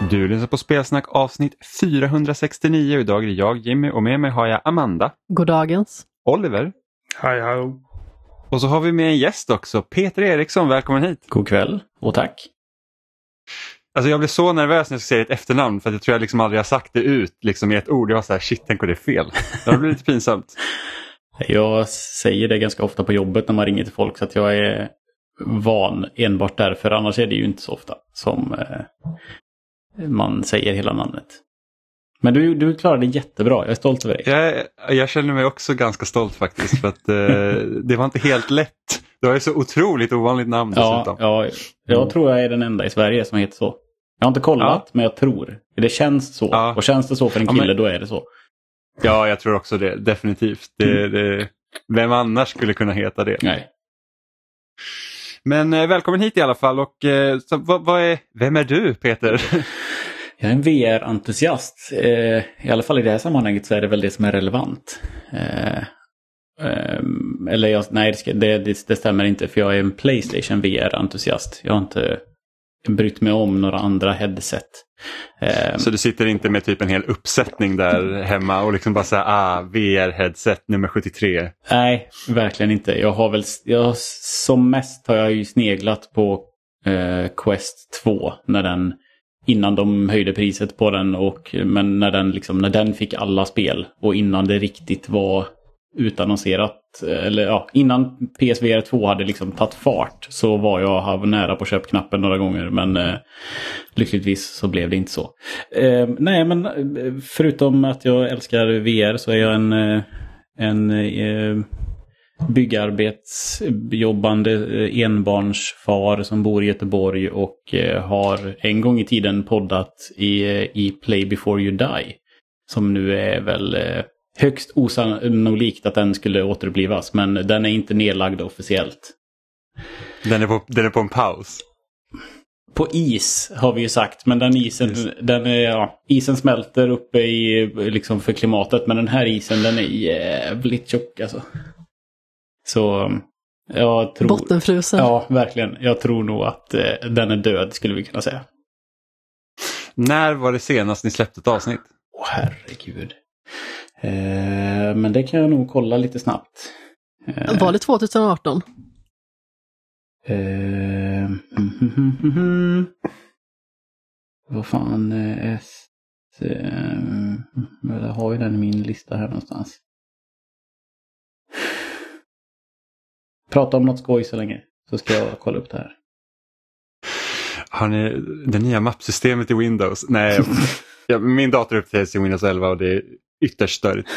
Du lyssnar på Spelsnack avsnitt 469. Idag är det jag, Jimmy, och med mig har jag Amanda. Goddagens. Oliver. Hej, hej. Och så har vi med en gäst också, Peter Eriksson. Välkommen hit. God kväll och tack. Alltså jag blev så nervös när jag skulle säga ett efternamn för att jag tror jag liksom aldrig har sagt det ut liksom i ett ord. Jag var så här, shit, tänk om det är fel. Det blir lite pinsamt. Jag säger det ganska ofta på jobbet när man ringer till folk så att jag är van enbart därför. Annars är det ju inte så ofta som man säger hela namnet. Men du klarade det jättebra. Jag är stolt över dig. Jag känner mig också ganska stolt faktiskt för att det var inte helt lätt. Det var ju så otroligt ovanligt namn dessutom. Ja, jag tror jag är den enda i Sverige som heter så. Jag har inte kollat, men jag tror. Det känns så. Ja. Och känns det så för en kille, då är det så. Ja, jag tror också det. Definitivt. Vem annars skulle kunna heta det? Nej. Men välkommen hit i alla fall. Och vem är du, Peter? Jag är en VR-entusiast. I alla fall i det här sammanhanget så är det väl det som är relevant. Det stämmer inte, för jag är en PlayStation VR-entusiast. Jag har inte brytt mig om några andra headset. Så du sitter inte med typ en hel uppsättning där hemma och liksom bara säger VR-headset nummer 73? Nej, verkligen inte. Som mest har jag ju sneglat på Quest 2 innan de höjde priset på den, men när den fick alla spel och innan det riktigt var utannonserat, innan PSVR 2 hade liksom tagit fart, så var jag nära på köpknappen några gånger, men lyckligtvis så blev det inte så. Nej, men förutom att jag älskar VR så är jag en byggarbetsjobbande enbarnsfar som bor i Göteborg och har en gång i tiden poddat i Play Before You Die, som nu är väl högst osannolikt att den skulle återupplivas, men den är inte nedlagd officiellt. Den är på en paus. På is har vi ju sagt, men isen smälter uppe i liksom för klimatet, men den här isen den är jävligt tjock alltså. Så jag tror... Bottenfrusen. Ja, verkligen. Jag tror nog att den är död, skulle vi kunna säga. När var det senast ni släppte ett avsnitt? Herregud. Men det kan jag nog kolla lite snabbt. Var det 2018? Vad fan jag har ju den i min lista här någonstans. Prata om något skoj så länge, så ska jag kolla upp det här. Har ni det nya mappsystemet i Windows? Nej, min dator uppdateras i Windows 11 och det är ytterst störigt.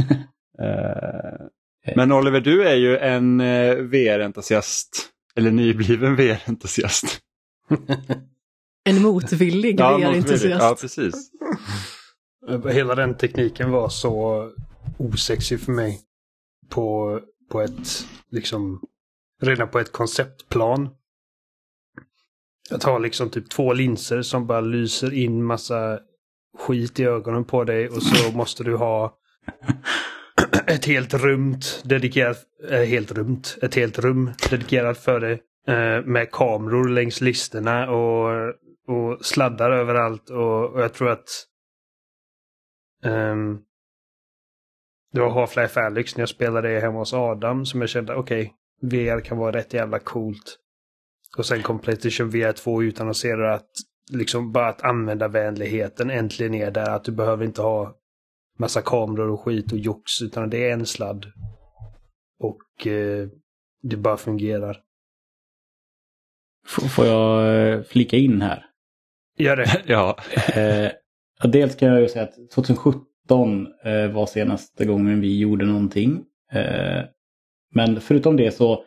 Men Oliver, du är ju en VR-entusiast. Eller nybliven VR-entusiast. En motvillig VR-entusiast. Ja, precis. Hela den tekniken var så osexig för mig. På ett, liksom, redan på ett konceptplan. Jag tar liksom typ 2 linser som bara lyser in massa skit i ögonen på dig, och så måste du ha ett helt rum dedikerat för dig, med kameror längs listerna och sladdar överallt, och jag tror att det var Half-Life Alyx när jag spelade det hemma hos Adam som jag kände, okej, VR kan vara rätt jävla coolt. Och sen kom PlayStation VR 2 utan att se att liksom bara att användarvänligheten äntligen är där, att du behöver inte ha massa kameror och skit och jox, utan det är en sladd och det bara fungerar. Får jag flika in här? Gör det. Ja. Dels kan jag ju säga att 2017 var senaste gången vi gjorde någonting. Men förutom det så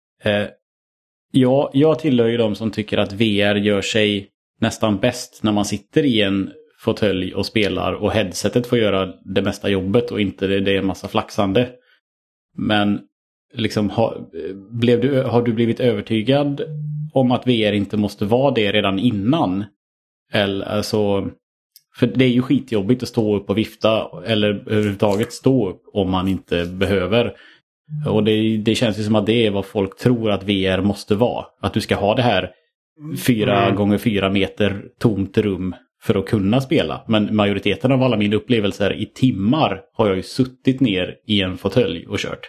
jag tillhör ju de som tycker att VR gör sig nästan bäst när man sitter i en fåtölj och spelar och headsetet får göra det mesta jobbet och inte det är en massa flaxande. Men liksom har du blivit övertygad om att VR inte måste vara det redan innan? Eller alltså, för det är ju skitjobbigt att stå upp och vifta eller överhuvudtaget stå upp om man inte behöver. Och det känns ju som att det är vad folk tror att VR måste vara. Att du ska ha det här 4 gånger 4 meter tomt rum för att kunna spela. Men majoriteten av alla mina upplevelser i timmar har jag ju suttit ner i en fåtölj och kört.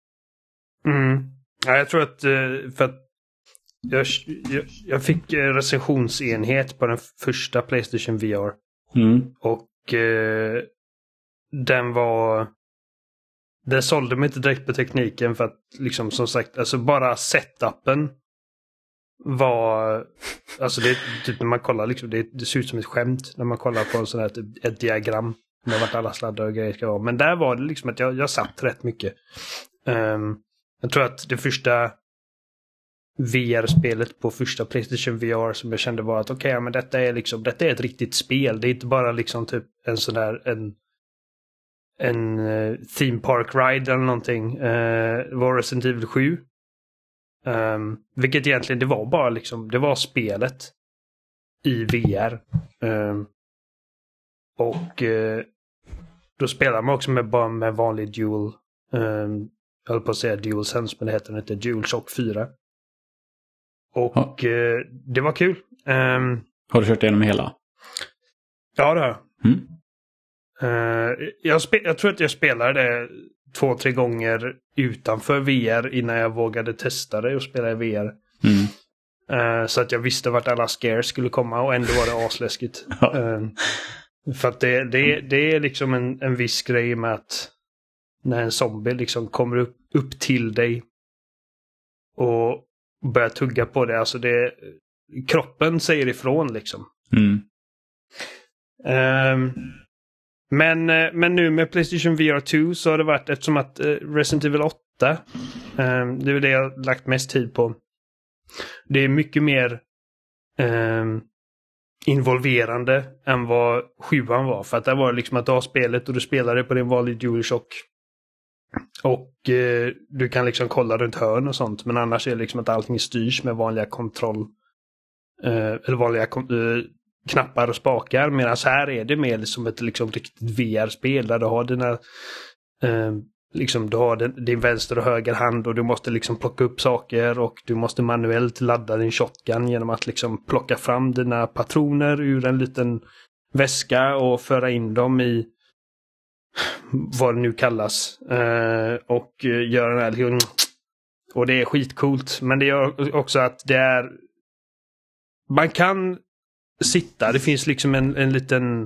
Ja, jag tror att för att jag fick recensionsenhet på den första PlayStation VR. Och den sålde mig inte direkt på tekniken för att liksom som sagt, alltså bara setupen var, alltså det typ när man kollar liksom, det ser ut som ett skämt när man kollar på en sån här ett diagram med vart alla sladdar och grejer ska vara. Men där var det liksom att jag satt rätt mycket. Jag tror att det första VR-spelet på första PlayStation VR som jag kände var att okej, men detta är ett riktigt spel. Det är inte bara liksom typ en sån där en theme park ride eller någonting. Det var Resident Evil 7. Vilket egentligen det var bara liksom, det var spelet i VR. Och då spelar man också med vanlig dual, jag höll på att säga DualSense, men det heter inte, DualShock 4. Och det var kul. Har du kört igenom hela? Ja, det har jag tror att jag spelade det 2-3 gånger utanför VR innan jag vågade testa det och spela i VR. Så att jag visste vart alla scares skulle komma och ändå var det asläskigt. För att det är liksom en viss grej med att när en zombie liksom kommer upp till dig och börjar tugga på det, alltså kroppen säger ifrån liksom. Men nu med PlayStation VR 2 så har det varit, eftersom att Resident Evil 8 det är det jag har lagt mest tid på. Det är mycket mer involverande än vad 7an var. För att det var liksom att du har spelet och du spelar det på din vanliga DualShock. Och du kan liksom kolla runt hörn och sånt. Men annars är det liksom att allting styrs med vanliga kontroll eller vanliga knappar och spakar. Medan här är det mer som ett liksom riktigt VR-spel där du har dina liksom du har din vänster och höger hand och du måste liksom plocka upp saker och du måste manuellt ladda din shotgun genom att liksom plocka fram dina patroner ur en liten väska och föra in dem i vad det nu kallas och göra den här, och det är skitcoolt, men det gör också att det är, man kan sitta, det finns liksom en liten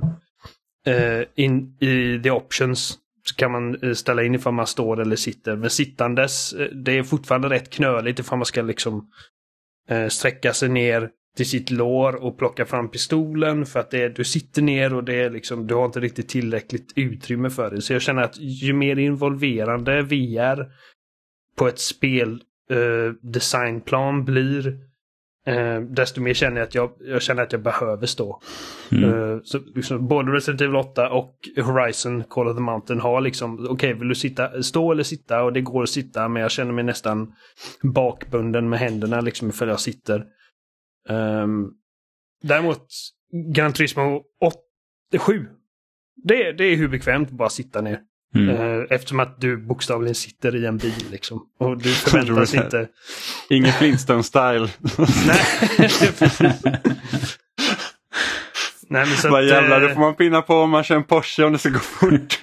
i the options så kan man ställa in ifall man står eller sitter, men sittandes det är fortfarande rätt knöligt ifall man ska liksom sträcka sig ner till sitt lår och plocka fram pistolen för att du sitter ner och det är liksom, du har inte riktigt tillräckligt utrymme för det. Så jag känner att ju mer involverande VR på ett spel designplan blir, desto mer känner jag att jag känner att jag behöver stå. Så liksom, både Resident Evil 8 och Horizon Call of the Mountain har liksom, okej, vill du stå eller sitta, och det går att sitta, men jag känner mig nästan bakbunden med händerna liksom ifall jag sitter. Däremot Gran Turismo 7 det är hur bekvämt att bara sitta ner. Eftersom att du bokstavligen sitter i en bil liksom. Och du förväntas inte. Ingen Flintstone-style. Nej, men så vad jävlar, då får man pinna på om man kör en Porsche om det ska gå fort.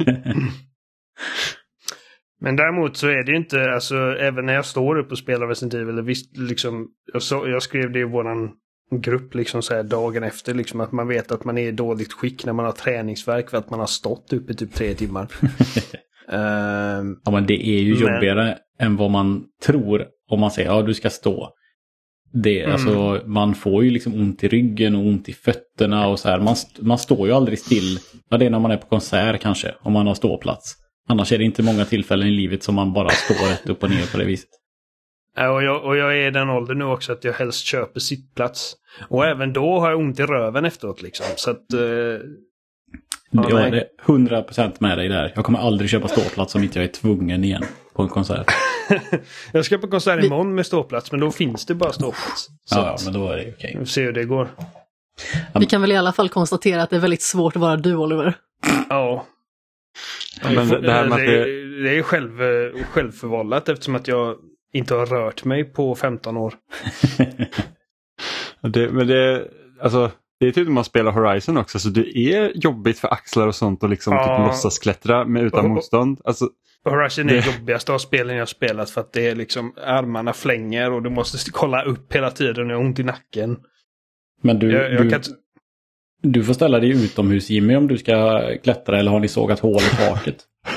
Men däremot så är det ju inte, alltså även när jag står upp och spelar Resident Evil, visst liksom, jag skrev det i våran grupp liksom så här dagen efter liksom, att man vet att man är i dåligt skick när man har träningsvärk för att man har stått upp i typ 3 timmar. Ja, men det är ju jobbigare än vad man tror om man säger ja, du ska stå. Alltså, man får ju liksom ont i ryggen och ont i fötterna och så här. Man står ju aldrig still. Ja, det är när man är på konsert kanske, om man har ståplats. Annars är det inte många tillfällen i livet som man bara står rätt upp och ner på det viset. Ja, och jag är i den åldern nu också att jag helst köper sittplats. Och även då har jag ont i röven efteråt liksom. Så att... jag är 100% med dig där. Jag kommer aldrig köpa ståplats om inte jag är tvungen igen på en konsert. Jag ska på konsert imorgon med ståplats, men då finns det bara ståplats. Ja, men då är det okej. Vi ser hur det går. Vi kan väl i alla fall konstatera att det är väldigt svårt att vara du, Oliver. Ja. Men det här med det är självförvållat eftersom att jag inte har rört mig på 15 år. Men det, alltså, Det är typ när man spelar Horizon också, så det är jobbigt för axlar och sånt och liksom typ låtsas klättra utan motstånd. Alltså, Horizon är det jobbigaste av spelen jag spelat för att det är liksom armarna flänger och du måste kolla upp hela tiden och ont i nacken. Men du får ställa dig utomhus, Jimmy, om du ska klättra, eller har ni sågat hål i taket?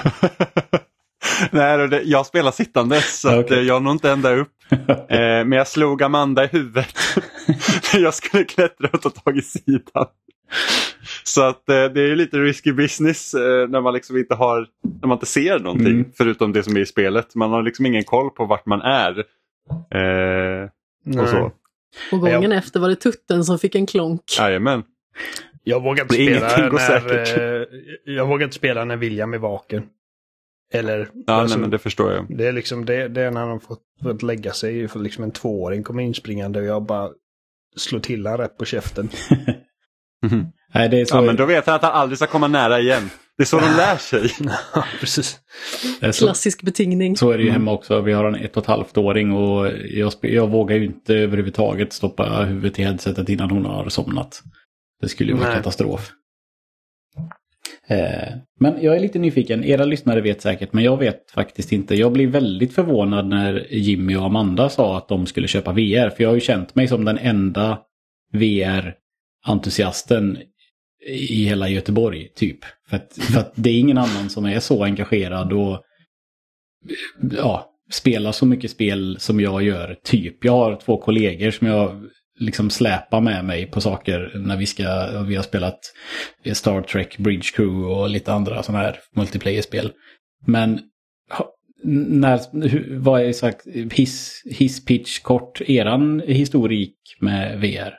Nej, jag spelar sittande så att jag når inte ända upp. Men jag slog Amanda i huvudet. Jag skulle klättra och ta tag i sidan. Så att det är lite risky business när man liksom inte har, när man inte ser någonting förutom det som är i spelet. Man har liksom ingen koll på vart man är. Och så. Och gången efter var det tutten som fick en klonk. Jajamän. Jag vågar inte spela när William är vaken. Eller, nej, men det förstår jag. Det är liksom det är när han har fått lägga sig för liksom en 2-åring kommer inspringande och jag bara slår till han rätt på käften. Nej, det är så... men då vet han att han aldrig ska komma nära igen. Det är så de lär sig. Precis. Klassisk betingning. Så är det ju hemma också. Vi har en 1,5-åring och jag vågar ju inte överhuvudtaget stoppa huvudet i headsetet innan hon har somnat. Det skulle ju vara katastrof. Men jag är lite nyfiken. Era lyssnare vet säkert, men jag vet faktiskt inte. Jag blev väldigt förvånad när Jimmy och Amanda sa att de skulle köpa VR. För jag har ju känt mig som den enda VR-entusiasten i hela Göteborg, typ. För att det är ingen annan som är så engagerad och spelar så mycket spel som jag gör, typ. Jag har 2 kollegor som jag liksom släpar med mig på saker när vi har spelat Star Trek, Bridge Crew och lite andra sådana här multiplayer-spel. Men vad är sagt hiss pitch kort eran historik med VR?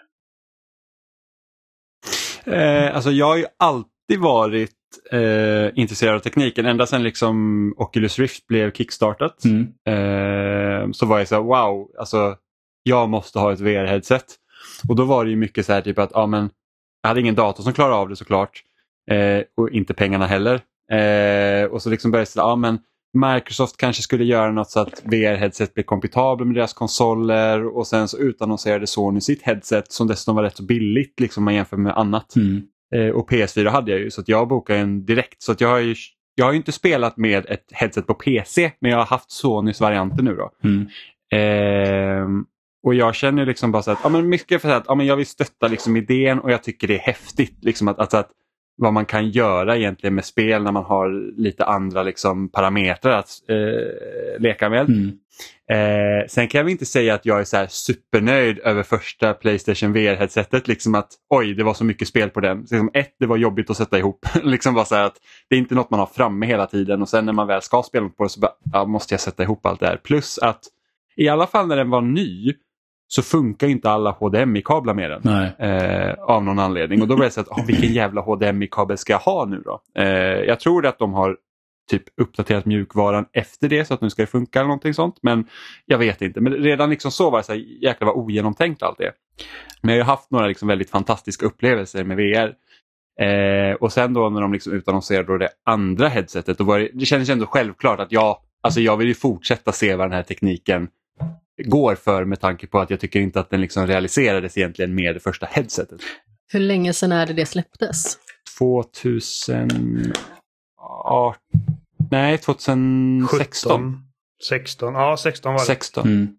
Alltså jag har ju alltid varit intresserad av tekniken. Ända sedan liksom Oculus Rift blev kickstartat så var jag så här, wow, alltså jag måste ha ett VR-headset. Och då var det ju mycket så här typ att men jag hade ingen dator som klarade av det såklart. Och inte pengarna heller. Och så liksom började jag säga, men Microsoft kanske skulle göra något så att VR-headset blir kompatibel med deras konsoler. Och sen så utannonserade Sony sitt headset som dessutom var rätt så billigt liksom man jämför med annat. Och PS4 hade jag ju, så att jag bokade en direkt. Så att jag har ju inte spelat med ett headset på PC, men jag har haft Sonys varianter nu då. Och jag känner liksom bara så att men mycket för att men jag vill stötta liksom idén, och jag tycker det är häftigt liksom att vad man kan göra egentligen med spel när man har lite andra liksom parametrar att leka med. Sen kan jag väl inte säga att jag är så här supernöjd över första PlayStation VR-headsetet, liksom att det var så mycket spel på den. Liksom, det var jobbigt att sätta ihop. Liksom bara så här att det är inte något man har framme hela ttiden, och sen när man väl ska spela på det så måste jag sätta ihop allt det här. Plus att i alla fall när den var ny så funkar inte alla HDMI-kablar med den. Av någon anledning. Och då började jag säga att vilken jävla HDMI-kabel ska jag ha nu då? Jag tror att de har typ uppdaterat mjukvaran efter det så att nu ska det funka eller någonting sånt. Men jag vet inte. Men redan liksom så var det så här, jäkla vad ogenomtänkt allt det. Men jag har haft några liksom väldigt fantastiska upplevelser med VR. Och sen då när de liksom utannonserade det andra headsetet, då det kändes ändå självklart att jag vill ju fortsätta se vad den här tekniken går för, med tanke på att jag tycker inte att den liksom realiserades egentligen med det första headsetet. Hur länge sedan är det släpptes? 2016. 16 var det. 16.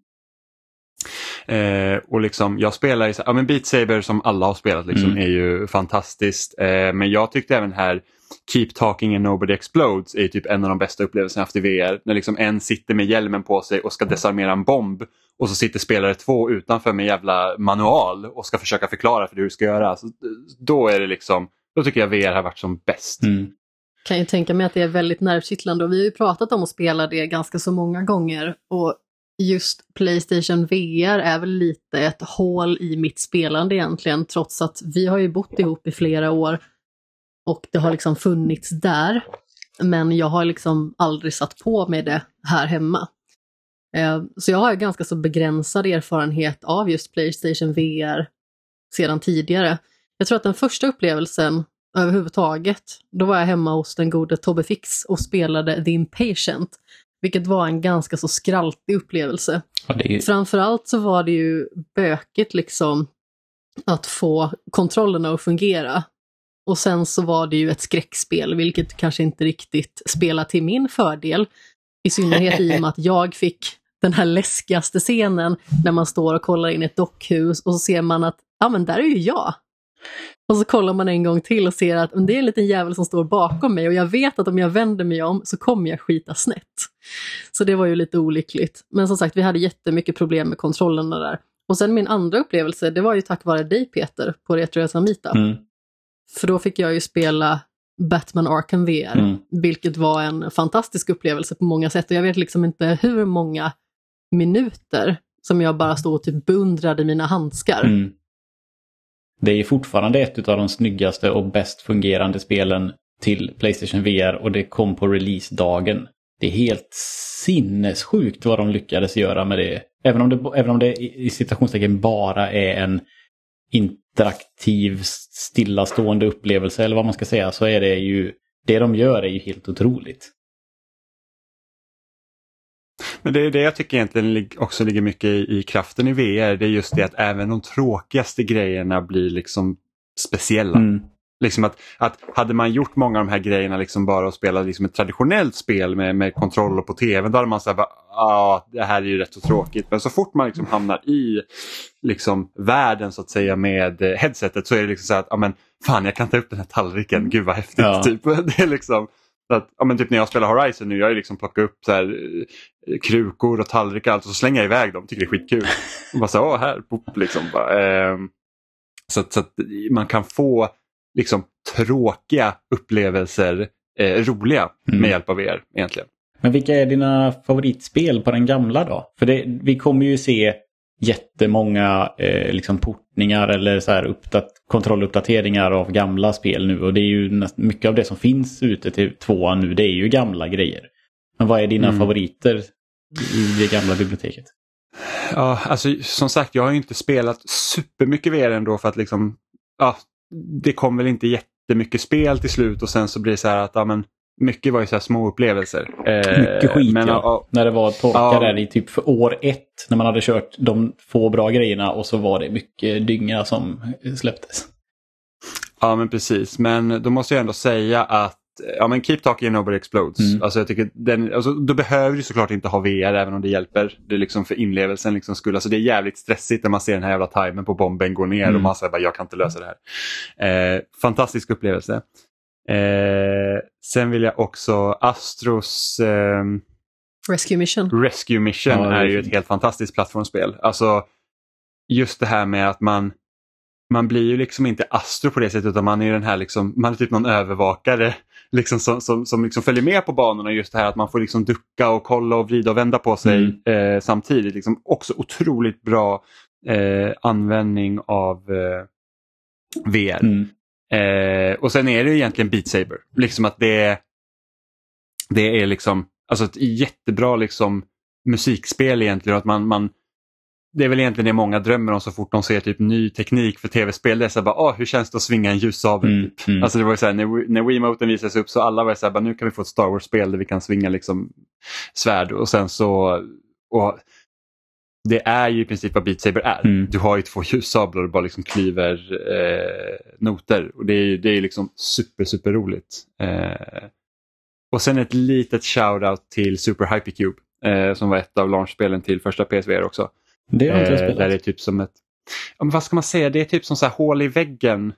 Och liksom jag spelar men Beat Saber som alla har spelat liksom är ju fantastiskt. Men jag tyckte även här Keep Talking and Nobody Explodes är typ en av de bästa upplevelserna jag haft i VR. När liksom en sitter med hjälmen på sig och ska desarmera en bomb, och så sitter spelare 2 utanför med jävla manual och ska försöka förklara för hur du ska göra. Så då är det liksom, då tycker jag VR har varit som bäst. Kan ju tänka mig att det är väldigt nervkittlande, och vi har ju pratat om att spela det ganska så många gånger, och just PlayStation VR är väl lite ett hål i mitt spelande egentligen, trots att vi har ju bott ihop i flera år och det har liksom funnits där, men jag har liksom aldrig satt på mig det här hemma. Så jag har ju ganska så begränsad erfarenhet av just PlayStation VR sedan tidigare. Jag tror att den första upplevelsen överhuvudtaget, då var jag hemma hos den gode Tobbe Fix och spelade The Impatient, vilket var en ganska så skraltig upplevelse. Framförallt så var det ju bökigt liksom att få kontrollerna att fungera. Och sen så var det ju ett skräckspel, vilket kanske inte riktigt spelar till min fördel. I synnerhet i och med att jag fick den här läskigaste scenen när man står och kollar in i ett dockhus och så ser man att, ja men där är ju jag. Och så kollar man en gång till och ser att det är en liten jävel som står bakom mig och jag vet att om jag vänder mig om så kommer jag skita snett. Så det var ju lite olyckligt. Men som sagt, vi hade jättemycket problem med kontrollerna där. Och sen min andra upplevelse, det var ju tack vare dig Peter på Retroresan Meetup. För då fick jag ju spela Batman Arkham VR, vilket var en fantastisk upplevelse på många sätt. Och jag vet liksom inte hur många minuter som jag bara stod och typ beundrade mina handskar. Det är fortfarande ett av de snyggaste och bäst fungerande spelen till PlayStation VR och det kom på release-dagen. Det är helt sinnessjukt vad de lyckades göra med det. Även om det i citationstecken bara är en interaktiv, stillastående upplevelse eller vad man ska säga, så är det ju, det de gör är ju helt otroligt. Men det är det jag tycker egentligen också ligger mycket i kraften i VR. Det är just det att även de tråkigaste grejerna blir liksom speciella. Liksom att hade man gjort många av de här grejerna liksom bara och spelat liksom ett traditionellt spel med kontroller på tv, då hade man sagt det här är ju rätt så tråkigt. Men så fort man liksom hamnar i liksom världen så att säga med headsetet så är det liksom så att men fan, jag kan ta upp den här tallriken, gud vad häftigt typ. Det är liksom att, men typ när jag spelar Horizon nu, jag är liksom plockat upp så här krukor och tallrikar och så slänger jag iväg dem, tycker det är skitkul. Och bara så här, pop, liksom bara. Så att man kan få liksom tråkiga upplevelser roliga med hjälp av VR egentligen. Men vilka är dina favoritspel på den gamla då? För vi kommer ju se jättemånga liksom portningar eller så här kontrolluppdateringar av gamla spel nu. Och det är ju mycket av det som finns ute till 2:an nu, det är ju gamla grejer. Men vad är dina favoriter i det gamla biblioteket? Ja, alltså som sagt, jag har ju inte spelat supermycket VR ändå för att liksom, det kom väl inte jättemycket spel till slut och sen så blir det så här att mycket var ju så här små upplevelser. Mycket skit, men, när det var torka där i typ för år 1 när man hade kört de få bra grejerna och så var det mycket dynga som släpptes. Ja, men precis. Men då måste jag ändå säga att Keep Talking Nobody Explodes. Alltså jag tycker då behöver du såklart inte ha VR även om det hjälper. Det är liksom för inlevelsen liksom skull. Alltså det är jävligt stressigt när man ser den här jävla timern på bomben gå ner och man säger jag kan inte lösa det här. Fantastisk upplevelse. Sen vill jag också Astros Rescue Mission är ju ett helt fantastiskt plattformsspel. Alltså just det här med att man blir ju liksom inte Astro på det sättet utan man är den här liksom, man är typ någon övervakare liksom som liksom följer med på banorna, just det här att man får liksom ducka och kolla och vrida och vända på sig samtidigt. Liksom också otroligt bra användning av VR. Och sen är det egentligen Beat Saber. Liksom att det är liksom alltså ett jättebra liksom musikspel egentligen, att man det är väl egentligen det många drömmer om så fort de ser typ ny teknik för tv-spel. Det är så bara, hur känns det att svinga en ljussabel? Alltså det var ju så här, när Wiimoten visades upp så alla var så här, nu kan vi få ett Star Wars-spel där vi kan svinga liksom svärd. Och sen så, och det är ju i princip vad Beat Saber är. Du har ju 2 ljussablar och bara liksom klyver noter. Och det är liksom super roligt. Och sen ett litet shoutout till Super Hypercube som var ett av launchspelen till första PSVR också. Det har inte spelat. Där det är typ som ett, vad ska man säga, det är typ som så här hål i väggen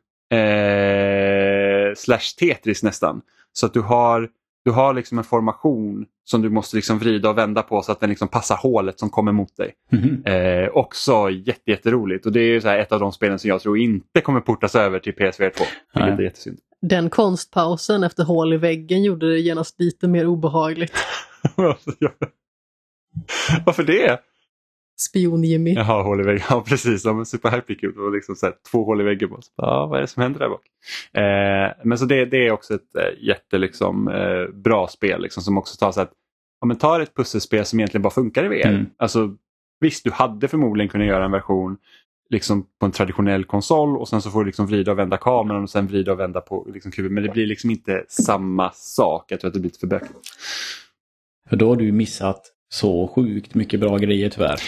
/ Tetris nästan. Så att du har liksom en formation som du måste liksom vrida och vända på så att den liksom passar hålet som kommer mot dig. Också jätteroligt. Och det är ju så här ett av de spelen som jag tror inte kommer portas över till PSVR 2. Det är jättesynd. Den konstpausen efter hål i väggen gjorde det genast lite mer obehagligt. Varför det? Spion-Jimmy. Jaha, hål i väggen. Ja, precis. Som Super Hypercube. Och liksom så här, 2 hål i väggen. Vad är det som händer där bak? Men så det är också ett jätte liksom, bra spel. Liksom, som också tar så att tar ett pusselspel som egentligen bara funkar i VR. Alltså, visst, du hade förmodligen kunnat göra en version liksom, på en traditionell konsol. Och sen så får du liksom vrida och vända kameran. Och sen vrida och vända på liksom, kuben. Men det blir liksom inte samma sak. Jag tror att det blir lite för bökigt. För då har du missat så sjukt mycket bra grejer tyvärr.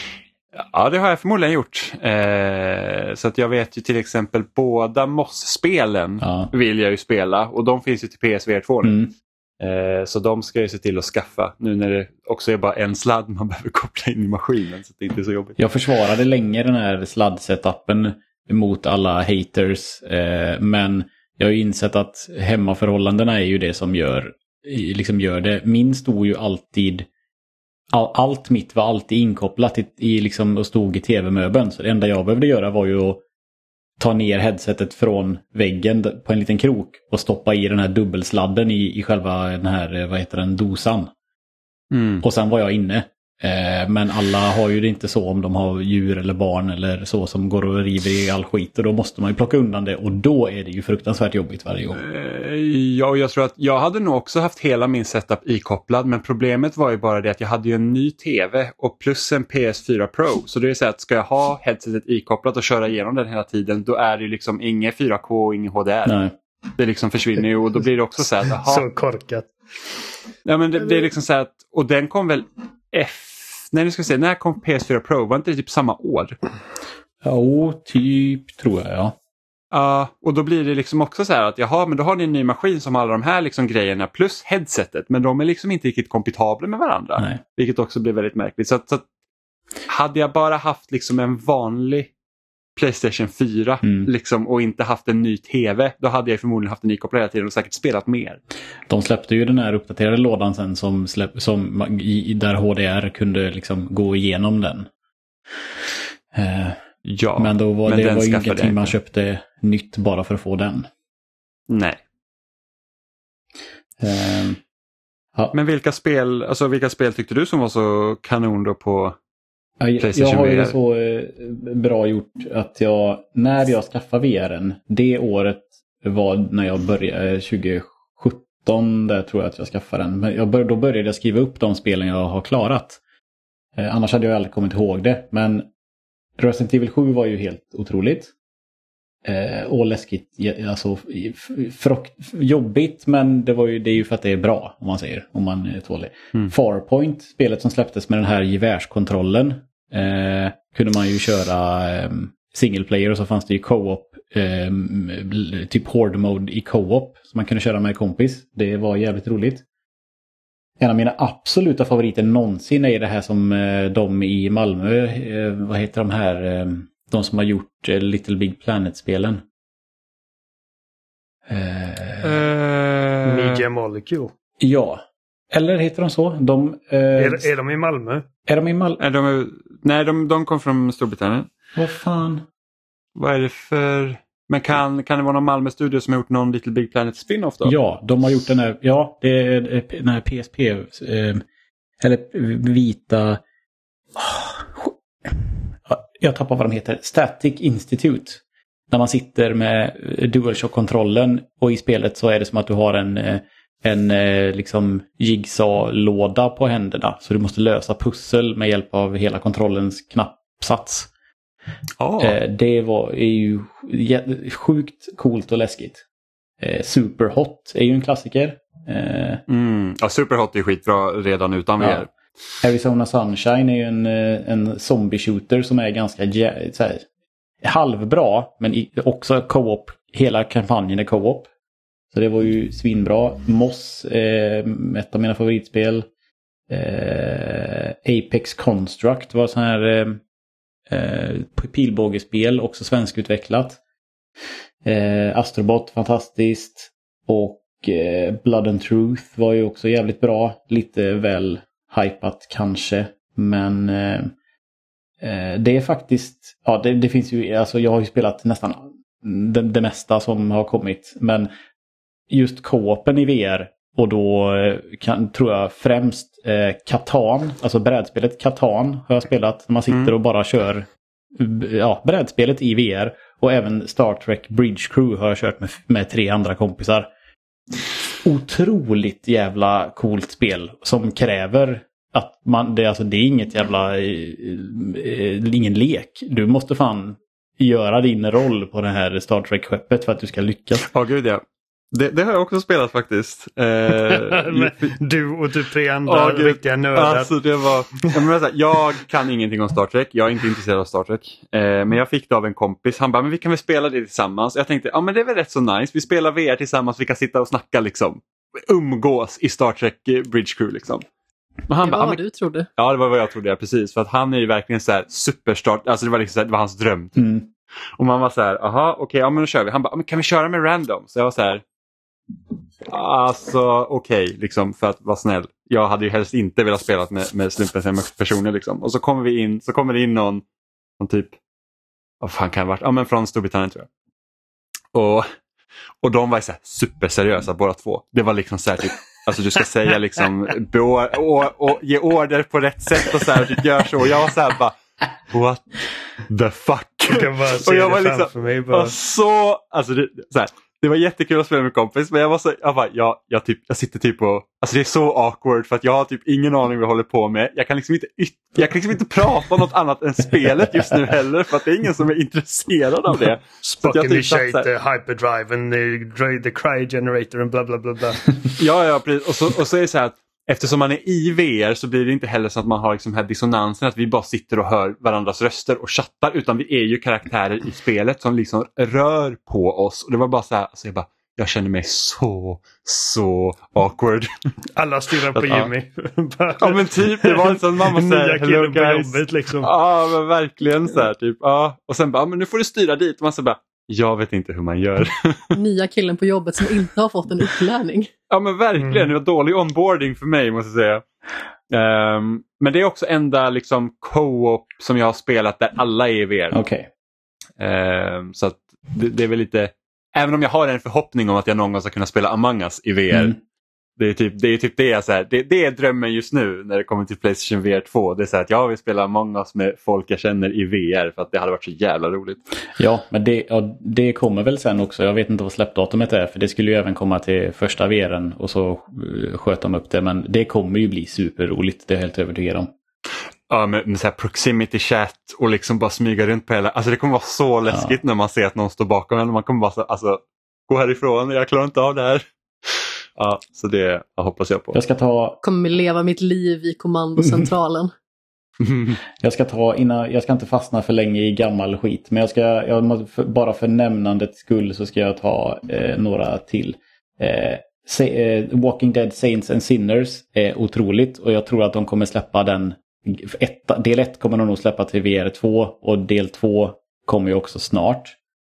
Ja, det har jag förmodligen gjort. Så att jag vet ju till exempel båda Moss-spelen vill jag ju spela. Och de finns ju till PSVR 2 nu. Så de ska jag se till att skaffa. Nu när det också är bara en sladd man behöver koppla in i maskinen. Så det inte är så jobbigt. Jag försvarade länge den här sladd-setupen mot alla haters. Men jag har ju insett att hemmaförhållandena är ju det som gör det. Min stod ju alltid... Allt mitt var alltid inkopplat och stod i tv-möbeln. Så det enda jag behövde göra var ju att ta ner headsetet från väggen på en liten krok och stoppa i den här dubbelsladden i själva den här, dosan. Och sen var jag inne. Men alla har ju det inte så om de har djur eller barn eller så som går och river i all skit. Och då måste man ju plocka undan det och då är det ju fruktansvärt jobbigt varje gång. Ja, jag tror att jag hade nog också haft hela min setup ikopplad. Men problemet var ju bara det att jag hade ju en ny tv och plus en PS4 Pro. Så det är så att ska jag ha headsetet ikopplat och köra igenom den hela tiden, då är det ju liksom ingen 4K och ingen HDR. Nej. Det liksom försvinner ju och då blir det också så här. Så korkat. Ja, men det är liksom så här att, och den kom väl när kom PS4 Pro? Var inte det typ samma år? Ja, typ tror jag, ja. Ja, och då blir det liksom också så här att men då har ni en ny maskin som har alla de här liksom grejerna plus headsetet, men de är liksom inte riktigt kompatibla med varandra. Nej. Vilket också blir väldigt märkligt. Så hade jag bara haft liksom en vanlig PlayStation 4 liksom, och inte haft en ny tv, då hade jag förmodligen haft en ny kopplad hela tiden och säkert spelat mer. De släppte ju den här uppdaterade lådan sen där HDR kunde liksom gå igenom den. Ja, men då var det var ingenting man köpte nytt bara för att få den. Nej. Men vilka spel tyckte du som var så kanon då på PlayStation VR? Jag har ju så bra gjort att när jag skaffade VR:en, det året var när jag började 2017, där tror jag att jag skaffade den. Men då började jag skriva upp de spelen jag har klarat. Annars hade jag aldrig kommit ihåg det. Men Resident Evil 7 var ju helt otroligt. Och läskigt, alltså jobbigt, men det är ju för att det är bra, om man är tålig. Farpoint, spelet som släpptes med den här gevärskontrollen, kunde man ju köra single player, och så fanns det ju co-op, typ horde mode i co-op som man kunde köra med kompis. Det var jävligt roligt. En av mina absoluta favoriter någonsin är det här som de i Malmö, vad heter de här, de som har gjort Little Big Planet-spelen. Media Molecule. Ja. Eller heter de så? Är de i Malmö? Är de i Malmö? Nej, de kom från Storbritannien. Vad fan? Vad är det för... Men kan det vara någon Malmö-studio som har gjort någon Little Big Planet spin-off då? Ja, de har gjort den här... Ja, det är den här PSP... eller vita... Jag tappar vad de heter. Static Institute. När man sitter med DualShock-kontrollen och i spelet så är det som att du har en liksom jigsaw-låda på händerna. Så du måste lösa pussel med hjälp av hela kontrollens knappsats. Det är ju sjukt coolt och läskigt. Superhot är ju en klassiker. Ja, Superhot är skitbra redan utan VR. Arizona Sunshine är ju en zombie-shooter som är ganska halvbra, men också co-op. Hela kampanjen är co-op. Så det var ju svinbra. Moss, ett av mina favoritspel. Apex Construct var sån här pilbågespel, också svenskutvecklat. Astrobot, fantastiskt. Och Blood and Truth var ju också jävligt bra. Lite väl hypat kanske. Men det är faktiskt... Ja, det finns ju... Alltså jag har ju spelat nästan det mesta som har kommit. Men just co-open i VR, och då tror jag främst Catan, alltså brädspelet Catan har jag spelat. När man sitter och bara kör brädspelet i VR. Och även Star Trek Bridge Crew har jag kört med 3 andra kompisar. Otroligt jävla coolt spel som kräver att det är inget jävla ingen lek. Du måste fan göra din roll på det här Star Trek-skeppet för att du ska lyckas. Ja, gud ja. Det har jag också spelat faktiskt. Du och typ 3 andra riktiga nördar. Alltså det var... jag kan ingenting om Star Trek. Jag är inte intresserad av Star Trek. Men jag fick det av en kompis. Han bara, men vi kan väl spela det tillsammans. Jag tänkte, ja men det är väl rätt så nice. Vi spelar VR tillsammans. Vi kan sitta och snacka liksom. Umgås i Star Trek Bridge Crew liksom. Och han det var vad du trodde. Ja, det var vad jag trodde, precis. För att han är ju verkligen så här superstart. Alltså det var liksom så här, det var hans dröm. Mm. Och man var så här, aha, okej, ja men då kör vi. Han bara, men kan vi köra med random? Så jag var så här, alltså okej, liksom för att vara snäll. Jag hade ju helst inte velat spela med slumpens personer liksom. Och så kommer det in någon typ, vad fan kan det ha varit? Ja men från Storbritannien tror jag. Och de var så här superseriösa båda två. Det var liksom så här typ, alltså du ska säga liksom och ge order på rätt sätt och så här, du gör så. Och jag var så här bara, what the fuck? Och jag var liksom mig bara. Så alltså så här, det var jättekul att spela med kompis, men jag sitter typ och, alltså det är så awkward för att jag har typ ingen aning vad jag håller på med. Jag kan liksom inte prata om något annat än spelet just nu heller, för att det är ingen som är intresserad av det. Spock initiate hyperdrive and the cry generator and bla bla bla bla. Ja, precis. Och så är det så här att eftersom man är i VR så blir det inte heller så att man har liksom här dissonansen att vi bara sitter och hör varandras röster och chattar, utan vi är ju karaktärer i spelet som liksom rör på oss. Och det var bara så här, alltså jag känner mig så awkward. Alla stirrar på Jimmy. Ja men typ, det var en sån mamma säger hello guys. På jobbet, liksom. Ja men verkligen så här typ. Ja. Och sen bara, men nu får du styra dit. Och man så bara, jag vet inte hur man gör. Nya killen på jobbet som inte har fått en upplärning. Ja men verkligen, det var dålig onboarding för mig måste jag säga. Men det är också enda liksom co-op som jag har spelat där alla är i VR. Okej. Så att det är väl lite, även om jag har en förhoppning om att jag någon gång ska kunna spela Among Us i VR. Mm. Det är typ det så här, det är drömmen just nu när det kommer till PlayStation VR 2. Det är så här att jag vill spela Among Us med folk jag känner i VR för att det hade varit så jävla roligt. Ja, men det kommer väl sen också. Jag vet inte vad släppdatumet är, för det skulle ju även komma till första VR:en och så sköt de upp det. Men det kommer ju bli superroligt, det är jag helt övertygad om. Ja, med så här proximity chat och liksom bara smyga runt på hela. Alltså det kommer vara så läskigt när man ser att någon står bakom en. Man kommer bara så, alltså, gå härifrån, jag klarar inte av det här. Ja, så det hoppas jag på. Kommer leva mitt liv i kommandocentralen. Jag ska inte fastna för länge i gammal skit. Men bara för nämnandets skull så ska jag ta några till. Walking Dead Saints and Sinners är otroligt. Och jag tror att de kommer släppa den. Del 1 kommer de nog släppa till VR2. Och del 2 kommer ju också snart.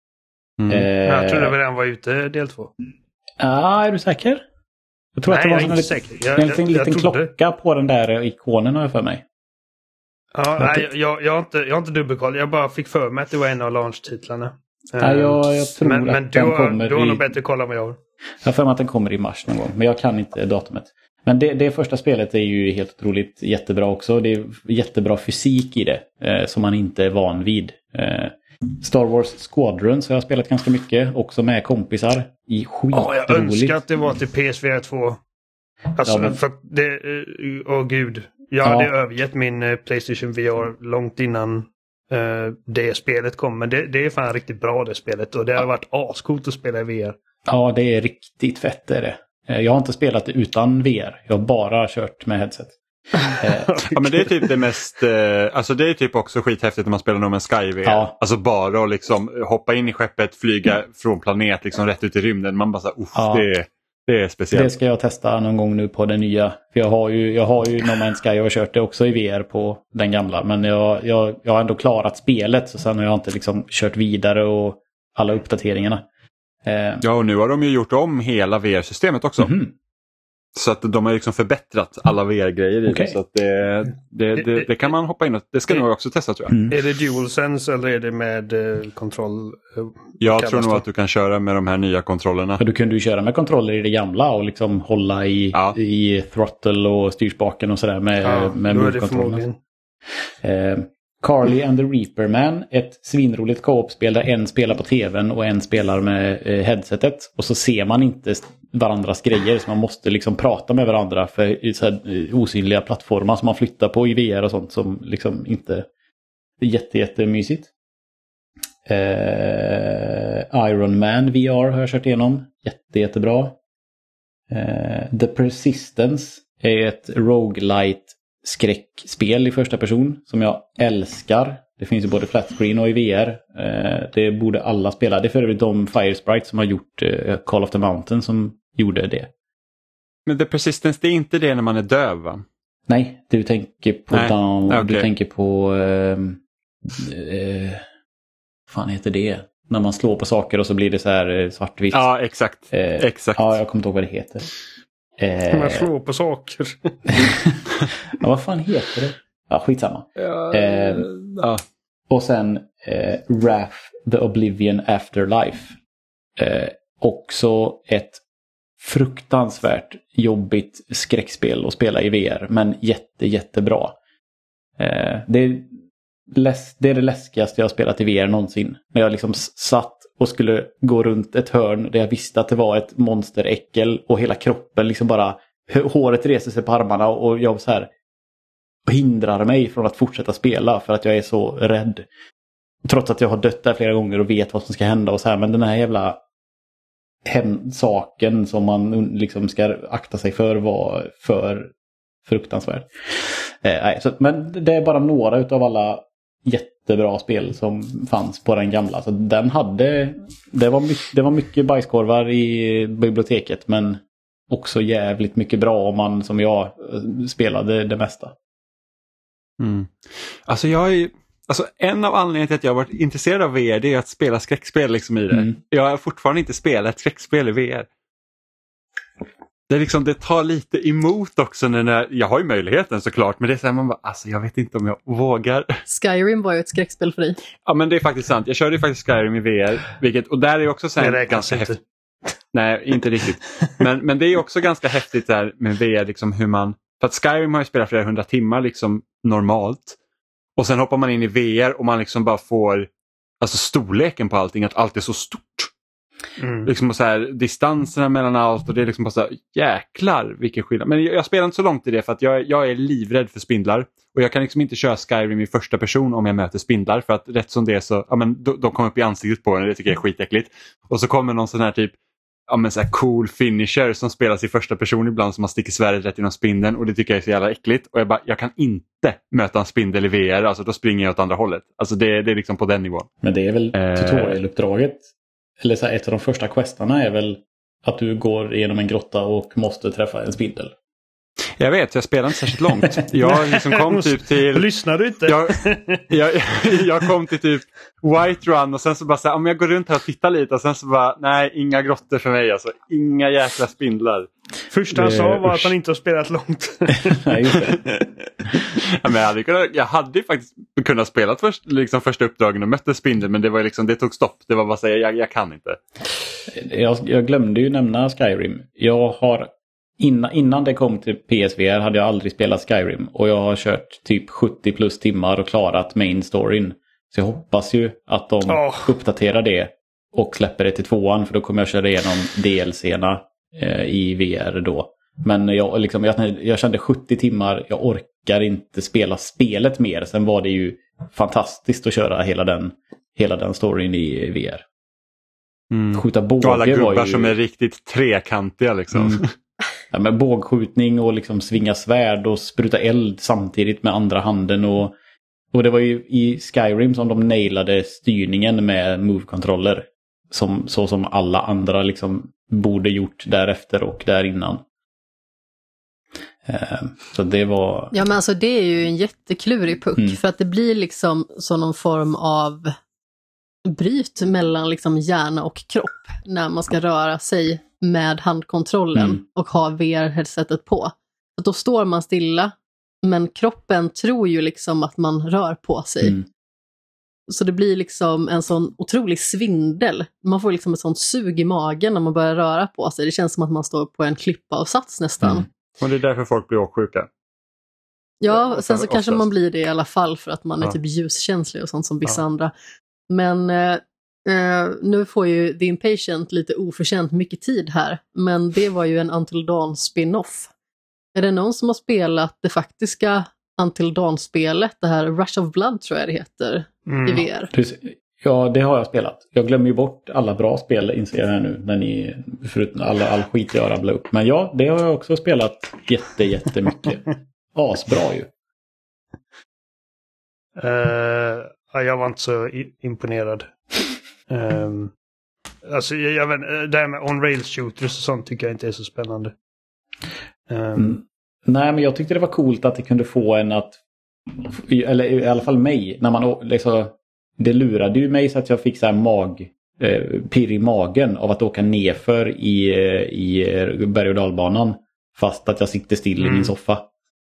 Jag tror det redan var ute del 2. Är du säker? Jag tror att det var en liten klocka på den där ikonen har jag för mig. Ja, nej, jag har inte dubbelkoll. Jag bara fick för mig att det var en av launch-titlarna. Ja, jag tror men att den kommer du har nog bättre koll än vad jag har. Jag har för mig att den kommer i mars någon gång. Men jag kan inte datumet. Men det första spelet är ju helt otroligt jättebra också. Det är jättebra fysik i det. Som man inte är van vid. Star Wars Squadron så jag har spelat ganska mycket. Också med kompisar. Jag önskar att det var till PSVR 2. Alltså, ja, för det... gud. Jag hade övergett min PlayStation VR långt innan det spelet kom. Men det är fan riktigt bra det spelet. Och det har varit ascoolt att spela i VR. Ja, det är riktigt fett är det. Jag har inte spelat det utan VR. Jag har bara kört med headset. Ja, men det är typ det mest, alltså det är typ också skithäftigt när man spelar No Man's Sky VR. Ja. Alltså bara att liksom hoppa in i skeppet, flyga från planet liksom rätt ut i rymden. Man bara så det är speciellt. Det ska jag testa någon gång nu på den nya. För jag har ju No Man's Sky och kört det också i VR på den gamla. Men jag har ändå klarat spelet så sen har jag inte liksom kört vidare och alla uppdateringarna. Ja, och nu har de ju gjort om hela VR-systemet också. Mm-hmm. Så att de har liksom förbättrat alla VR-grejer i det. Så att det kan man hoppa in och det ska nog också testa tror jag. Mm. Är det DualSense eller är det med kontroll? Jag tror nog att du kan köra med de här nya kontrollerna. För du kunde ju köra med kontroller i det gamla och liksom hålla i throttle och styrspaken och sådär med move-kontrollerna. Carly and the Reaper Man, ett svinroligt co-op-spel där en spelar på tvn och en spelar med headsetet. Och så ser man inte varandras grejer så man måste liksom prata med varandra för så här osynliga plattformar som man flyttar på i VR och sånt som liksom inte är jättemysigt. Iron Man VR har jag kört igenom. Jättebra. The Persistence är ett roguelite skräckspel i första person som jag älskar. Det finns ju både flat screen och i VR. Det borde alla spela. Det är för övrigt de Firesprite som har gjort Call of the Mountain som gjorde det. Men The Persistence, det är inte det när man är döv, va? Nej, du tänker på du tänker på fan heter det? När man slår på saker och så blir det så här svartvitt. Ja, exakt. Exakt. Ja, jag kommer inte ihåg vad det heter. Man slår på saker. Ja, vad fan heter det? Ja, skitsamma. Ja. Och sen Wrath the Oblivion Afterlife. Också ett fruktansvärt jobbigt skräckspel att spela i VR, men jättebra. Det är det läskigaste jag har spelat i VR någonsin. När jag liksom satt och skulle gå runt ett hörn där jag visste att det var ett monsteräckel och hela kroppen liksom bara, håret reser sig på armarna och jag så här hindrar mig från att fortsätta spela för att jag är så rädd. Trots att jag har dött där flera gånger och vet vad som ska hända och så här, men den här jävla saken som man liksom ska akta sig för var för fruktansvärd. Men det är bara några utav alla jättebra spel som fanns på den gamla. Så den det var mycket bajskorvar i biblioteket, men också jävligt mycket bra om man som jag spelade det mesta. Alltså en av anledningarna till att jag har varit intresserad av VR, det är att spela skräckspel liksom i det. Jag har fortfarande inte spelat ett skräckspel i VR. Det är liksom, det tar lite emot också när jag har ju möjligheten såklart, men det är så här, man bara, alltså jag vet inte om jag vågar. Skyrim var ju ett skräckspel för dig. Ja, men det är faktiskt sant. Jag körde ju faktiskt Skyrim i VR, och där är också så här ganska häftigt. Nej, inte riktigt. Men det är också ganska häftigt där med VR, liksom hur man, för att Skyrim har ju spelat flera 100 timmar liksom normalt. Och sen hoppar man in i VR och man liksom bara får alltså storleken på allting, att allt är så stort. Liksom så här, distanserna mellan allt, och det är liksom bara så här, jäklar vilken skillnad. Men jag spelar inte så långt i det för att jag är livrädd för spindlar. Och jag kan liksom inte köra Skyrim i första person om jag möter spindlar, för att rätt som det är så, ja men de kommer upp i ansiktet på en, det tycker jag är skitäckligt. Och så kommer någon sån här typ, ja men så här cool finisher som spelas i första person ibland, som man sticker svärdet rätt inom spindeln, och det tycker jag är så jävla äckligt. Och jag kan inte möta en spindel i VR, alltså då springer jag åt andra hållet. Alltså det är liksom på den nivån. Men det är väl tutorialuppdraget, eller så här, ett av de första questarna är väl att du går igenom en grotta och måste träffa en spindel. Jag vet, jag spelar inte särskilt långt. Jag liksom kom typ till... Lyssnar du inte? Jag kom till typ White Run och sen så bara så här, om jag går runt här och tittar lite och sen så bara, nej, inga grottor för mig alltså. Inga jäkla spindlar. Första han sa var att han inte har spelat långt. Nej, just det. Ja, men jag hade ju faktiskt kunnat spela liksom första uppdragen och mötte spindel, men det var liksom, det tog stopp. Det var bara att säga, jag kan inte. Jag glömde ju nämna Skyrim. Jag har innan det kom till PSVR hade jag aldrig spelat Skyrim, och jag har kört typ 70 plus timmar och klarat main storyn. Så jag hoppas ju att de uppdaterar det och släpper det till 2:an, för då kommer jag köra igenom DLC-erna i VR då. Men jag kände 70 timmar, jag orkar inte spela spelet mer. Sen var det ju fantastiskt att köra hela den storyn i VR. Skjuta båge och alla gubbar var ju... som är riktigt trekantiga liksom. Ja, med bågskjutning och liksom svinga svärd och spruta eld samtidigt med andra handen. Och det var ju i Skyrim som de nailade styrningen med move-kontroller. Så som alla andra liksom borde gjort därefter och där innan. Så det var... Ja, men alltså det är ju en jätteklurig puck, för att det blir liksom så någon form av bryt mellan liksom hjärna och kropp när man ska röra sig med handkontrollen och ha VR-headsetet på. Att då står man stilla, men kroppen tror ju liksom att man rör på sig. Så det blir liksom en sån otrolig svindel. Man får liksom ett sånt sug i magen när man börjar röra på sig. Det känns som att man står på en klippa och sats nästan. Och det är därför folk blir åksjuka. Ja, sen så kanske man blir det i alla fall för att man är typ ljuskänslig och sånt som vissa andra. Men nu får ju The Impatient lite oförtjänt mycket tid här. Men det var ju en Until Dawn spin-off. Är det någon som har spelat det faktiska Until Dawn-spelet? Det här Rush of Blood tror jag det heter i VR. Ja, det har jag spelat. Jag glömmer ju bort alla bra spel, inser jag här nu, när ni, förutom all skit jag rabblar upp. Men ja, det har jag också spelat jättemycket. Asbra ju. Jag var inte så imponerad. Alltså, jag vet, det här med on-rails shooters och sånt tycker jag inte är så spännande. Nej, men jag tyckte det var coolt att det kunde få en att, eller i alla fall mig, när man liksom, det lurade ju mig så att jag fick så här pirr i magen av att åka nerför i berg- och dalbanan fast att jag sitter still i min soffa.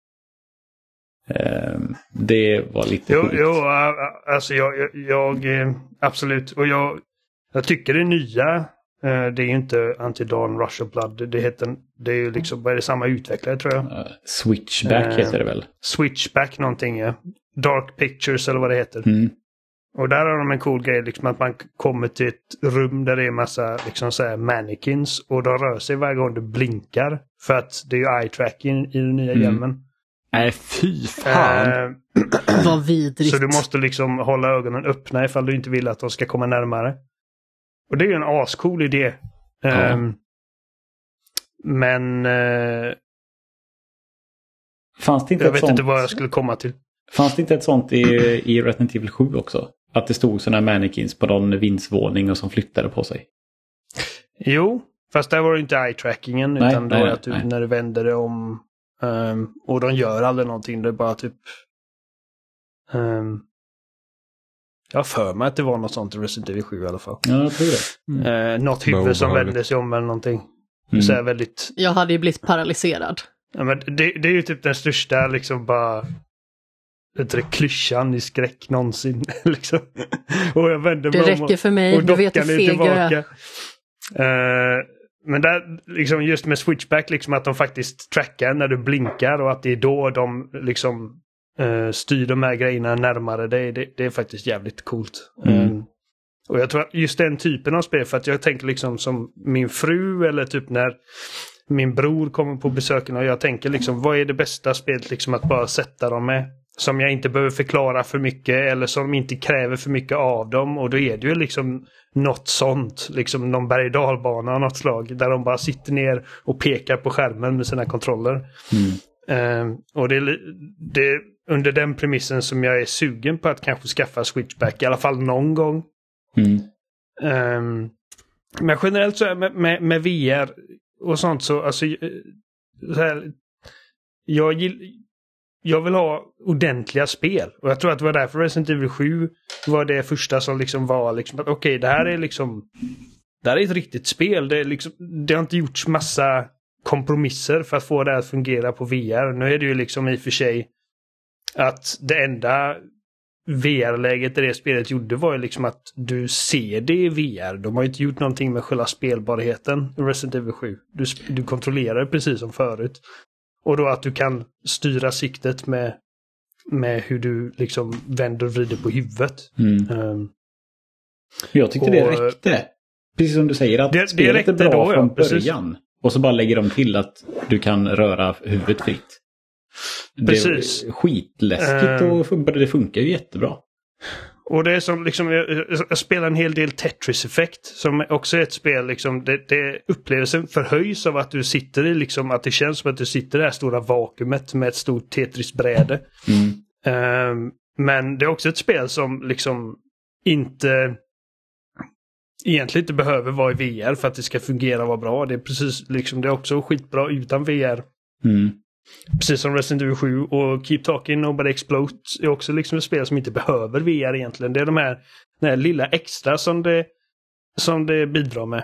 Det var lite coolt. Jo, alltså jag absolut. Och jag tycker det nya, det är ju inte Until Rush of Blood. Det är ju liksom, vad är det, samma utvecklare tror jag? Switchback heter det väl? Switchback någonting, ja. Dark Pictures eller vad det heter. Och där har de en cool grej, liksom att man kommer till ett rum där det är massa liksom så här mannequins och de rör sig varje gång du blinkar. För att det är ju eye-tracking i den nya hjälmen. Nej, fy fan. Vad vidrigt. Så du måste liksom hålla ögonen öppna ifall du inte vill att de ska komma närmare. Och det är ju en ascool idé. Men fanns det inte jag vet inte vad jag skulle komma till. Fanns det inte ett sånt i Resident Evil 7 också? Att det stod sådana mannequins på någon vindsvåning och som flyttade på sig? Jo, fast där var det inte eye-trackingen. Utan det var att när du vänder det om och de gör aldrig någonting. Det är bara typ jag har för mig att det var något sånt i Resident Evil 7 i alla fall. Ja, jag tror det. Något huvud som vände sig om eller någonting. Så är väldigt... Jag hade ju blivit paralyserad. Ja, men det är ju typ den största liksom bara klyschan i skräck någonsin. liksom. Och jag vänder det räcker för mig, du vet hur feg jag är. Men där liksom just med Switchback liksom att de faktiskt trackar när du blinkar och att det är då de liksom styr de här grejerna närmare dig. Det är faktiskt jävligt coolt. Och jag tror att just den typen av spel, för att jag tänker liksom som min fru eller typ när min bror kommer på besöken och jag tänker liksom vad är det bästa spelet liksom att bara sätta dem med. Som jag inte behöver förklara för mycket eller som inte kräver för mycket av dem. Och då är det ju liksom något sånt, liksom någon berg- och dalbana av något slag. Där de bara sitter ner och pekar på skärmen med sina kontroller. Och det är under den premissen som jag är sugen på att kanske skaffa Switchback. I alla fall någon gång. Men generellt så med VR och sånt så, alltså, så här, jag vill ha ordentliga spel. Och jag tror att det var därför Resident Evil 7 var det första som liksom var liksom att okej, det här är liksom, det här är ett riktigt spel. Det har inte gjorts massa kompromisser för att få det att fungera på VR. Nu är det ju liksom i och för sig att det enda VR-läget i det spelet gjorde var ju liksom att du ser det i VR. De har ju inte gjort någonting med själva spelbarheten i Resident Evil 7. Du kontrollerar precis som förut. Och då att du kan styra siktet med hur du liksom vänder och vrider på huvudet. Jag tyckte det räckte. Precis som du säger att spelet är bra då, från början. Och så bara lägger de till att du kan röra huvudet fritt. Precis. Det är skitläskigt och det funkar ju jättebra. Och det är som liksom, jag spelar en hel del Tetris-effekt som också är ett spel liksom, det upplevelsen förhöjs av att du sitter i liksom, att det känns som att du sitter i det här stora vakuumet med ett stort Tetris-bräde. Men det är också ett spel som liksom inte egentligen inte behöver vara i VR för att det ska fungera och vara bra. Det är precis liksom, det är också skitbra utan VR. Precis som Resident Evil 7 och Keep Talking Nobody Explode är också liksom ett spel som inte behöver VR egentligen. Det är de här lilla extra som det bidrar med.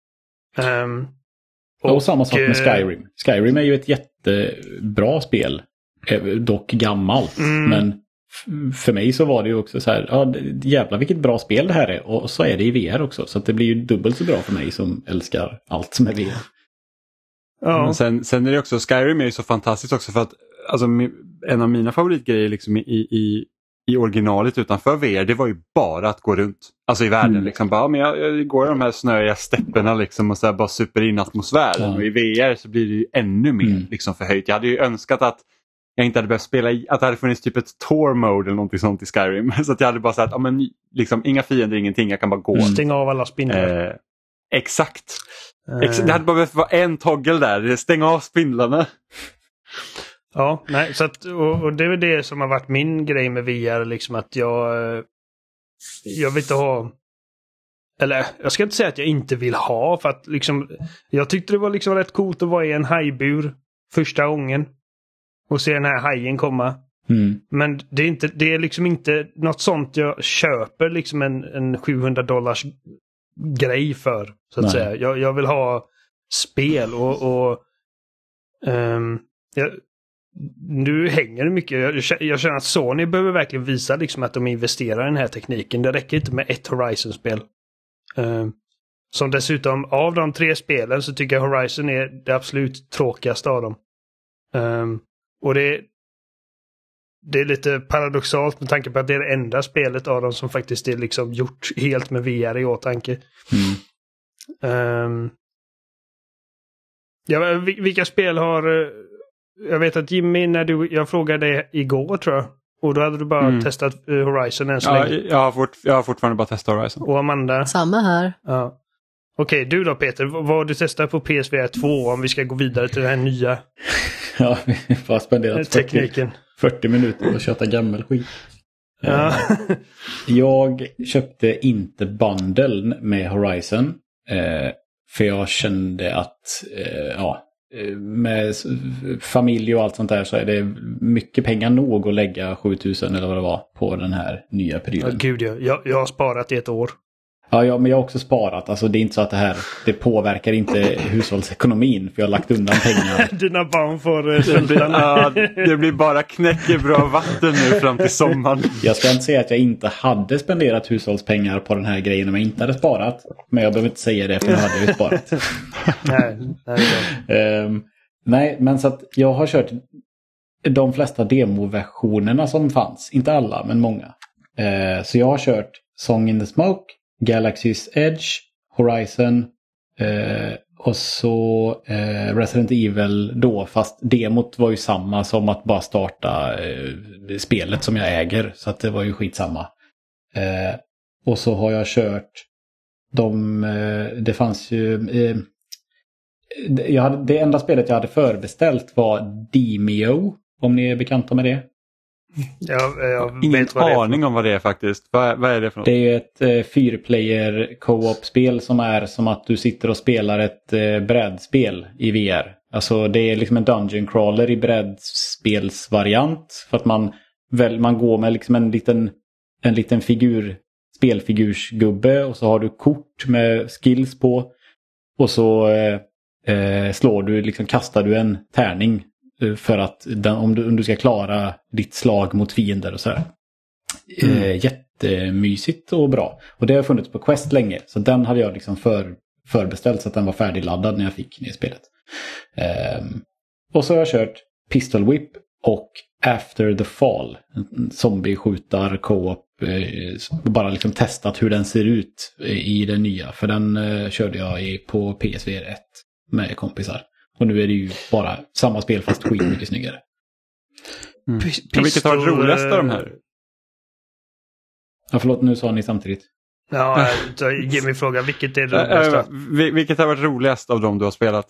Och samma sak med Skyrim. Skyrim är ju ett jättebra spel. Dock gammalt. Men för mig så var det ju också så här, ja, jävlar vilket bra spel det här är. Och så är det i VR också. Så att det blir ju dubbelt så bra för mig som älskar allt som är VR. Ja. Men sen är det också, Skyrim är ju så fantastiskt också för att alltså, en av mina favoritgrejer liksom i originalet utanför VR, det var ju bara att gå runt. Alltså i världen liksom, bara, men jag går i de här snöiga stäpperna liksom och så här, bara super in atmosfären. Och i VR så blir det ju ännu mer liksom förhöjt. Jag hade ju önskat att jag inte hade behövt spela att det hade funnits typ ett tour mode eller någonting sånt i Skyrim. Så att jag hade bara sagt, ja men liksom inga fiender, ingenting, jag kan bara gå. Stänga av alla spindlar. Exakt. Det hade bara behövt vara en toggle där, stänga av spindlarna. Ja, nej, så att, och det är väl det som har varit min grej med VR, liksom att jag vill inte ha, eller jag ska inte säga att jag inte vill ha, för att liksom, jag tyckte det var liksom rätt coolt att vara i en hajbur första gången och se den här hajen komma. Men det är liksom inte något sånt jag köper liksom en $700 grej för, så att säga. Jag vill ha spel och nu hänger det mycket. Jag känner att Sony behöver verkligen visa liksom att de investerar i den här tekniken. Det räcker inte med ett Horizon-spel. Som dessutom, av de 3 spelen så tycker jag Horizon är det absolut tråkigaste av dem. Och det är lite paradoxalt med tanke på att det är det enda spelet av dem som faktiskt är liksom gjort helt med VR i åtanke. Vilka spel har... Jag vet att Jimmy, jag frågade dig igår tror jag. Och då hade du bara testat Horizon än så länge. Jag har fortfarande bara testat Horizon. Och Amanda? Samma här. Ja. Okej, du då Peter, vad har du testat på PSVR 2 om vi ska gå vidare till det här nya? Ja, vi har spenderat tekniken. 40 minuter och köta gammal skit. Ja. Jag köpte inte bundle med Horizon. För jag kände att med familj och allt sånt där så är det mycket pengar nog att lägga 7000 eller vad det var på den här nya perioden. Ja, gud jag har sparat i ett år. Ja, men jag har också sparat. Alltså det är inte så att det påverkar inte hushållsekonomin, för jag har lagt undan pengar. Dina barn får svälta. Det blir bara knäckebra vatten nu fram till sommaren. Jag ska inte säga att jag inte hade spenderat hushållspengar på den här grejen om jag inte hade sparat. Men jag behöver inte säga det, för jag hade ju sparat. Nej, men så att jag har kört de flesta demoversionerna som fanns. Inte alla, men många. Så jag har kört Song in the Smoke, Galaxy's Edge, Horizon och så Resident Evil då, fast demot var ju samma som att bara starta spelet som jag äger, så att det var ju skitsamma. Och så har jag kört det fanns ju det enda spelet jag hade förbeställt var Demeo, om ni är bekanta med det. Jag ingen aning om vad det är faktiskt. Vad är det för något? Det är ett 4-player co-op-spel som är som att du sitter och spelar ett brädspel i VR. Alltså det är liksom en dungeon crawler i brädspelsvariant. För att man går med liksom en liten spelfigursgubbe, och så har du kort med skills på. Och så kastar du en tärning för att om du ska klara ditt slag mot fiender och så här. Jättemysigt och bra. Och det har funnits på Quest länge, så den hade jag liksom förbeställt så att den var färdigladdad när jag fick ner spelet. Och så har jag kört Pistol Whip och After the Fall, en zombie-skjutar co-op, bara liksom testat hur den ser ut i den nya, för den körde jag på PSVR 1 med kompisar. Och nu är det ju bara samma spel fast mycket snyggare. Vilket har varit roligast av de här? Ja, förlåt, nu sa ni samtidigt. Ja, ge mig frågan. Vilket är roligast? Vilket har varit roligast av dem du har spelat?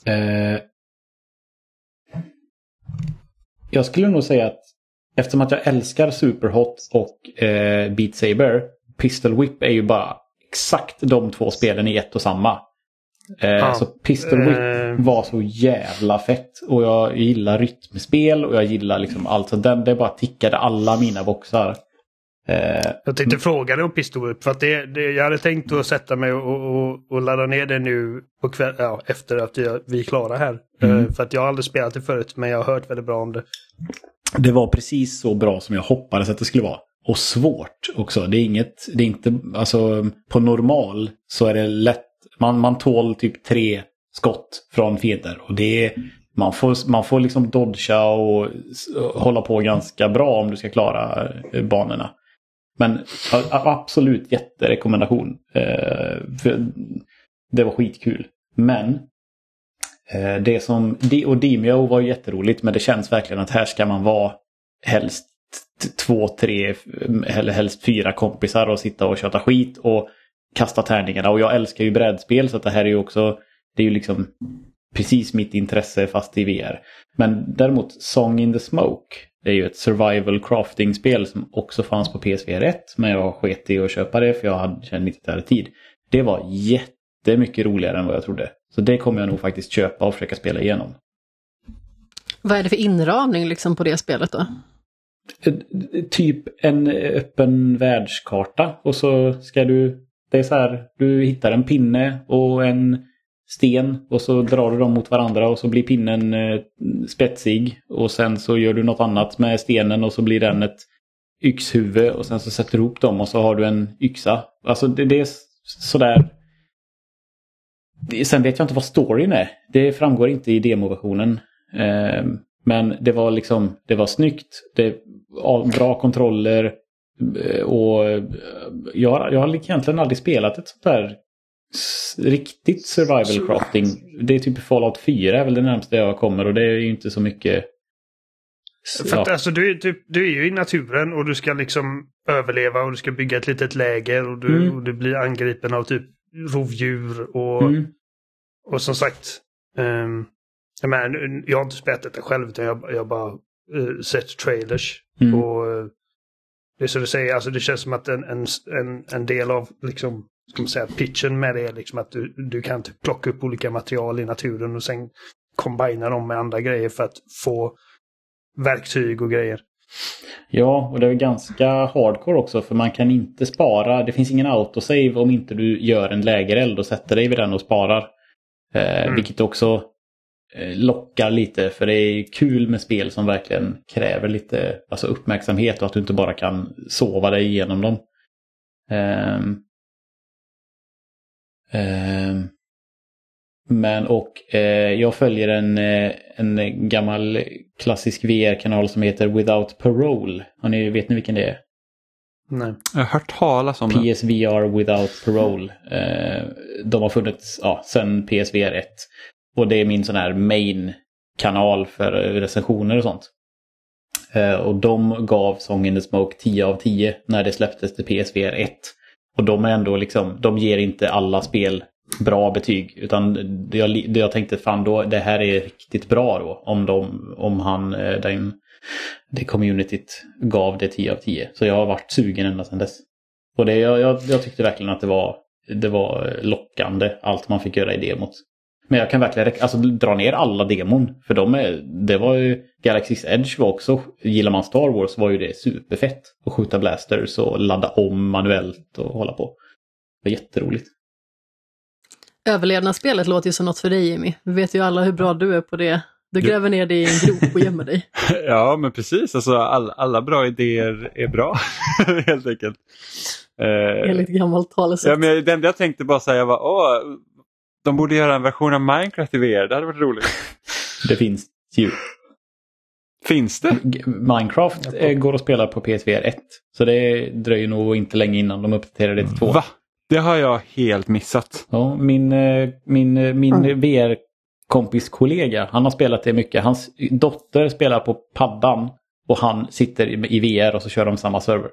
Jag skulle nog säga att eftersom att jag älskar Superhot och Beat Saber, Pistol Whip är ju bara exakt de 2 spelen i ett och samma. Så Pistol Whip var så jävla fett. Och jag gillar rytmspel och jag gillar liksom allt. Så det bara tickade alla mina boxar. Jag tänkte fråga dig om Pistol Whip, för att jag hade tänkt att sätta mig och ladda ner det nu på kväll, efter att vi är klara här. För att jag har aldrig spelat det förut, men jag har hört väldigt bra om det. Det var precis så bra som jag hoppades att det skulle vara. Och svårt också. Det är inte, alltså på normal så är det lätt. Man tål typ 3 skott från fiender. Och man får liksom dodga och hålla på ganska bra om du ska klara banorna. Men absolut jätterekommendation. För det var skitkul. Men Och Demio var ju jätteroligt, men det känns verkligen att här ska man vara helst 2, 3 eller helst 4 kompisar och sitta och köta skit och kasta tärningarna. Och jag älskar ju brädspel, så att det här är ju också, det är ju liksom precis mitt intresse fast i VR. Men däremot Song in the Smoke, det är ju ett survival crafting-spel som också fanns på PSVR 1, men jag sket i att köpa det för jag kände inte att jag hade tid. Det var jättemycket roligare än vad jag trodde. Så det kommer jag nog faktiskt köpa och försöka spela igenom. Vad är det för inramning liksom på det spelet då? Typ en öppen världskarta, och så ska det är så här, du hittar en pinne och en sten och så drar du dem mot varandra och så blir pinnen spetsig och sen så gör du något annat med stenen och så blir den ett yxhuvud och sen så sätter du ihop dem och så har du en yxa. Alltså det är sådär. Sen vet jag inte vad storyn är. Det framgår inte i demoversionen. Men det var liksom, det var snyggt, bra kontroller och jag har egentligen aldrig spelat ett sånt där riktigt survival crafting. Det är typ Fallout 4 är väl det närmaste jag kommer, och det är ju inte så mycket. För att, alltså, du är ju i naturen och du ska liksom överleva och du ska bygga ett litet läger och du blir angripen av typ rovdjur och som sagt jag har inte spelat detta själv, utan jag har bara sett trailers och det är så du säger, alltså det känns som att en del av liksom, ska man säga, pitchen med det är liksom att du kan typ plocka upp olika material i naturen och sen kombinera dem med andra grejer för att få verktyg och grejer. Ja, och det är ganska hardcore också, för man kan inte spara. Det finns ingen autosave om inte du gör en lägereld och sätter dig vid den och sparar. Vilket också lockar lite, för det är kul med spel som verkligen kräver lite uppmärksamhet och att du inte bara kan sova dig igenom dem. Jag följer en gammal klassisk VR-kanal som heter Without Parole. Vet ni vilken det är? Nej. Jag har hört talas om det. PSVR Without Parole. De har funnits sedan PSVR 1. Och det är min sån här main-kanal för recensioner och sånt. Och de gav Song in the Smoke 10 av 10 när det släpptes till PSVR 1. Och de är ändå liksom, de ger inte alla spel bra betyg, utan jag tänkte fan då, det här är riktigt bra då om det communityt gav det 10 av 10. Så jag har varit sugen ända sedan dess. Och jag tyckte verkligen att det var lockande allt man fick göra i demot. Men jag kan verkligen dra ner alla demon, för det var ju Galaxy's Edge var också, gillar man Star Wars var ju det superfett att skjuta blasters och ladda om manuellt och hålla på. Det var jätteroligt. Överlevnadsspelet låter ju som något för dig, Jimmy. Vi vet ju alla hur bra du är på det. Du gräver ner dig i en grop och gömmer dig. Ja, men precis. Alltså, alla bra idéer är bra, helt enkelt. Enligt gammalt talesätt. Ja, men det enda jag tänkte bara säga var, de borde göra en version av Minecraft i VR. Det hade varit roligt. Det finns ju. Finns det? Minecraft går att spela på PSVR 1. Så det dröjer nog inte länge innan de uppdaterar det till 2. Va? Det har jag helt missat. Ja, min VR-kompis-kollega, han har spelat det mycket. Hans dotter spelar på paddan och han sitter i VR och så kör de samma server.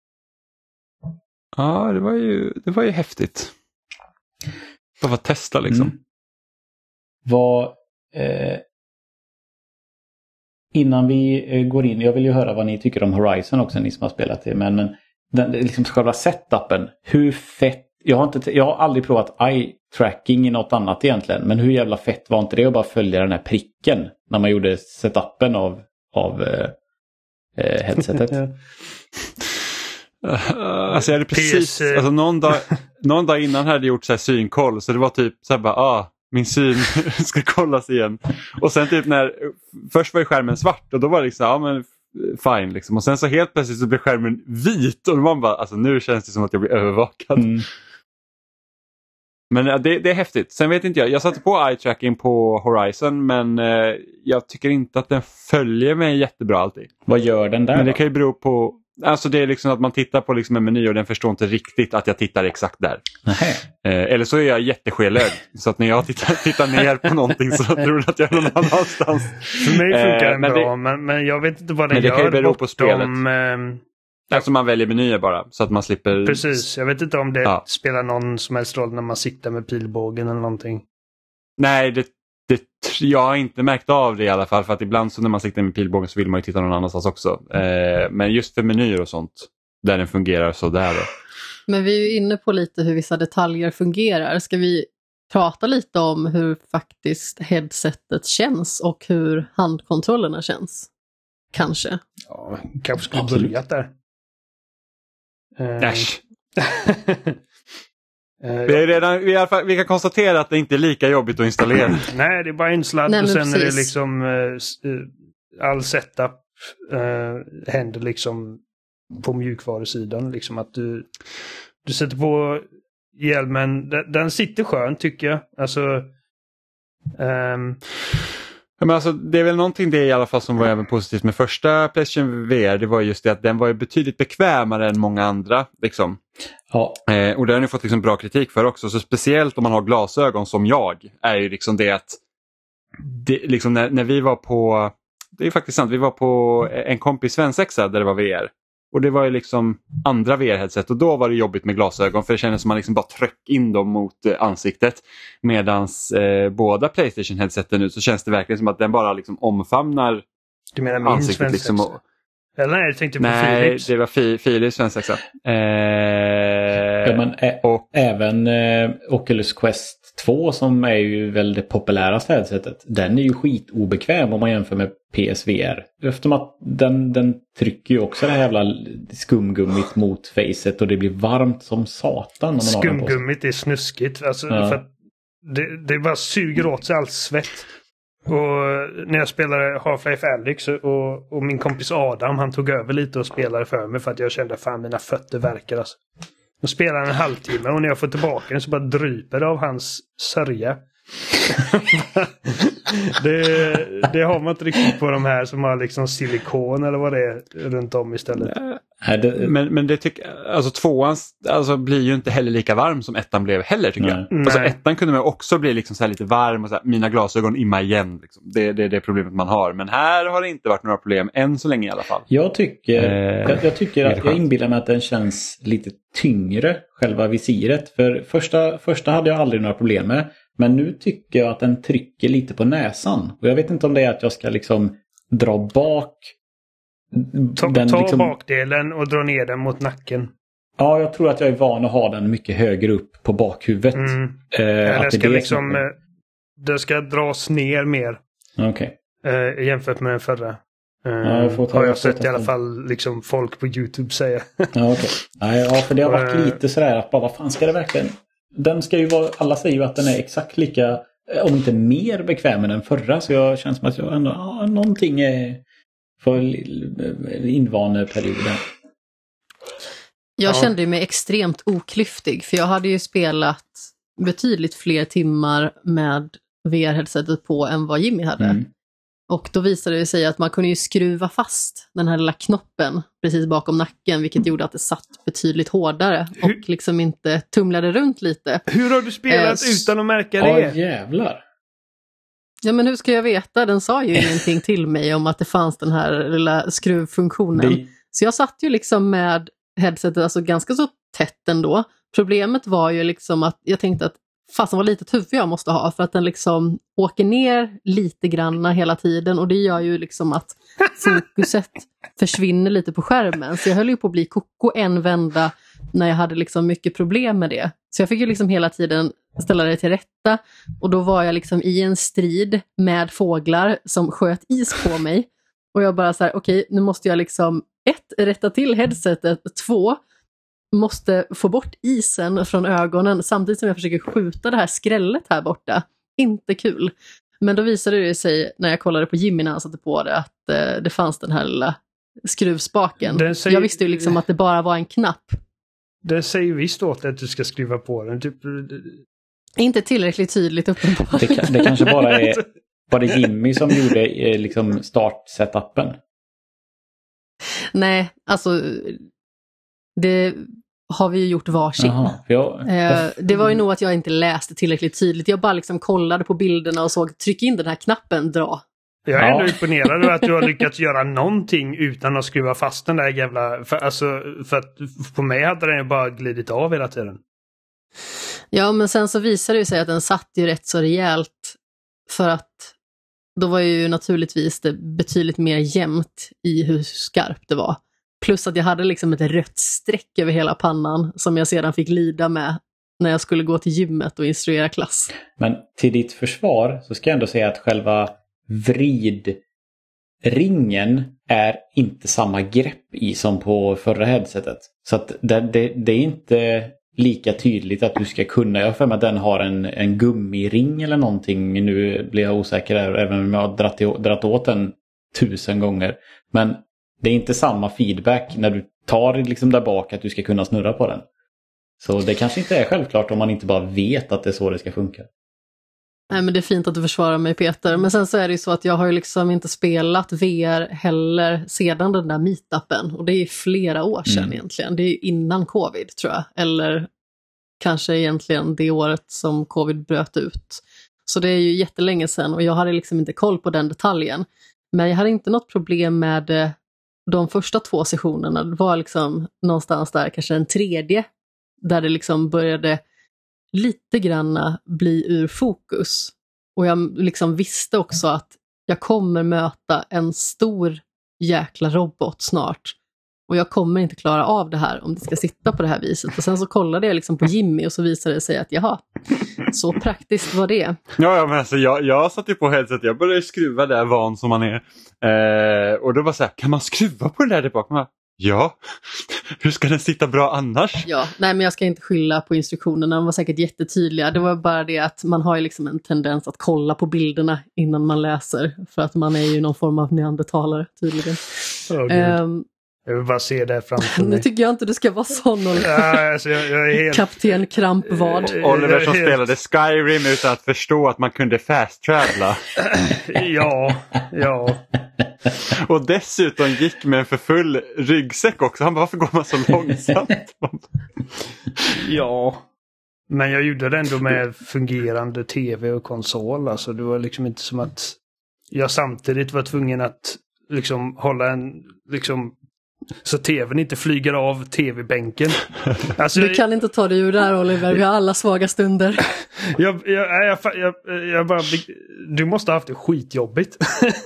Ja, det var ju häftigt. Bara för att testa liksom. Innan vi går in, jag vill ju höra vad ni tycker om Horizon också, ni som har spelat det. Men den, liksom själva setupen, hur fett, jag har aldrig provat eye-tracking i något annat egentligen, men hur jävla fett var inte det att bara följa den här pricken när man gjorde setupen av headsetet? Alltså jag hade precis, någon dag innan hade jag gjort så här synkoll, så det var typ så här bara, min syn ska kollas igen. Och sen typ först var ju skärmen svart och då var det liksom, fine liksom. Och sen så helt plötsligt så blev skärmen vit och man bara, alltså nu känns det som att jag blir övervakad. Men det är häftigt. Sen vet inte jag satte på eye-tracking på Horizon, men jag tycker inte att den följer mig jättebra alltid. Vad gör den där? Men det kan ju bero på, Alltså det är liksom att man tittar på liksom en meny och den förstår inte riktigt att jag tittar exakt där. Eller så är jag jätteskelög. Så att när jag tittar ner på någonting så tror jag att jag är någon annanstans. För mig funkar den bra, men jag vet inte vad den gör. Men det kan ju bero på spelet. Alltså man väljer menyer bara så att man slipper... Precis, jag vet inte om det spelar någon som helst roll när man siktar med pilbågen eller någonting. Nej, jag har inte märkt av det i alla fall, för att ibland så när man siktar med pilbågen så vill man ju titta någon annanstans också. Men just för menyer och sånt, där den fungerar så där då. Men vi är ju inne på lite hur vissa detaljer fungerar. Ska vi prata lite om hur faktiskt headsetet känns och hur handkontrollerna känns? Kanske. Ja, kanske skulle börjat där. Äsch. Vi kan konstatera att det inte är lika jobbigt att installera. Nej, det är bara en sladd och sen är det liksom all setup händer liksom på mjukvarusidan. Liksom att du sätter på hjälmen. Den sitter skönt tycker jag. Men alltså, det är väl någonting det i alla fall som var även positivt med första PlayStation VR. Det var just det att den var ju betydligt bekvämare än många andra. Liksom. Ja. Och det har ni fått liksom bra kritik för också. Så speciellt om man har glasögon som jag är ju liksom det att det, liksom när vi var på, det är faktiskt sant, vi var på en kompis svensexa där det var VR. Och det var ju liksom andra VR-headset och då var det jobbigt med glasögon för det kändes som man liksom bara tryck in dem mot ansiktet. Medans båda PlayStation-headseten nu så känns det verkligen som att den bara liksom omfamnar du menar min ansiktet. Liksom, eller nej, jag tänkte på nej, Philips. Det var Philips svensexa. Och även Oculus Quest 2 som är ju väl det populäraste headsetet. Den är ju skitobekväm om man jämför med PSVR. Eftersom att den trycker ju också det här jävla skumgummit mot facet och det blir varmt som satan. När man skumgummit är snuskigt. Alltså, för att det bara suger åt sig allt svett. Och när jag spelade Half-Life Alyx och min kompis Adam, han tog över lite och spelade för mig för att jag kände fan mina fötter verkar alltså. Jag spelade en halvtimme och när jag får tillbaka den så bara dryper det av hans sörja. det har man inte riktigt på de här som har liksom silikon eller vad det är runt om istället. Men det alltså tvåan alltså blir ju inte heller lika varm som ettan blev heller tycker jag. Alltså ettan kunde man också bli liksom så här lite varm och så här, mina glasögon imma igen liksom. Det är det problemet man har, men här har det inte varit några problem än så länge i alla fall. Jag tycker att jag inbillar mig att den känns lite tyngre själva visiret, för första hade jag aldrig några problem med. Men nu tycker jag att den trycker lite på näsan. Och jag vet inte om det är att jag ska liksom dra bak. Ta liksom bakdelen och dra ner den mot nacken. Ja, jag tror att jag är van att ha den mycket högre upp på bakhuvudet. Det ska dras ner mer. Okej. Jämfört med den förra. Har jag sett i alla fall liksom folk på YouTube säga. Okej. Ja, för det har varit lite sådär att bara, vad fan ska det verkligen... Den ska ju vara, alla säger ju att den är exakt lika, om inte mer bekväm än den förra, så jag känns som att jag ändå, någonting är för invaneperioden. Jag kände mig extremt oklyftig, för jag hade ju spelat betydligt fler timmar med VR-headsetet på än vad Jimmy hade. Och då visade det sig att man kunde ju skruva fast den här lilla knoppen precis bakom nacken, vilket gjorde att det satt betydligt hårdare och liksom inte tumlade runt lite. Hur har du spelat utan att märka det? Ja, jävlar. Ja, men hur ska jag veta? Den sa ju ingenting till mig om att det fanns den här lilla skruvfunktionen. Så jag satt ju liksom med headsetet alltså ganska så tätt ändå. Problemet var ju liksom att jag tänkte att fast var litet huvud jag måste ha, för att den liksom åker ner lite granna hela tiden och det gör ju liksom att fokuset försvinner lite på skärmen. Så jag höll ju på att bli koko en vända när jag hade liksom mycket problem med det. Så jag fick ju liksom hela tiden ställa det till rätta och då var jag liksom i en strid med fåglar som sköt is på mig och jag bara så här, okej, nu måste jag liksom 1, rätta till headsetet, 2, måste få bort isen från ögonen samtidigt som jag försöker skjuta det här skrället här borta. Inte kul. Men då visade det sig när jag kollade på Jimmy när han satte på det att det fanns den här lilla skruvspaken. Jag visste ju liksom att det bara var en knapp. Det säger visst åt att du ska skruva på den. Typ... Inte tillräckligt tydligt uppenbarligen. Det kanske bara är Jimmy som gjorde liksom start-setupen. Nej, alltså det har vi ju gjort varsin. Det var ju nog att jag inte läste tillräckligt tydligt. Jag bara liksom kollade på bilderna och såg, tryck in den här knappen, dra. Jag är ändå imponerad över att du har lyckats göra någonting utan att skruva fast den där jävla... För att på mig hade den ju bara glidit av hela tiden. Ja, men sen så visade det sig att den satt ju rätt så rejält, för att då var ju naturligtvis det betydligt mer jämnt i hur skarpt det var. Plus att jag hade liksom ett rött streck över hela pannan som jag sedan fick lida med när jag skulle gå till gymmet och instruera klass. Men till ditt försvar så ska jag ändå säga att själva vridringen är inte samma grepp i som på förra headsetet. Så att det är inte lika tydligt att du ska kunna. Jag har för mig att den har en gummiring eller någonting. Nu blir jag osäker där, även om jag har dratt åt den 1000 gånger. Men det är inte samma feedback när du tar liksom där bak att du ska kunna snurra på den. Så det kanske inte är självklart om man inte bara vet att det är så det ska funka. Nej, men det är fint att du försvarar mig, Peter. Men sen så är det ju så att jag har ju liksom inte spelat VR heller sedan den där meetupen. Och det är flera år sedan egentligen. Det är innan covid, tror jag. Eller kanske egentligen det året som covid bröt ut. Så det är ju jättelänge sedan och jag hade liksom inte koll på den detaljen. Men jag hade inte något problem med de första 2 sessionerna. Det var liksom någonstans där, kanske en tredje, där det liksom började lite granna bli ur fokus. Och jag liksom visste också att jag kommer möta en stor jäkla robot snart. Och jag kommer inte klara av det här om det ska sitta på det här viset. Och sen så kollade jag liksom på Jimmy och så visade det sig att jaha, så praktiskt var det. Ja, men alltså jag satt ju på headset, jag började skruva där van som man är. Och då var så här, kan man skruva på den där tillbaka? Ja, hur ska den sitta bra annars? Ja, nej, men jag ska inte skylla på instruktionerna, de var säkert jättetydliga. Det var bara det att man har ju liksom en tendens att kolla på bilderna innan man läser. För att man är ju någon form av neandertalare tydligen. Jag vill bara se det framför mig. Nu tycker jag inte du ska vara sån. Ja, alltså jag är helt... Kapten Krampvad. Oliver som spelade Skyrim utan att förstå att man kunde fast-travla. Ja. Och dessutom gick med en för full ryggsäck också. Han bara, varför går man så långsamt? Ja. Men jag gjorde det ändå med fungerande tv och konsol. Alltså det var liksom inte som att jag samtidigt var tvungen att liksom hålla en... liksom så tvn inte flyger av tv-bänken. Alltså, du kan inte ta dig ur där, Oliver. Vi har alla svaga stunder. Jag bara... Du måste ha haft det skitjobbigt.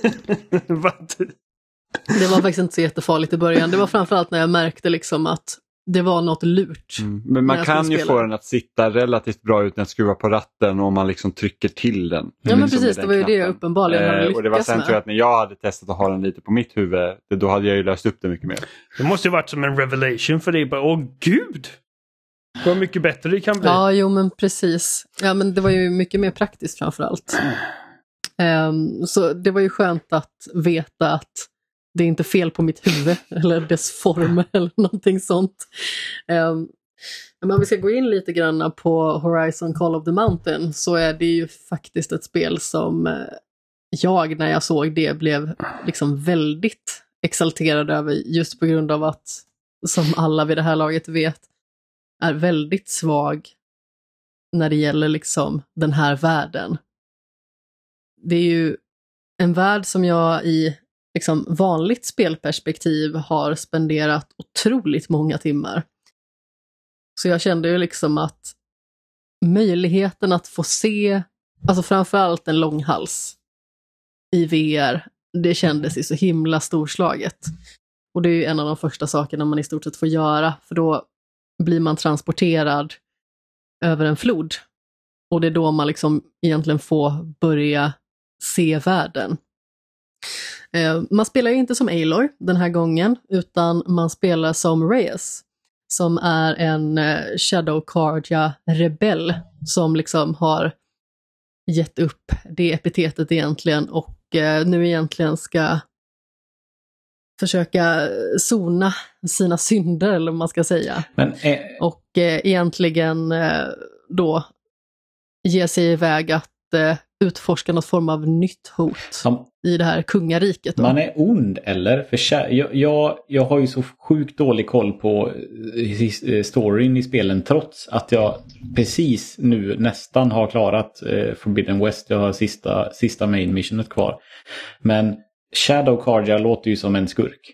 Det var faktiskt inte så jättefarligt i början. Det var framförallt när jag märkte liksom att det var något lurt. Men man kan ju få den att sitta relativt bra ut när jag skruvar på ratten om man liksom trycker till den. Ja, men precis, det var ju det jag uppenbarligen hade lyckats med. Och det var sen tror jag att när jag hade testat att ha den lite på mitt huvud, då hade jag ju löst upp det mycket mer. Det måste ju varit som en revelation för dig. Bara, åh gud! Vad mycket bättre det kan bli. Ja, jo men precis. Ja, men det var ju mycket mer praktiskt framförallt. Så det var ju skönt att veta att det är inte fel på mitt huvud eller dess form eller någonting sånt. Men om vi ska gå in lite grann på Horizon Call of the Mountain, så är det ju faktiskt ett spel som jag när jag såg det blev liksom väldigt exalterad över, just på grund av att, som alla vid det här laget vet, är väldigt svag när det gäller liksom den här världen. Det är ju en värld som jag i liksom vanligt spelperspektiv har spenderat otroligt många timmar. Så jag kände ju liksom att möjligheten att få se, alltså framförallt en långhals i VR, det kändes ju så himla storslaget. Och det är ju en av de första sakerna man i stort sett får göra, för då blir man transporterad över en flod. Och det är då man liksom egentligen får börja se världen. Man spelar ju inte som Aloy den här gången, utan man spelar som Reyes, som är en Shadow Carja-rebell som liksom har gett upp det epitetet egentligen och nu egentligen ska försöka sona sina synder, eller vad man ska säga. Och egentligen då ge sig iväg att utforska något form av nytt hot i det här kungariket. Då. Man är ond, eller? För jag har ju så sjukt dålig koll på storyn i spelen, trots att jag precis nu nästan har klarat Forbidden West. Jag har sista main missionet kvar. Men Shadow Carja låter ju som en skurk.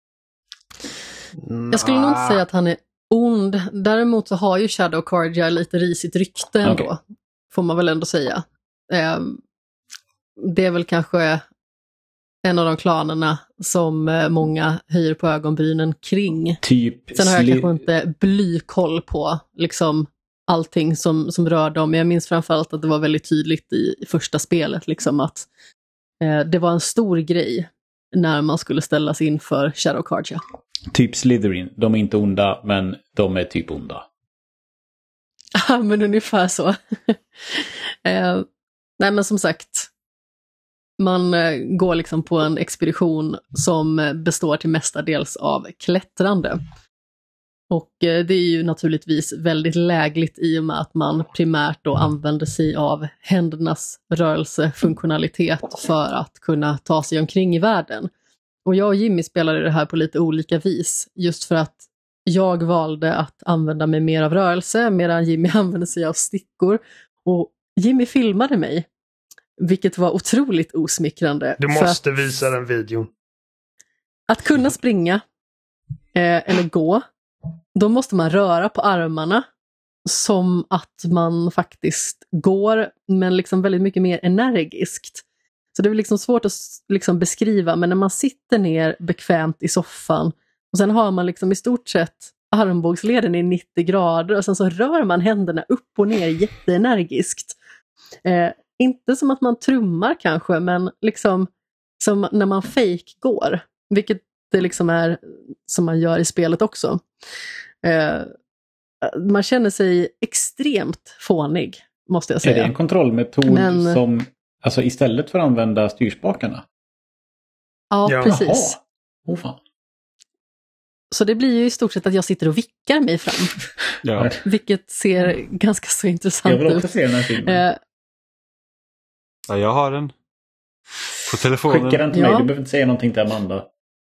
Jag skulle nog inte säga att han är ond. Däremot så har ju Shadow Carja lite risigt rykte ändå. Får man väl ändå säga. Det är väl kanske en av de klanerna som många höjer på ögonbrynen kring. Sen har jag kanske inte blykoll på liksom allting som rör dem. Men jag minns framförallt att det var väldigt tydligt i första spelet liksom att det var en stor grej när man skulle ställas inför Shadow Carja. Typ Slytherin. De är inte onda, men de är typ onda. Ja, men ungefär så. Nej, men som sagt, man går liksom på en expedition som består till mestadels av klättrande. Och det är ju naturligtvis väldigt lägligt i och med att man primärt då använder sig av händernas rörelsefunktionalitet för att kunna ta sig omkring i världen. Och jag och Jimmy spelade det här på lite olika vis, just för att jag valde att använda mig mer av rörelse medan Jimmy använde sig av stickor. Och Jimmy filmade mig, vilket var otroligt osmickrande. Du måste visa den videon. Att kunna springa eller gå, då måste man röra på armarna som att man faktiskt går, men liksom väldigt mycket mer energiskt. Så det är liksom svårt att liksom beskriva, men när man sitter ner bekvämt i soffan och sen har man liksom i stort sett armbågsleden i 90 grader och sen så rör man händerna upp och ner jätteenergiskt. Inte som att man trummar kanske, men liksom som när man fake går, vilket det liksom är som man gör i spelet också. Man känner sig extremt fånig, måste jag säga. Är det en kontrollmetod som, alltså istället för att använda styrspakarna? Ja, precis. Oh, fan. Så det blir ju i stort sett att jag sitter och vickar mig fram. Ja. Vilket ser ganska så intressant ut. Jag vill också se den här filmen. Ja, jag har den. På telefonen. Skicka den till mig, du behöver inte säga någonting till Amanda.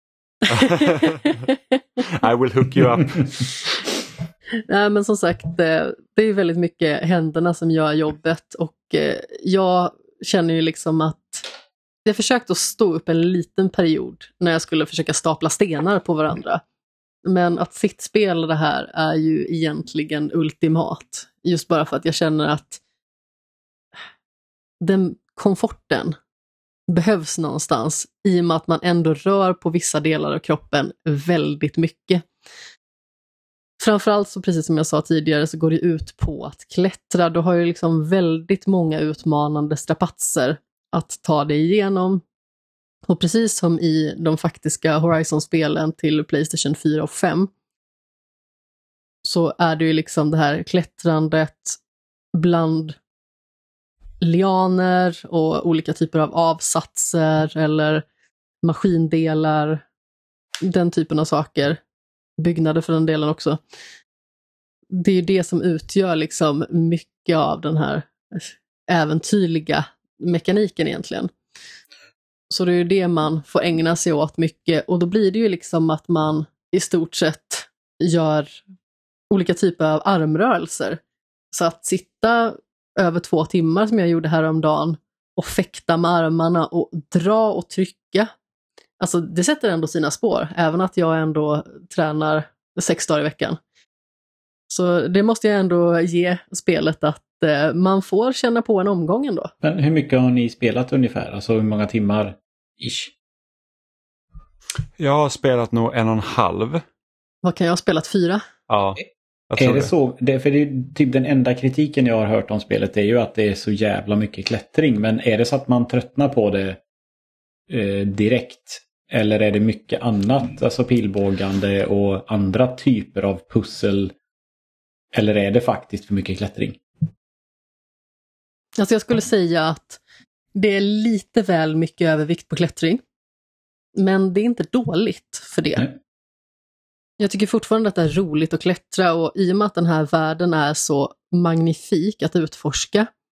I will hook you up. Nej, men som sagt, det är väldigt mycket händerna som gör jobbet. Och jag känner ju liksom att jag försökte att stå upp en liten period när jag skulle försöka stapla stenar på varandra. Men att sittspela det här är ju egentligen ultimat. Just bara för att jag känner att den komforten behövs någonstans i och med att man ändå rör på vissa delar av kroppen väldigt mycket. Framförallt så precis som jag sa tidigare så går det ut på att klättra. Du har ju liksom väldigt många utmanande strapatser att ta dig igenom. Och precis som i de faktiska Horizon-spelen till PlayStation 4 och 5 så är det ju liksom det här klättrandet bland lianer och olika typer av avsatser eller maskindelar, den typen av saker, byggnader för den delen också. Det är ju det som utgör liksom mycket av den här äventyrliga mekaniken egentligen. Så det är ju det man får ägna sig åt mycket, och då blir det ju liksom att man i stort sett gör olika typer av armrörelser. Så att sitta över 2 timmar som jag gjorde häromdagen och fäkta med armarna och dra och trycka. Alltså det sätter ändå sina spår, även att jag ändå tränar 6 dagar i veckan. Så det måste jag ändå ge spelet, att man får känna på en omgång ändå. Men hur mycket har ni spelat ungefär? Alltså hur många timmar ish? Jag har spelat nog 1,5. Vad kan jag ha spelat? 4? Ja. Är det så? För det är typ den enda kritiken jag har hört om spelet är ju att det är så jävla mycket klättring. Men är det så att man tröttnar på det direkt? Eller är det mycket annat? Alltså pilbågande och andra typer av pussel? Eller är det faktiskt för mycket klättring? Alltså jag skulle säga att det är lite väl mycket övervikt på klättring. Men det är inte dåligt för det. Nej. Jag tycker fortfarande att det är roligt att klättra, och i och med att den här världen är så magnifik att utforska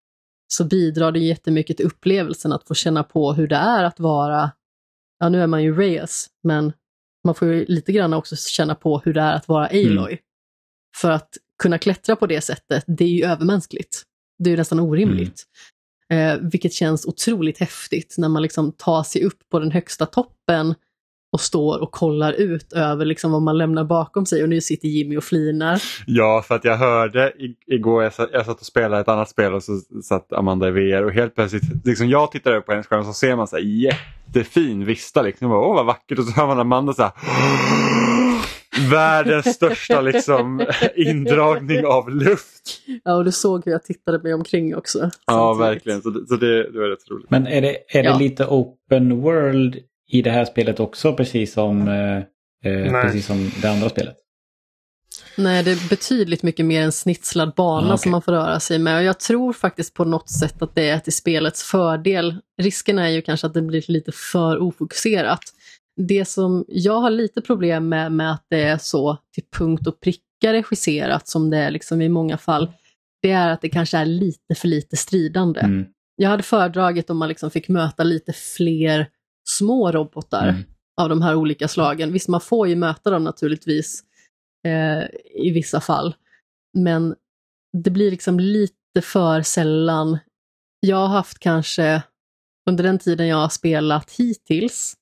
så bidrar det jättemycket till upplevelsen att få känna på hur det är att vara, ja nu är man ju Reyes, men man får ju lite grann också känna på hur det är att vara Aloy. För att kunna klättra på det sättet, det är ju övermänskligt. Det är ju nästan orimligt. Vilket känns otroligt häftigt när man liksom tar sig upp på den högsta toppen och står och kollar ut över liksom vad man lämnar bakom sig, och nu sitter Jimmy och flinar. Ja, för att jag hörde igår, jag satt och spelade ett annat spel och så satt Amanda i VR och helt plötsligt, liksom jag tittar upp på hennes skärm och så ser man så här jättefin vista liksom, och bara, åh vad vackert, och så hör man Amanda så här världens största liksom indragning av luft. Ja, och du såg hur jag tittade mig omkring också. Ja, verkligen, så det var rätt roligt. Men är det lite open world i det här spelet också, precis som det andra spelet? Nej, det är betydligt mycket mer en snitslad bana som man får röra sig med. Och jag tror faktiskt på något sätt att det är till spelets fördel. Risken är ju kanske att det blir lite för ofokuserat. Det som jag har lite problem med att det är så till punkt och pricka regisserat som det är liksom i många fall, det är att det kanske är lite för lite stridande. Jag hade föredragit om man liksom fick möta lite fler små robotar av de här olika slagen. Visst, man får ju möta dem naturligtvis i vissa fall, men det blir liksom lite för sällan. Jag har haft kanske under den tiden jag har spelat hittills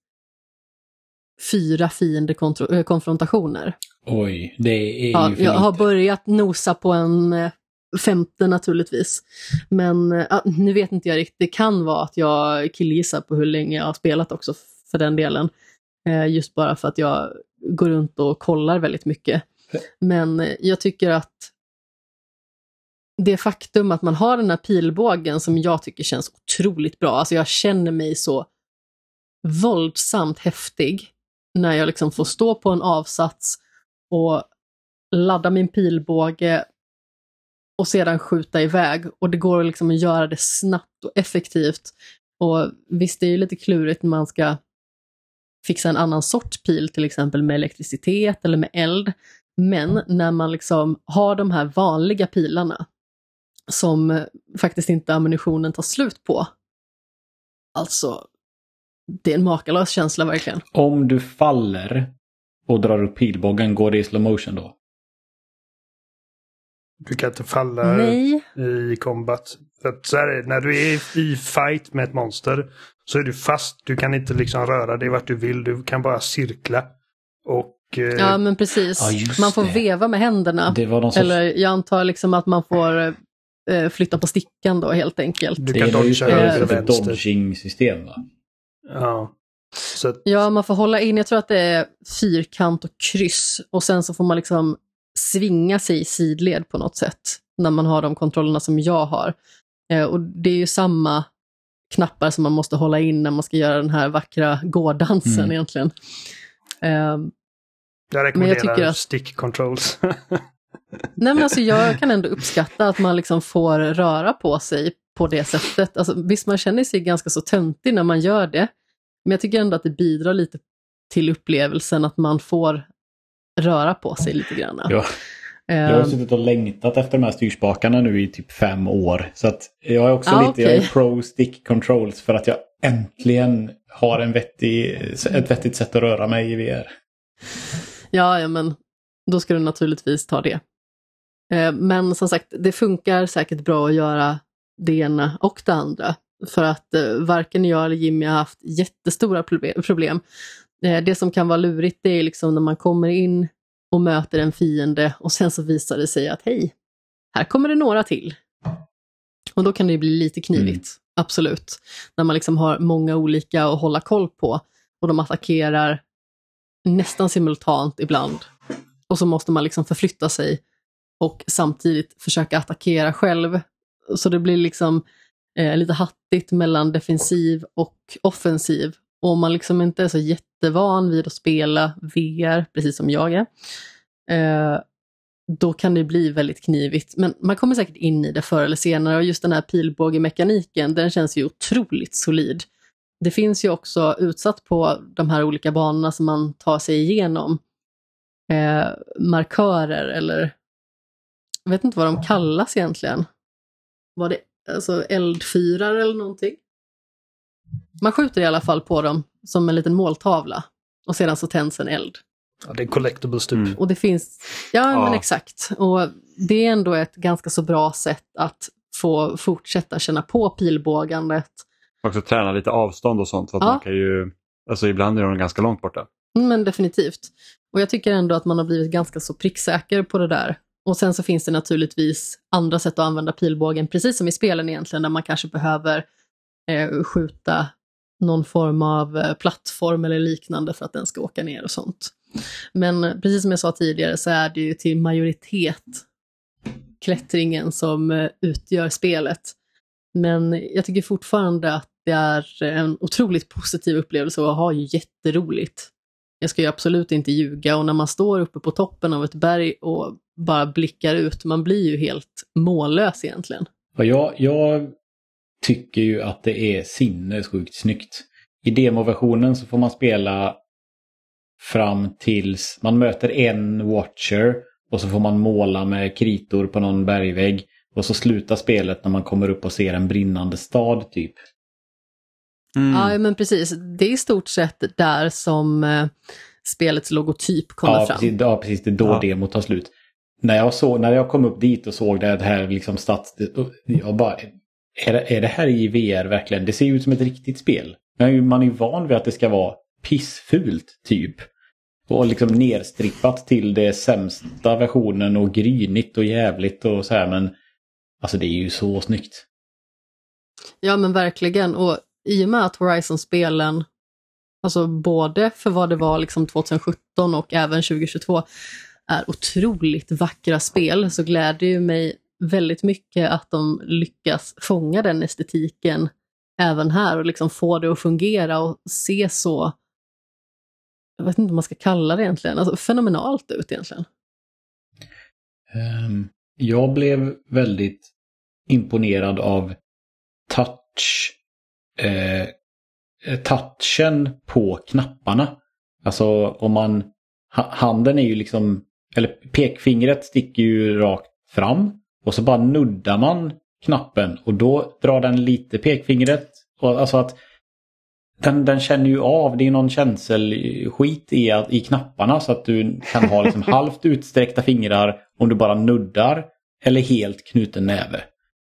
4 fiendekonfrontationer. Oj, det är ju för jag har lite. börjat nosa på en 5:e naturligtvis. Men nu vet inte jag riktigt. Det kan vara att jag killgissar på hur länge jag har spelat också för den delen. Just bara för att jag går runt och kollar väldigt mycket. Men jag tycker att det faktum att man har den här pilbågen som jag tycker känns otroligt bra. Alltså jag känner mig så våldsamt häftig när jag liksom får stå på en avsats och ladda min pilbåge och sedan skjuta iväg, och det går liksom att göra det snabbt och effektivt. Och visst, det är ju lite klurigt när man ska fixa en annan sorts pil, till exempel med elektricitet eller med eld, men när man liksom har de här vanliga pilarna som faktiskt inte ammunitionen tar slut på, alltså det är en makalös känsla verkligen. Om du faller och drar upp pilbågen, går det i slow motion då? Du kan inte falla i combat. För att så här, när du är i fight med ett monster så är du fast. Du kan inte liksom röra dig vart du vill. Du kan bara cirkla. Och, ja, men precis. Man får veva med händerna. Det var eller jag antar liksom att man får flytta på stickan då helt enkelt. Du kan dodga ett dodging-system, va? Ja. Så att... Ja, man får hålla in, jag tror att det är fyrkant och kryss, och sen så får man liksom svinga sig i sidled på något sätt när man har de kontrollerna som jag har. Och det är ju samma knappar som man måste hålla in när man ska göra den här vackra gårdansen egentligen. Jag rekommenderar stick controls. Nej, men alltså jag kan ändå uppskatta att man liksom får röra på sig på det sättet. Alltså, visst, man känner sig ganska så töntig när man gör det, men jag tycker ändå att det bidrar lite till upplevelsen att man får röra på sig lite grann. Ja. Jag har suttit och längtat efter de här styrspakarna nu i typ 5 år. Så att jag är också jag är pro stick controls för att jag äntligen har ett vettigt sätt att röra mig i VR. Ja, men då ska du naturligtvis ta det. Men som sagt, det funkar säkert bra att göra det ena och det andra. För att varken jag eller Jimmy har haft jättestora problem. Det som kan vara lurigt, det är liksom när man kommer in och möter en fiende och sen så visar det sig att hej, här kommer det några till. Och då kan det bli lite knivigt, absolut. När man liksom har många olika att hålla koll på och de attackerar nästan simultant ibland. Och så måste man liksom förflytta sig och samtidigt försöka attackera själv. Så det blir liksom lite hattigt mellan defensiv och offensiv. Och om man liksom inte är så jättevan vid att spela VR, precis som jag är, då kan det bli väldigt knivigt. Men man kommer säkert in i det förr eller senare, och just den här pilbågemekaniken, den känns ju otroligt solid. Det finns ju också utsatt på de här olika banorna som man tar sig igenom markörer, eller jag vet inte vad de kallas egentligen. Vad det alltså eldfyrar eller någonting. Man skjuter i alla fall på dem som en liten måltavla. Och sedan så tänds en eld. Ja, det är collectibles typ. Och det finns, men exakt. Och det är ändå ett ganska så bra sätt att få fortsätta känna på pilbågandet. Också träna lite avstånd och sånt. För att man kan ju, alltså ibland är de ganska långt borta. Men definitivt. Och jag tycker ändå att man har blivit ganska så pricksäker på det där. Och sen så finns det naturligtvis andra sätt att använda pilbågen, precis som i spelen egentligen, där man kanske behöver skjuta någon form av plattform eller liknande för att den ska åka ner och sånt. Men precis som jag sa tidigare så är det ju till majoritet klättringen som utgör spelet. Men jag tycker fortfarande att det är en otroligt positiv upplevelse och har ju jätteroligt. Jag ska ju absolut inte ljuga, och när man står uppe på toppen av ett berg och bara blickar ut, man blir ju helt mållös egentligen. Jag tycker ju att det är sinnessjukt snyggt. I demoversionen så får man spela fram tills man möter en Watcher och så får man måla med kritor på någon bergvägg, och så slutar spelet när man kommer upp och ser en brinnande stad typ. Ja, men precis. Det är i stort sett där som spelets logotyp kommer fram. Precis. Det är då demot tar slut. När jag kom upp dit och såg det här liksom jag bara, är det här i VR verkligen? Det ser ju ut som ett riktigt spel. Man är ju van vid att det ska vara pissfult typ. Och liksom nerstrippat till det sämsta versionen och grynigt och jävligt och så här, men alltså det är ju så snyggt. Ja, men verkligen. Och i och med att Horizon-spelen, alltså både för vad det var liksom 2017 och även 2022, är otroligt vackra spel, så gläder ju mig väldigt mycket att de lyckas fånga den estetiken även här och liksom få det att fungera och se så, jag vet inte vad man ska kalla det egentligen, alltså fenomenalt ut egentligen. Jag blev väldigt imponerad av touchen på knapparna. Alltså om man, handen är ju liksom, eller pekfingret sticker ju rakt fram och så bara nuddar man knappen och då drar den lite pekfingret, och alltså att den känner ju av, det är någon känselskit i knapparna, så att du kan ha liksom halvt utsträckta fingrar om du bara nuddar eller helt knuten näve.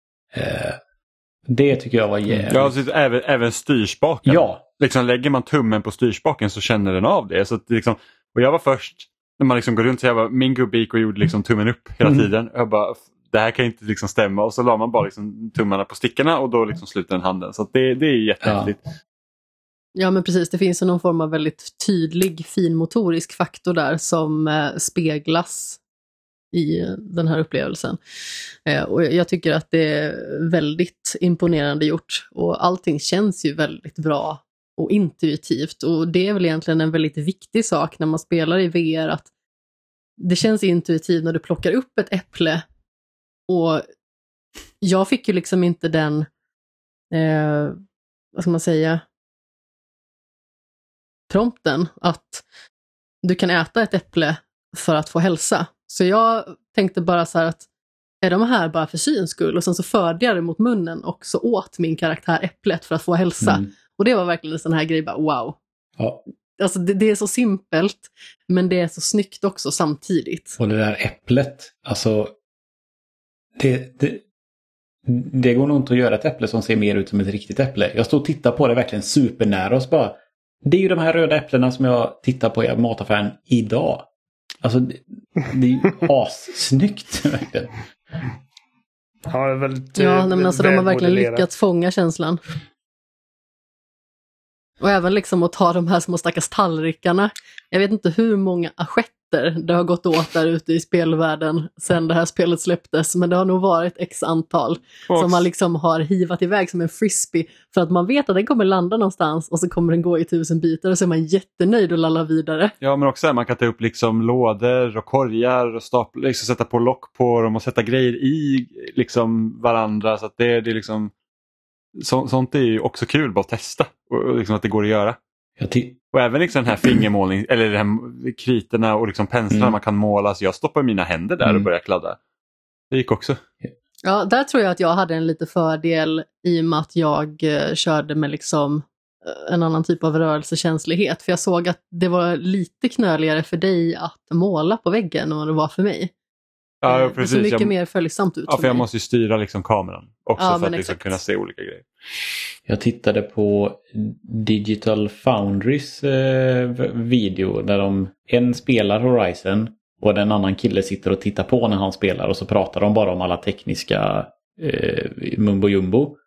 Det tycker jag var jävligt. Ja, alltså, även styrspaken. Ja. Liksom, lägger man tummen på styrspaken så känner den av det. Så att, liksom, och jag var först, när man liksom går runt, så min gubbe gick och gjorde liksom tummen upp hela tiden. Jag bara, det här kan inte liksom stämma. Och så la man bara liksom tummarna på stickorna och då liksom slutade den handen. Så att det är jättehäftigt. Ja, men precis. Det finns någon form av väldigt tydlig finmotorisk faktor där som speglas i den här upplevelsen. Och jag tycker att det är väldigt imponerande gjort. Och allting känns ju väldigt bra och intuitivt. Och det är väl egentligen en väldigt viktig sak när man spelar i VR, att det känns intuitivt när du plockar upp ett äpple. Och jag fick ju liksom inte den, vad ska man säga, prompten att du kan äta ett äpple för att få hälsa. Så jag tänkte bara så här att, är de här bara för syns skull? Och sen så förde jag det mot munnen och så åt min karaktär äpplet för att få hälsa. Och det var verkligen en sån här grej, bara wow. Ja. Alltså det är så simpelt, men det är så snyggt också samtidigt. Och det där äpplet, alltså det går nog inte att göra ett äpple som ser mer ut som ett riktigt äpple. Jag stod och tittade på det verkligen supernära och så bara, det är ju de här röda äpplena som jag tittar på i mataffären idag. Alltså det är ju assnyggt verkligen. Ja, väldigt, men alltså de har verkligen lyckats fånga känslan. Och även liksom att ta de här små stackars tallrikarna. Jag vet inte hur många assietter det har gått åt där ute i spelvärlden sen det här spelet släpptes, men det har nog varit x antal som man liksom har hivat iväg som en frisbee, för att man vet att den kommer landa någonstans och så kommer den gå i 1000 bitar och så är man jättenöjd och lallar vidare. Ja, men också man kan ta upp liksom lådor och korgar och stapla, liksom sätta på lock på dem och sätta grejer i liksom varandra, så att det är liksom sånt är ju också kul bara att testa och liksom att det går att göra. Och även liksom den här fingermålning eller de här kritorna och liksom penslarna man kan måla, så jag stoppar mina händer där och börjar kladda. Det gick också. Ja, där tror jag att jag hade en lite fördel i och med att jag körde med liksom en annan typ av rörelsekänslighet. För jag såg att det var lite knöligare för dig att måla på väggen än vad det var för mig. Ja, precis. Så mycket mer följsamt ut för för jag mig. måste ju styra liksom kameran också för att liksom exakt. kunna se olika grejer. Jag tittade på Digital Foundrys video där en spelar Horizon och den annan kille sitter och tittar på när han spelar och så pratar de bara om alla tekniska mumbo jumbo.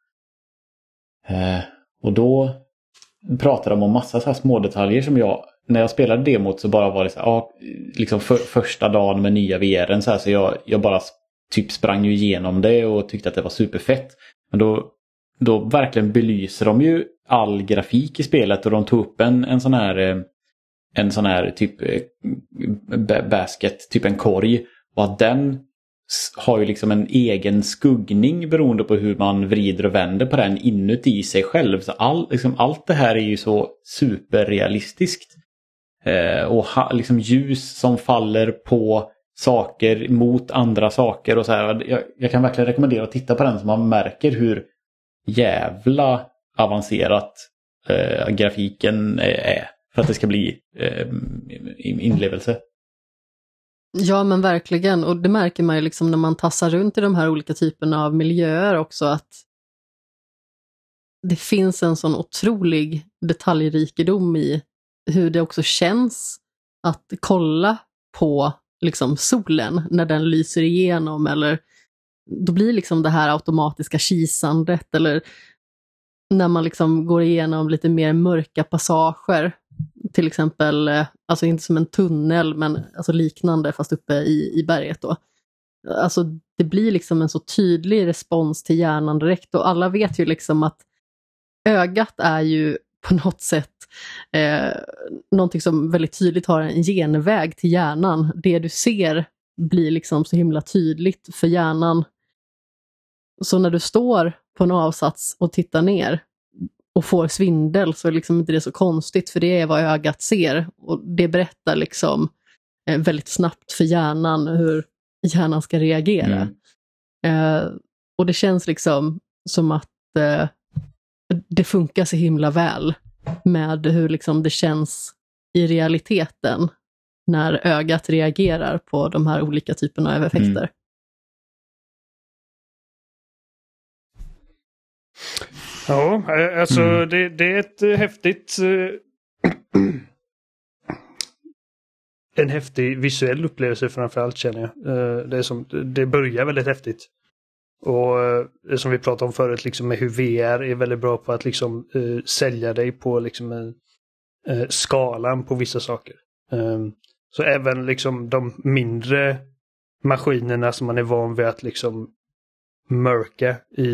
Och då pratar de om massa så här små detaljer som när jag spelade demot så bara var det så här, liksom första dagen med nya VR:en så jag bara typ sprang ju igenom det och tyckte att det var superfett. Men då verkligen belyser de ju all grafik i spelet och de tog upp en sån här typ basket, typ en korg, och att den har ju liksom en egen skuggning beroende på hur man vrider och vänder på den inuti sig själv. Så allt det här är ju så superrealistiskt. Och liksom ljus som faller på saker mot andra saker och så här. Jag kan verkligen rekommendera att titta på den så man märker hur jävla avancerat grafiken är för att det ska bli inlevelse. Ja, men verkligen. Och det märker man ju liksom när man tassar runt i de här olika typerna av miljöer också, att det finns en sån otrolig detaljrikedom i hur det också känns att kolla på liksom solen när den lyser igenom, eller då blir liksom det här automatiska kisandet, eller när man liksom går igenom lite mer mörka passager, till exempel, alltså inte som en tunnel men alltså liknande fast uppe i berget då. Alltså det blir liksom en så tydlig respons till hjärnan direkt, och alla vet ju liksom att ögat är ju på något sätt någonting som väldigt tydligt har en genväg till hjärnan. Det du ser blir liksom så himla tydligt för hjärnan. Så när du står på en avsats och tittar ner och får svindel så är liksom inte det så konstigt, för det är vad ögat ser, och det berättar liksom väldigt snabbt för hjärnan hur hjärnan ska reagera. Och det känns liksom som att det funkar så himla väl med hur liksom det känns i realiteten när ögat reagerar på de här olika typerna av effekter. Ja, alltså det är ett häftigt en häftig visuell upplevelse framförallt, känner jag. Det börjar väldigt häftigt. Och det som vi pratade om förut, liksom med hur VR är väldigt bra på att liksom sälja dig på liksom skalan på vissa saker. Så även liksom de mindre maskinerna som man är van vid att liksom mörka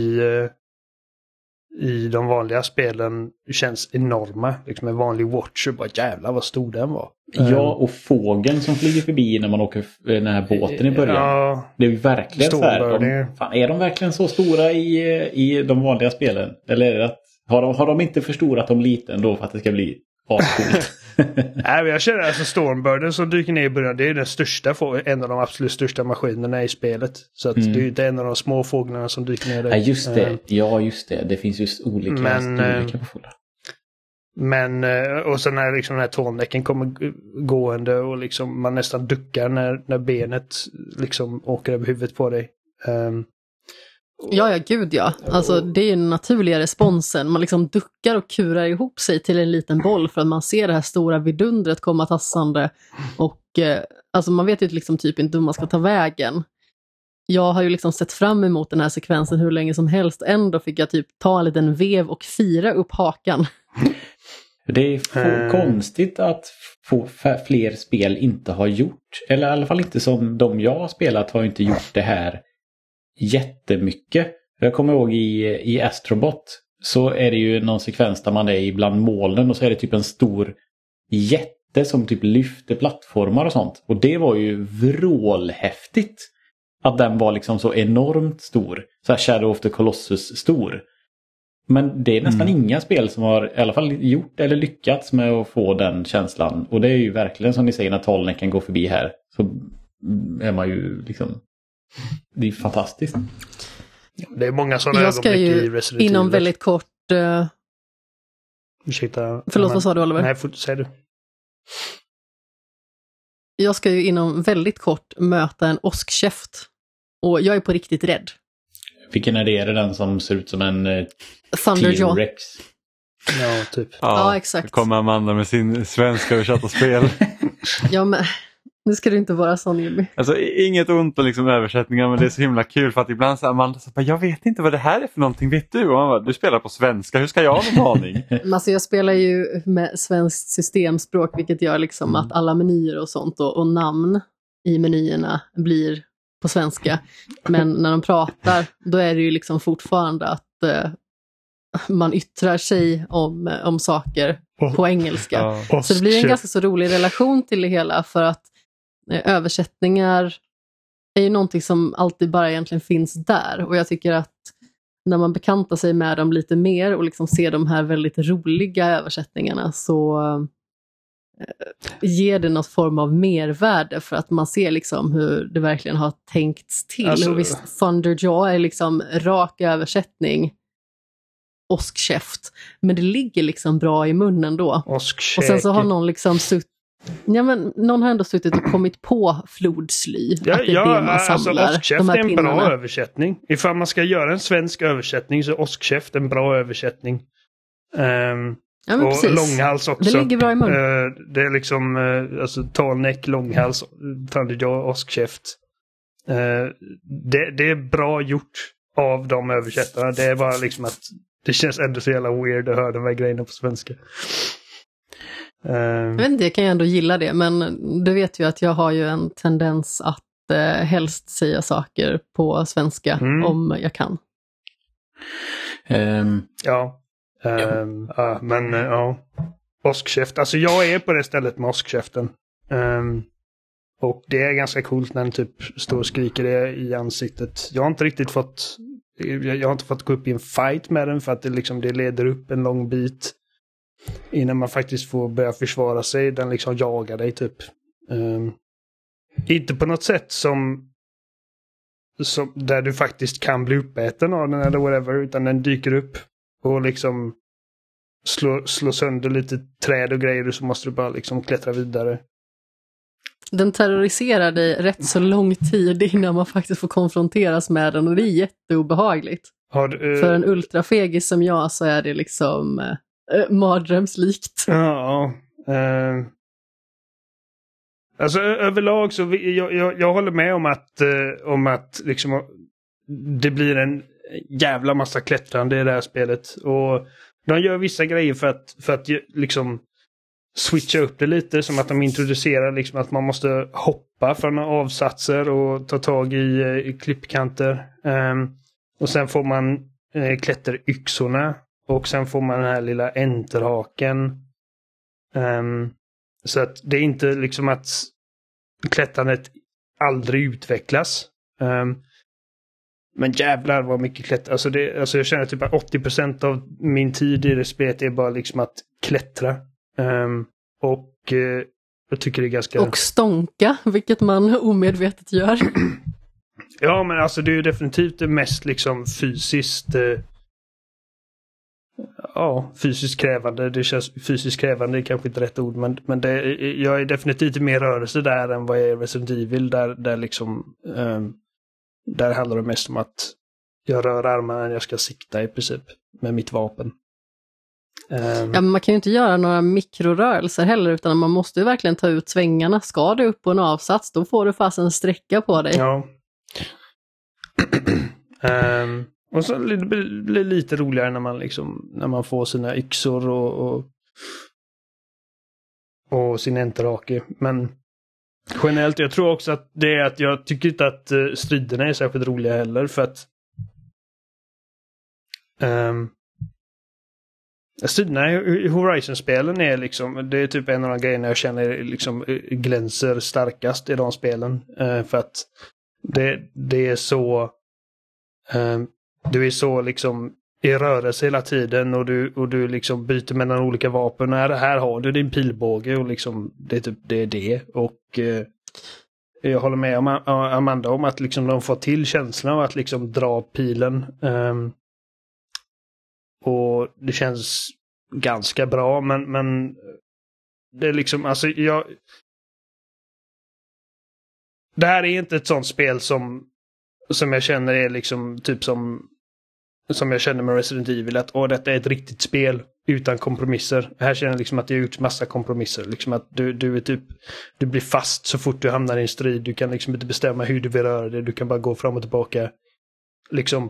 i de vanliga spelen känns enorma. Liksom en vanlig Watcher, bara jävlar vad stor den var. Ja, och fågeln som flyger förbi när man åker den här båten i början. Ja, det är ju verkligen så här. Är de verkligen så stora i de vanliga spelen? Eller är det att, har de inte förstorat dem lite ändå för att det ska bli ascoolt? Nej, men jag känner alltså Stormbirden som dyker ner i början, det är den största, en av de absolut största maskinerna i spelet. Så att det är ju inte en av de små fåglarna som dyker ner där. Ja, just det. Ja, just det. Det finns just olika storlekar på fåglar. Men, och sen när liksom den här tårnäcken kommer gående och liksom man nästan duckar när benet liksom åker över huvudet på dig. Ja, gud ja. Alltså det är den naturliga responsen. Man liksom duckar och kurar ihop sig till en liten boll för att man ser det här stora vidundret komma tassande. Och alltså man vet ju liksom typ inte hur man ska ta vägen. Jag har ju liksom sett fram emot den här sekvensen hur länge som helst. Ändå fick jag typ ta en liten vev och fira upp hakan. Det är konstigt att fler spel inte har gjort, eller i alla fall inte som de jag har spelat har inte gjort det här jättemycket. Jag kommer ihåg i Astrobot så är det ju någon sekvens där man är ibland molnen och så är det typ en stor jätte som typ lyfter plattformar och sånt. Och det var ju vrålhäftigt att den var liksom så enormt stor. Så här Shadow of the Colossus stor. Men det är nästan inga spel som har i alla fall gjort eller lyckats med att få den känslan. Och det är ju verkligen som ni säger, när Tolnen kan gå förbi här så är man ju liksom... Det är fantastiskt. Det är många sådana Jag ska ögonblick i ju Resident Evil. inom väldigt kort... Ursäkta. Förlåt, vad sa du, Oliver? Nej, säg du. Jag ska ju inom väldigt kort möta en åskkäft. Och jag är på riktigt rädd. Vilken är det? Är det den som ser ut som en Thunderjaw. T-Rex? Ja, typ. Ja, exakt. Kommer Amanda med sin svenska översatta spel. Ja, men nu ska du inte vara sån, Jimmy. Alltså inget ont om liksom översättningar, men det är så himla kul för att ibland så Amanda så bara, jag vet inte vad det här är för någonting, vet du? Och man bara, du spelar på svenska, hur ska jag ha någon aning? Alltså jag spelar ju med svenskt systemspråk, vilket gör liksom att alla menyer och sånt och namn i menyerna blir på svenska. Men när de pratar, då är det ju liksom fortfarande att man yttrar sig om saker på engelska. Ja. Så det blir en ganska så rolig relation till det hela, för att översättningar är ju någonting som alltid bara egentligen finns där. Och jag tycker att när man bekantar sig med dem lite mer och liksom ser de här väldigt roliga översättningarna, så ger det något form av mervärde, för att man ser liksom hur det verkligen har tänkts till. Alltså, och visst, Thunderjaw är liksom rak översättning, åskkäft, men det ligger liksom bra i munnen då. Åskkäke. Och sen så har någon liksom någon har ändå suttit och kommit på flodsly. Att det är det man samlar. Alltså, åskkäft de här är en pinnarna. bra översättning. Ifall man ska göra en svensk översättning så är åskkäft en bra översättning. Ja, men och precis. långhals också. Det ligger bra i munnen. Det är liksom alltså talnäck, långhals, Thunderjaw, åskkäft. Det är bra gjort av de översättarna. Det är bara liksom att det känns ändå så jävla weird att höra de här grejerna på svenska. Jag vet inte, jag kan ju ändå gilla det, men du vet ju att jag har ju en tendens att helst säga saker på svenska om jag kan. Åskkäft. Alltså jag är på det stället med åskkäften. Och det är ganska coolt när den typ står och skriker det i ansiktet. Jag har inte fått gå upp i en fight med den, för att det leder upp en lång bit innan man faktiskt får börja försvara sig. Den liksom jagar dig typ. Inte på något sätt som där du faktiskt kan bli uppäten av den eller whatever, utan den dyker upp och liksom slår sönder lite träd och grejer, och så måste du bara liksom klättra vidare. Den terroriserar dig rätt så lång tid innan man faktiskt får konfronteras med den, och det är jätteobehagligt. För en ultrafegis som jag så är det liksom mardrömslikt. Ja. Alltså överlag så jag håller med om att liksom det blir en jävla massa klättrande i det här spelet, och de gör vissa grejer för att liksom switcha upp det lite, som att de introducerar liksom att man måste hoppa från avsatser och ta tag i klippkanter. Och sen får man klätteryxorna, och sen får man den här lilla enterhaken. Så att det är inte liksom att klättrandet aldrig utvecklas. Men jävlar vad mycket klättra. Alltså jag känner typ att 80% av min tid i det spelet är bara liksom att klättra. Och jag tycker det är ganska... Och stånka, vilket man omedvetet gör. Ja, men alltså det är ju definitivt det mest liksom fysiskt fysiskt krävande. Det känns fysiskt krävande, är kanske inte rätt ord, men jag är definitivt mer rörelse där än vad jag är i Resident Evil, där liksom där handlar det mest om att jag rör armarna när jag ska sikta i princip med mitt vapen. Ja, men man kan ju inte göra några mikrorörelser heller, utan man måste ju verkligen ta ut svängarna. Ska du upp på en avsats, då får du fast en sträcka på dig. Ja. Och så blir det lite roligare när man får sina yxor och sin enterhake. Men generellt, jag tror också att det är att jag tycker inte att striderna är särskilt roliga heller, för att striderna i Horizon-spelen är liksom, det är typ en av de grejerna jag känner liksom glänser starkast i de spelen. För att det är så du är så liksom i rörelse hela tiden, och du liksom byter mellan olika vapen. Här har du din pilbåge, och liksom det är det. Och jag håller med Amanda om att liksom de får till känslan av att liksom dra pilen. Och det känns ganska bra, men det är liksom, alltså det här är inte ett sånt spel som jag känner är liksom typ som jag känner med Resident Evil, att detta är ett riktigt spel utan kompromisser. Här känner jag liksom att det har gjort massa kompromisser. Liksom att du är typ, du blir fast så fort du hamnar i en strid. Du kan liksom inte bestämma hur du vill röra dig. Du kan bara gå fram och tillbaka liksom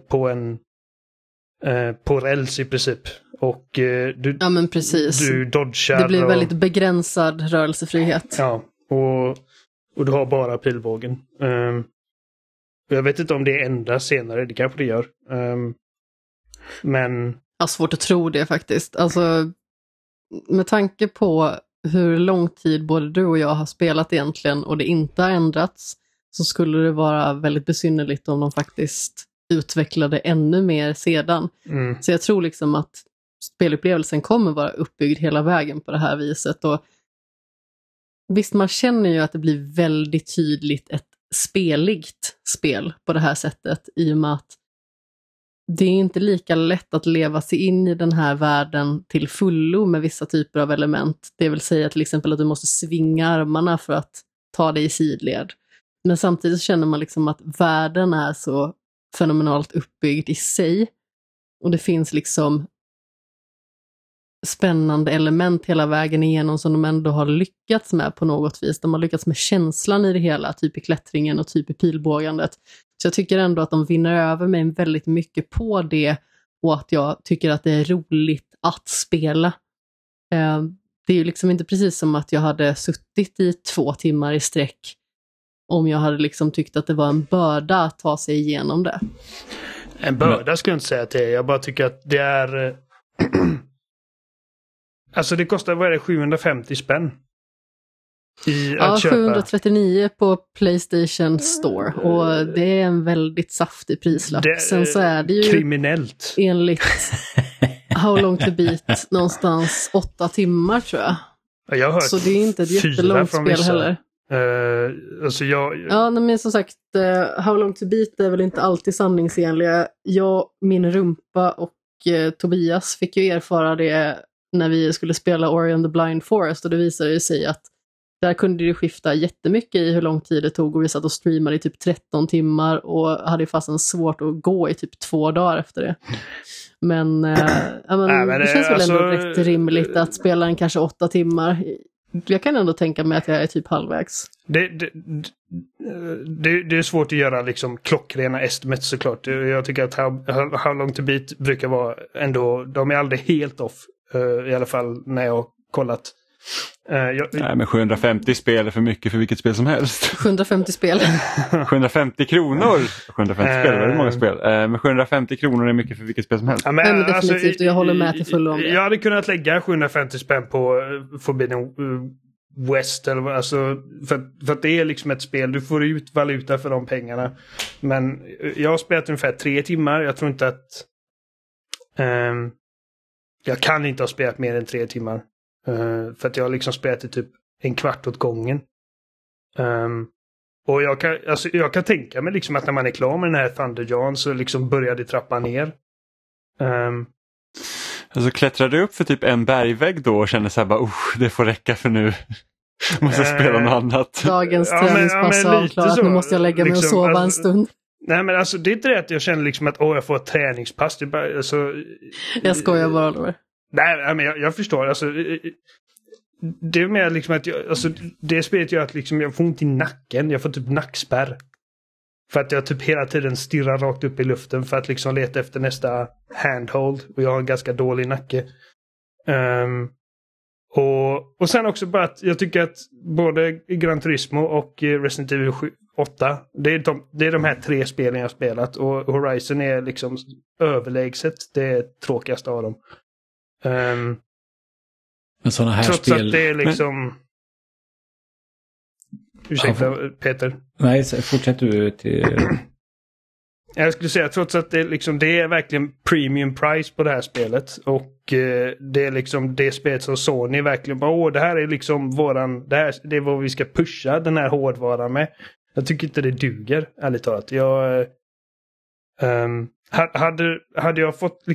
på räls i princip. Och ja, men precis. Du dodgar. Det blir väldigt begränsad rörelsefrihet. Ja, och du har bara pilbågen. Jag vet inte om det ändras senare, det kanske det gör. Men... Jag har svårt att tro det faktiskt. Alltså, med tanke på hur lång tid både du och jag har spelat egentligen och det inte har ändrats, så skulle det vara väldigt besynnerligt om de faktiskt utvecklade ännu mer sedan. Så jag tror liksom att spelupplevelsen kommer vara uppbyggd hela vägen på det här viset. Och visst, man känner ju att det blir väldigt tydligt ett speligt spel på det här sättet, i och med att det är inte lika lätt att leva sig in i den här världen till fullo med vissa typer av element. Det vill säga till exempel att du måste svinga armarna för att ta dig i sidled. Men samtidigt känner man liksom att världen är så fenomenalt uppbyggd i sig. Och det finns liksom spännande element hela vägen igenom som de ändå har lyckats med på något vis. De har lyckats med känslan i det hela, typ i klättringen och typ i pilbågandet. Så jag tycker ändå att de vinner över mig väldigt mycket på det, och att jag tycker att det är roligt att spela. Det är ju liksom inte precis som att jag hade suttit i 2 timmar i sträck om jag hade liksom tyckt att det var en börda att ta sig igenom det. En börda skulle jag inte säga att det är. Jag bara tycker att det är... Alltså det kostar, vad är det, 750 spänn? Ja, 739 på PlayStation Store, och det är en väldigt saftig prislapp. Sen så är det ju kriminellt. Enligt How Long to Beat någonstans 8 timmar tror jag. Jag har hört så det är inte ett jättelångt spel heller. Alltså Ja, men som sagt, How Long to Beat är väl inte alltid sanningsenliga. Jag, min rumpa och Tobias fick ju erfara det när vi skulle spela Ori and the Blind Forest, och det visade sig att där kunde det skifta jättemycket i hur lång tid det tog, och vi satt och streamade i typ 13 timmar och hade fastän svårt att gå i typ 2 dagar efter det. Men, det känns väl ändå rätt rimligt att spela en kanske 8 timmar. Jag kan ändå tänka mig att jag är typ halvvägs. Det är svårt att göra liksom klockrena estimates såklart. Jag tycker att How Long to Beat brukar vara ändå, de är aldrig helt off. I alla fall när jag har kollat. Nej, men 750 spel är för mycket för vilket spel som helst. 750 spel. 750 kronor. 750 spel, det är många spel. Men 750 kronor är mycket för vilket spel som helst. Ja, men definitivt, alltså, jag håller med till fullo om det. Jag hade kunnat lägga 750 spänn på Forbidden West. Eller, alltså, för att det är liksom ett spel. Du får ut valuta för de pengarna. Men jag har spelat ungefär 3 timmar. Jag tror inte att... jag kan inte ha spelat mer än 3 timmar. För att jag har liksom spelat i typ 1/4 åt gången. Och jag kan tänka mig liksom att när man är klar med den här Thunderjawn så liksom börjar det trappa ner. Alltså klättrar du upp för typ en bergvägg då och känner så här bara, det får räcka för nu. Måste spela något annat. Dagens träningspass avklarat, nu måste jag lägga mig liksom, och sova en stund. Nej, men alltså det är inte det att jag känner liksom att jag får ett träningspass. Det är bara, alltså, jag skojar bara, Oliver. Nej, men jag förstår. Alltså, det är mer liksom att det spelet gör att liksom jag får ont i nacken. Jag får typ nackspärr. För att jag typ hela tiden stirrar rakt upp i luften för att liksom leta efter nästa handhold. Och jag har en ganska dålig nacke. Och sen också bara att jag tycker att både Gran Turismo och Resident Evil 8, det är de här 3 spelen jag har spelat. Och Horizon är liksom överlägset det tråkigaste av dem. Men såna här trots spel... att det är liksom... Ursäkta, Peter. Nej, fortsätt du till... Jag skulle säga, trots att det är verkligen premium price på det här spelet. Och det är liksom det spelet som Sony verkligen bara, det här är liksom det är vad vi ska pusha den här hårdvaran med. Jag tycker inte det duger, ärligt talat. Hade jag fått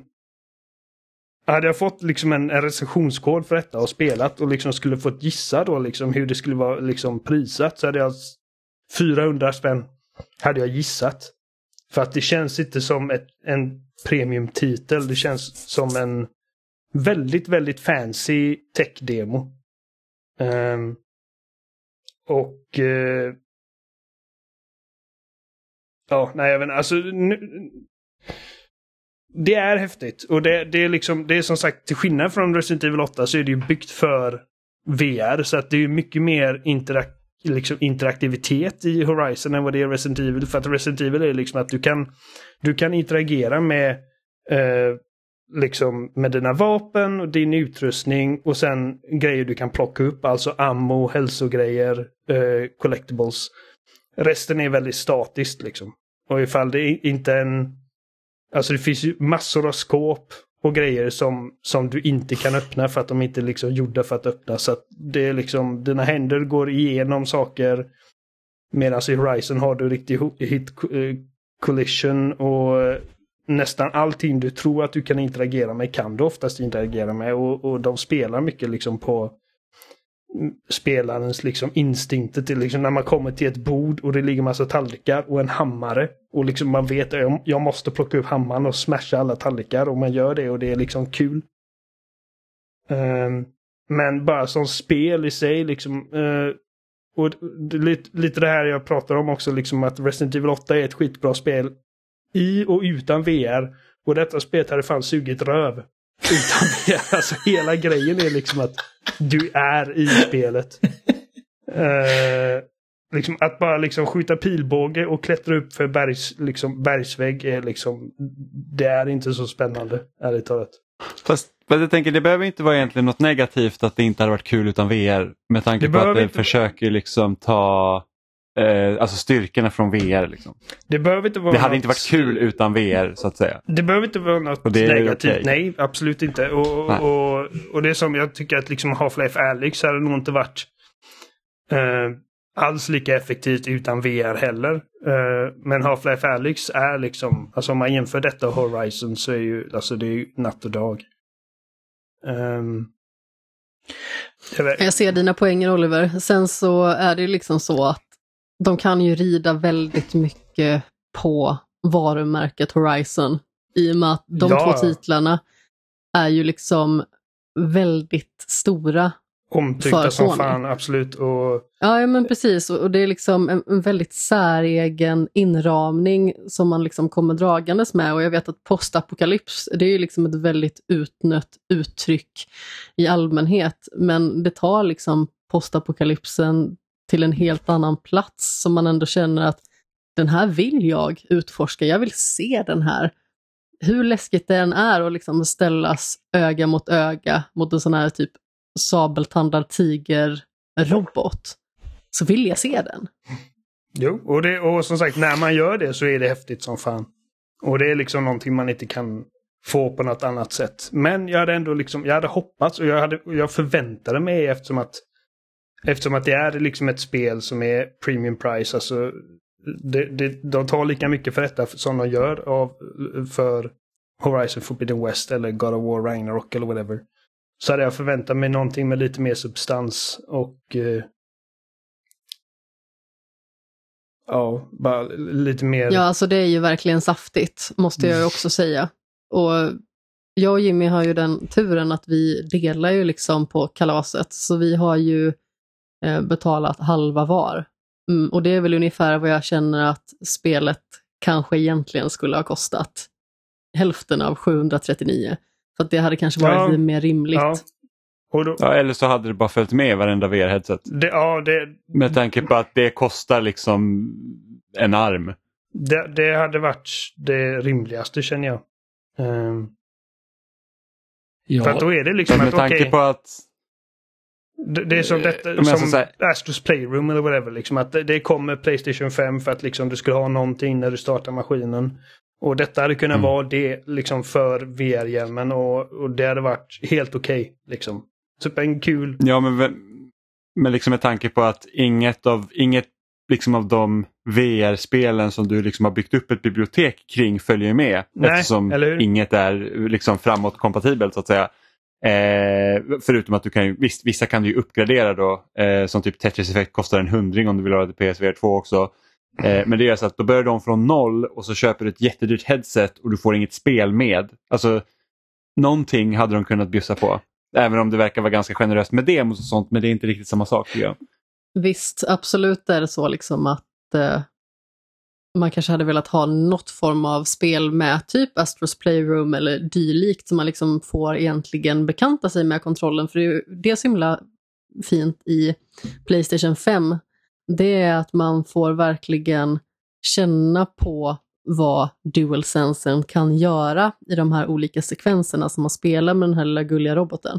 liksom en recensionskod för detta och spelat och liksom skulle fått gissa då liksom hur det skulle vara liksom prisat, så hade jag 400 spänn hade jag gissat. För att det känns inte som en premium-titel. Det känns som en väldigt, väldigt fancy tech-demo. Jag vet inte, alltså det är häftigt. Och det är som sagt, till skillnad från Resident Evil 8 så är det ju byggt för VR, så att det är mycket mer interaktivitet i Horizon än vad det är Resident Evil. För att Resident Evil är liksom att du kan interagera med liksom med dina vapen och din utrustning och sen grejer du kan plocka upp, alltså ammo, hälsogrejer, collectibles. Resten är väldigt statiskt liksom. Och ifall det är inte alltså det finns ju massor av skåp och grejer som du inte kan öppna för att de inte är liksom gjorda för att öppna. Så att det är liksom, dina händer går igenom saker, medan i Horizon har du riktig hit collision och nästan allting du tror att du kan interagera med kan du oftast interagera med, och de spelar mycket liksom på spelarens liksom instinkter till liksom när man kommer till ett bord och det ligger massa tallrikar och en hammare och liksom man vet att jag måste plocka upp hammaren och smasha alla tallrikar, och man gör det och det är liksom kul. Men bara som spel i sig liksom, och lite det här jag pratar om också liksom, att Resident Evil 8 är ett skitbra spel i och utan VR, och detta spelet hade fan sugit röv utan VR. Alltså hela grejen är liksom att du är i spelet. Liksom att bara liksom skjuta pilbåge och klättra upp för bergsvägg är liksom, det är inte så spännande, ärligt talat. Fast jag tänker, det behöver inte vara egentligen något negativt att det inte hade varit kul utan VR, med tanke på att det försöker liksom ta alltså styrkorna från VR liksom. Det hade inte varit kul utan VR, så att säga. Det behöver inte vara något negativt. Okay. Nej, absolut inte. Och det är som jag tycker att liksom Half-Life Alyx hade nog inte varit alls lika effektivt utan VR heller. Men Half-Life Alyx är liksom, alltså om man jämför detta och Horizon så är ju, alltså det är ju natt och dag. Jag ser dina poänger, Oliver. Sen så är det liksom så att de kan ju rida väldigt mycket på varumärket Horizon, i och med att de två titlarna är ju liksom väldigt stora. Omtyckta som fan, absolut. Ja, men precis. Och det är liksom en väldigt säregen inramning som man liksom kommer dragandes med. Och jag vet att postapokalyps, det är ju liksom ett väldigt utnött uttryck i allmänhet. Men det tar liksom postapokalypsen till en helt annan plats som man ändå känner att den här vill jag utforska. Jag vill se den här. Hur läskigt det än är att liksom ställas öga mot öga mot en sån här typ sabeltandad tiger-robot, så vill jag se den. Jo, och som sagt, när man gör det så är det häftigt som fan. Och det är liksom någonting man inte kan få på något annat sätt. Men jag hade ändå liksom, jag hade hoppats och jag förväntade mig eftersom att det är liksom ett spel som är premium price, alltså de tar lika mycket för detta som de gör för Horizon Forbidden West eller God of War Ragnarok eller whatever. Så hade jag förväntat mig någonting med lite mer substans och bara lite mer. Ja, alltså det är ju verkligen saftigt, måste jag ju också säga. Och jag och Jimmy har ju den turen att vi delar ju liksom på kalaset, så vi har ju betalat halva var. Och det är väl ungefär vad jag känner att spelet kanske egentligen skulle ha kostat. Hälften av 739. Så att det hade kanske varit lite mer rimligt. Ja. Eller så hade det bara följt med varenda VR-headset. Med tanke på att det kostar liksom en arm. Det hade varit det rimligaste, känner jag. För att då är det liksom med tanke på att det är som detta, som Astros Playroom eller whatever, liksom, att det kommer PlayStation 5 för att liksom du skulle ha någonting när du startar maskinen. Och detta hade kunnat vara det liksom för VR-hjälmen, och det hade varit helt okej, liksom. Typ en kul. Ja, men liksom med tanke på att inget liksom av de VR-spelen som du liksom har byggt upp ett bibliotek kring följer med. Nej, eftersom eller hur? inget är liksom framåt-kompatibelt så att säga. Förutom att du kan ju, visst, vissa kan du ju uppgradera då. Som typ Tetris Effect kostar 100 om du vill ha det till PSVR 2 också. Men det gör så att då börjar de från 0 och så köper du ett jättedyrt headset och du får inget spel med. Alltså någonting hade de kunnat bjussa på. Även om det verkar vara ganska generöst med demos och sånt, men det är inte riktigt samma sak tycker jag. Visst, absolut är det så liksom att man kanske hade velat ha något form av spel med typ Astros Playroom eller dylikt som man liksom får egentligen bekanta sig med kontrollen. För det är så himla fint i PlayStation 5. Det är att man får verkligen känna på vad DualSensen kan göra i de här olika sekvenserna som man spelar med den här lilla gulliga roboten.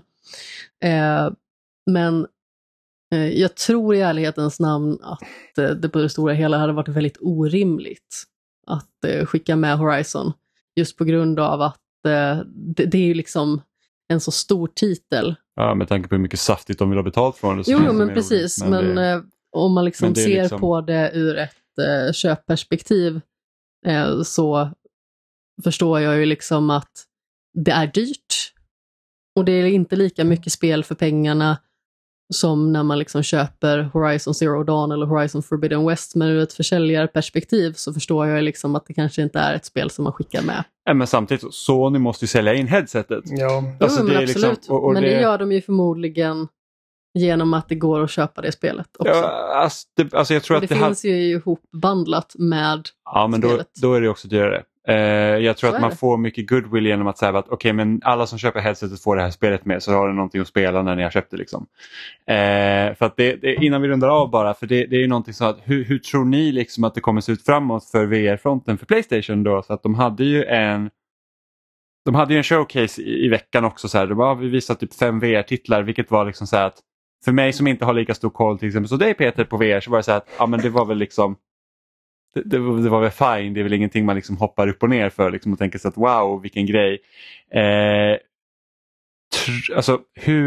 Men jag tror i ärlighetens namn att det på det stora hela hade varit väldigt orimligt att skicka med Horizon. Just på grund av att det är ju liksom en så stor titel. Ja, med tanke på hur mycket saftigt de vill ha betalt från det. Jo, men precis. Men om man liksom ser liksom på det ur ett köpperspektiv så förstår jag ju liksom att det är dyrt. Och det är inte lika mycket spel för pengarna som när man liksom köper Horizon Zero Dawn eller Horizon Forbidden West, men ur ett försäljarperspektiv så förstår jag liksom att det kanske inte är ett spel som man skickar med. Ja, men samtidigt, Sony måste ju sälja in headsetet. Ja. Alltså, jo, men absolut. Liksom, och men det gör de ju förmodligen genom att det går att köpa det spelet också. Ja, alltså jag tror och att det finns ju ihopbandlat med men spelet. Då är det också dyrare. Jag tror Så att man får mycket goodwill genom att säga att okej, men alla som köper headsetet får det här spelet med, så har du någonting att spela när ni har köpt det liksom. För att innan vi rundar av bara, för det är ju någonting så att hur tror ni liksom att det kommer se ut framåt för VR-fronten för PlayStation då? Så att de hade ju en showcase i veckan också så här. Vi visade typ 5 VR-titlar, vilket var liksom så här att för mig som inte har lika stor koll till exempel så dig Peter på VR, så var det så här att ja, men det var väl liksom det var väl fine, det är väl ingenting man liksom hoppar upp och ner för liksom, och tänker så att wow, vilken grej. Alltså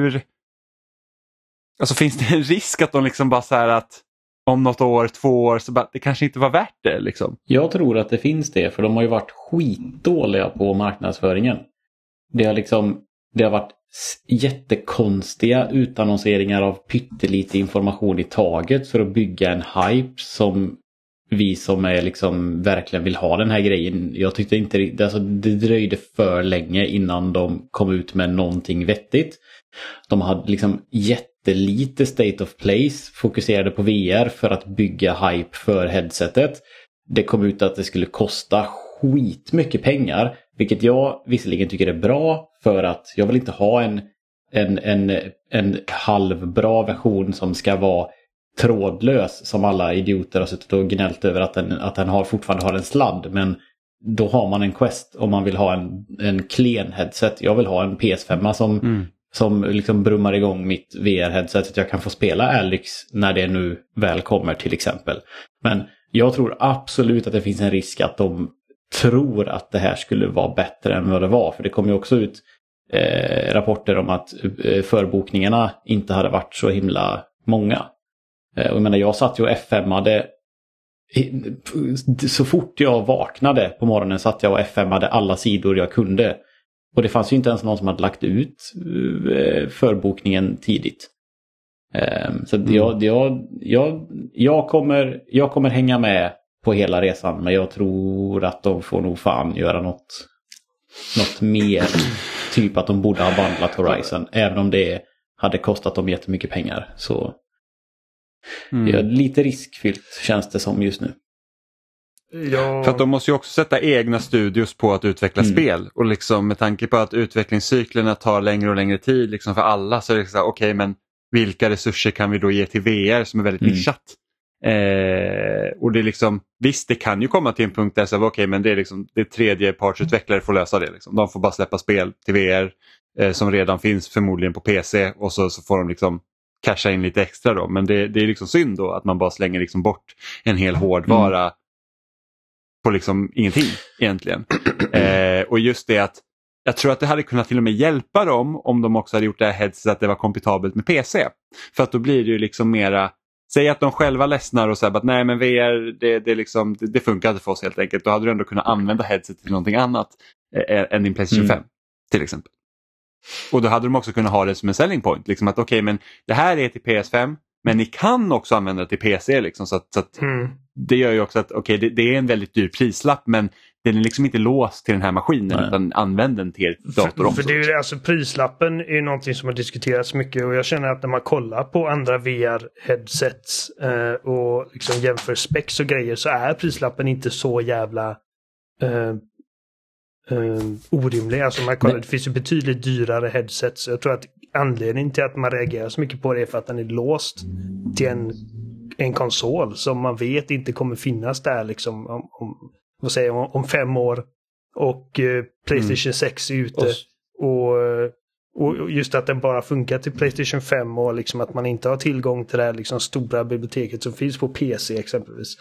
finns det en risk att de liksom bara så här att om något år, 2 år, så bara, det kanske inte var värt det liksom? Jag tror att det finns det, för de har ju varit skitdåliga på marknadsföringen. Det har varit jättekonstiga utannonseringar av pyttelite information i taget för att bygga en hype som vi som är liksom verkligen vill ha den här grejen. Jag tyckte inte det dröjde för länge innan de kom ut med någonting vettigt. De hade liksom jättelite state of place, fokuserade på VR för att bygga hype för headsetet. Det kom ut att det skulle kosta skitmycket pengar, vilket jag visserligen tycker är bra, för att jag vill inte ha en halvbra version som ska vara trådlös, som alla idioter har suttit och gnällt över att den fortfarande har en sladd, men då har man en Quest om man vill ha en klen headset. Jag vill ha en PS5 som liksom brummar igång mitt VR-headset så att jag kan få spela Alyx när det nu väl kommer till exempel. Men jag tror absolut att det finns en risk att de tror att det här skulle vara bättre än vad det var, för det kom ju också ut rapporter om att förbokningarna inte hade varit så himla många. Och jag menar, jag satt ju och F5-ade så fort jag vaknade på morgonen, satt jag och F5-ade alla sidor jag kunde. Och det fanns ju inte ens någon som hade lagt ut förbokningen tidigt. Så jag kommer hänga med på hela resan, men jag tror att de får nog fan göra något mer. Typ att de borde ha bandlat Horizon, även om det hade kostat dem jättemycket pengar. Så det är lite riskfyllt känns det som just nu. Ja. För att de måste ju också sätta egna studios på att utveckla spel. Och liksom med tanke på att utvecklingscyklerna tar längre och längre tid liksom för alla, så är det så här, okej, men vilka resurser kan vi då ge till VR som är väldigt nischat? Och det är liksom, visst, det kan ju komma till en punkt där så okej, men det är liksom det tredje partsutvecklare får lösa det liksom. De får bara släppa spel till VR som redan finns förmodligen på PC, och så får de liksom casha in lite extra då. Men det är liksom synd då att man bara slänger liksom bort en hel hårdvara på liksom ingenting egentligen. Och just det att jag tror att det hade kunnat till och med hjälpa dem om de också hade gjort det här headset att det var kompatibelt med PC. För att då blir det ju liksom mera säg att de själva ledsnar och säger att nej men VR det funkar inte för oss helt enkelt. Då hade du ändå kunnat använda headset till någonting annat än din PlayStation 5 till exempel. Och då hade de också kunnat ha det som en selling point. Liksom att okej, men det här är till PS5 men ni kan också använda det till PC. Liksom, så att det gör ju också att det är en väldigt dyr prislapp men den är liksom inte låst till den här maskinen utan använd den till dator också. För det är ju, alltså, prislappen är ju någonting som har diskuterats mycket och jag känner att när man kollar på andra VR-headsets och liksom jämför specs och grejer så är prislappen inte så jävla orimlig. Alltså man kollar, det finns ju betydligt dyrare headsets. Jag tror att anledningen till att man reagerar så mycket på det är för att den är låst till en konsol som man vet inte kommer finnas där liksom om 5 år och PlayStation 6 är ute och just att den bara funkar till PlayStation 5 och liksom att man inte har tillgång till det här liksom stora biblioteket som finns på PC exempelvis.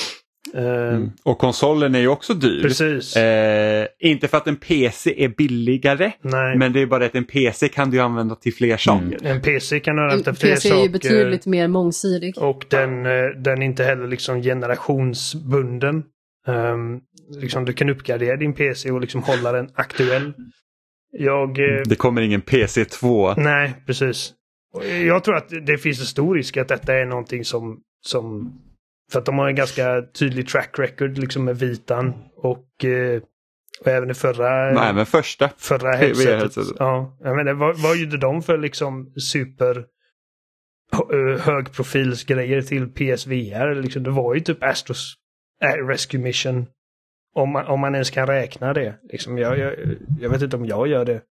Och konsolen är ju också dyr. Precis. Inte för att en PC är billigare. Nej. Men det är bara att en PC kan du använda till fler saker. En PC kan du använda till fler PC saker. är ju betydligt mer mångsidig. Och den är inte heller liksom generationsbunden. Liksom du kan uppgradera din PC och liksom hålla den aktuell. Det kommer ingen PC 2. Nej, precis. Jag tror att det finns en stor risk att detta är någonting som för att de har en ganska tydlig track record liksom med Vitan och även det förra headsetet. Ja, jag menar, vad gjorde de för liksom super högprofilsgrejer till PSVR? Liksom, det var ju typ Astros Rescue Mission om man ens kan räkna det. Liksom, jag vet inte om jag gör det.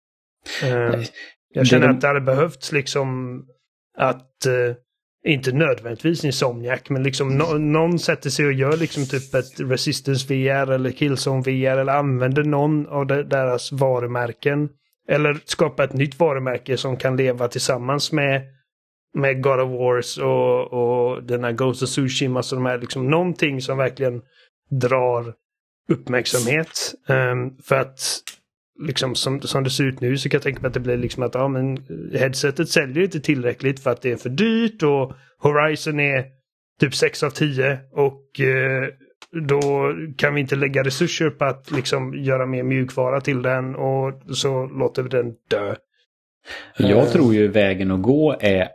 Jag känner att det hade behövts liksom att inte nödvändigtvis Insomniac, men liksom någon sätter sig och gör liksom typ ett Resistance VR eller Killzone VR eller använder någon av deras varumärken eller skapar ett nytt varumärke som kan leva tillsammans med God of Wars och den här Ghost of Tsushima, så de här liksom någonting som verkligen drar uppmärksamhet. För att liksom som det ser ut nu så kan jag tänka mig att det blir liksom att men headsetet säljer inte tillräckligt för att det är för dyrt och Horizon är typ 6 av 10 och då kan vi inte lägga resurser på att liksom göra mer mjukvara till den och så låter vi den dö. Jag tror ju vägen att gå är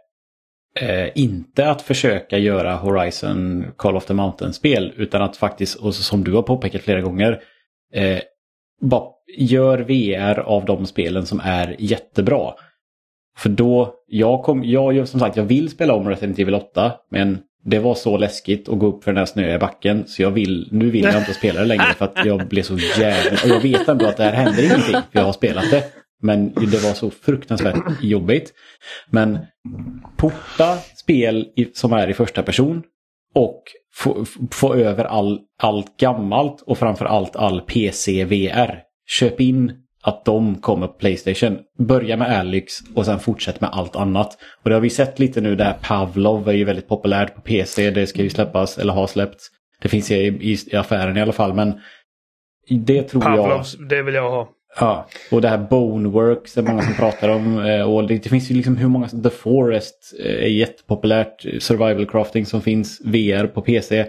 inte att försöka göra Horizon Call of the Mountain-spel utan att faktiskt, och som du har påpekat flera gånger, bara gör VR av de spelen som är jättebra. För då, som sagt, jag vill spela om Resident Evil 8, men det var så läskigt att gå upp för den här snöiga backen så nu vill jag inte spela det längre för att jag blev så jävla... Och jag vet ändå att det här händer ingenting för jag har spelat det. Men det var så fruktansvärt jobbigt. Men porta spel som är i första person och få över allt gammalt och framförallt all PC-VR. Köp in att de kommer på PlayStation. Börja med Alyx och sen fortsätt med allt annat. Och det har vi sett lite nu där Pavlov är ju väldigt populärt på PC. Det ska ju släppas eller ha släppts. Det finns i affären i alla fall. Men det tror Pavlovs, det vill jag ha. Ja, och det här Boneworks är många som pratar om. Och det finns ju liksom hur många... The Forest är jättepopulärt. Survival crafting som finns VR på PC.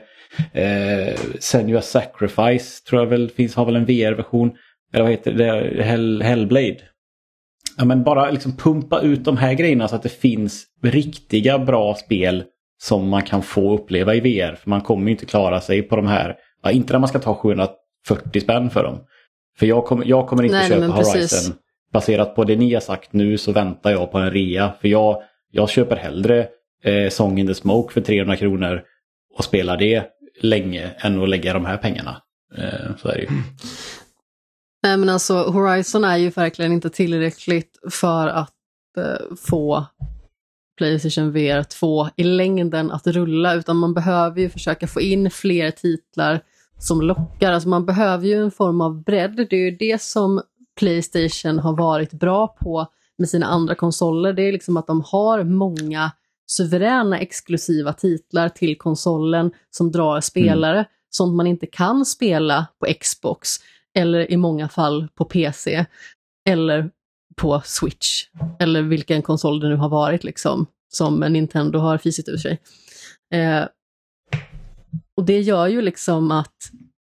Senua Sacrifice tror jag väl har väl en VR-version. Eller vad heter det? Hellblade. Ja, men bara liksom pumpa ut de här grejerna så att det finns riktiga bra spel som man kan få uppleva i VR. För man kommer ju inte klara sig på de här. Ja, inte när man ska ta 740 spänn för dem. För jag kommer inte köpa Horizon. Precis. Baserat på det ni har sagt nu så väntar jag på en rea. För jag köper hellre Song in the Smoke för 300 kronor och spelar det länge än att lägga de här pengarna. Så är det ju. Nej, men alltså Horizon är ju verkligen inte tillräckligt för att få PlayStation VR 2 i längden att rulla, utan man behöver ju försöka få in fler titlar som lockar. Alltså man behöver ju en form av bredd. Det är ju det som PlayStation har varit bra på med sina andra konsoler. Det är liksom att de har många suveräna exklusiva titlar till konsolen som drar spelare. Sånt man inte kan spela på Xbox eller i många fall på PC eller på Switch eller vilken konsol det nu har varit liksom, som Nintendo har fisit ur sig. Och det gör ju liksom att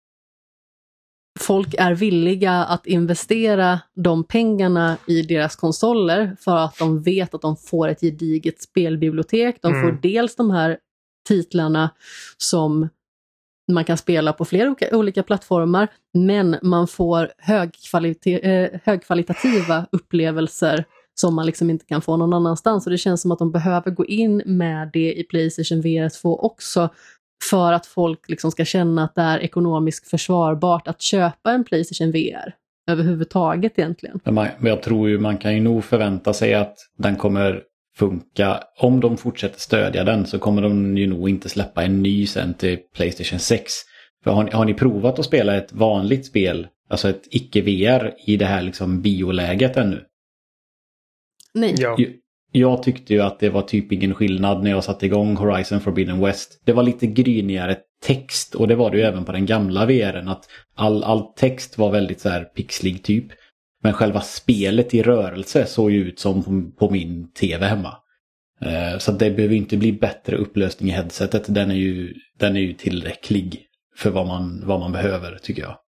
folk är villiga att investera de pengarna i deras konsoler för att de vet att de får ett gediget spelbibliotek. De får dels de här titlarna som man kan spela på flera olika plattformar, men man får högkvalitativa upplevelser som man liksom inte kan få någon annanstans. Och det känns som att de behöver gå in med det i PlayStation VR 2 också, för att folk liksom ska känna att det är ekonomiskt försvarbart att köpa en PlayStation VR överhuvudtaget egentligen. Men jag tror ju man kan ju nog förvänta sig att den kommer funka. Om de fortsätter stödja den så kommer de ju nog inte släppa en ny sen till PlayStation 6. För har ni provat att spela ett vanligt spel, alltså ett icke-VR i det här liksom bioläget ännu? Nej. Ja. Jag tyckte ju att det var typ ingen skillnad när jag satte igång Horizon Forbidden West. Det var lite grynigare text, och det var det ju även på den gamla VR:en, att all text var väldigt så här pixlig typ. Men själva spelet i rörelse såg ju ut som på min tv hemma. Så det behöver inte bli bättre upplösning i headsetet. Den är ju tillräcklig för vad man behöver, tycker jag.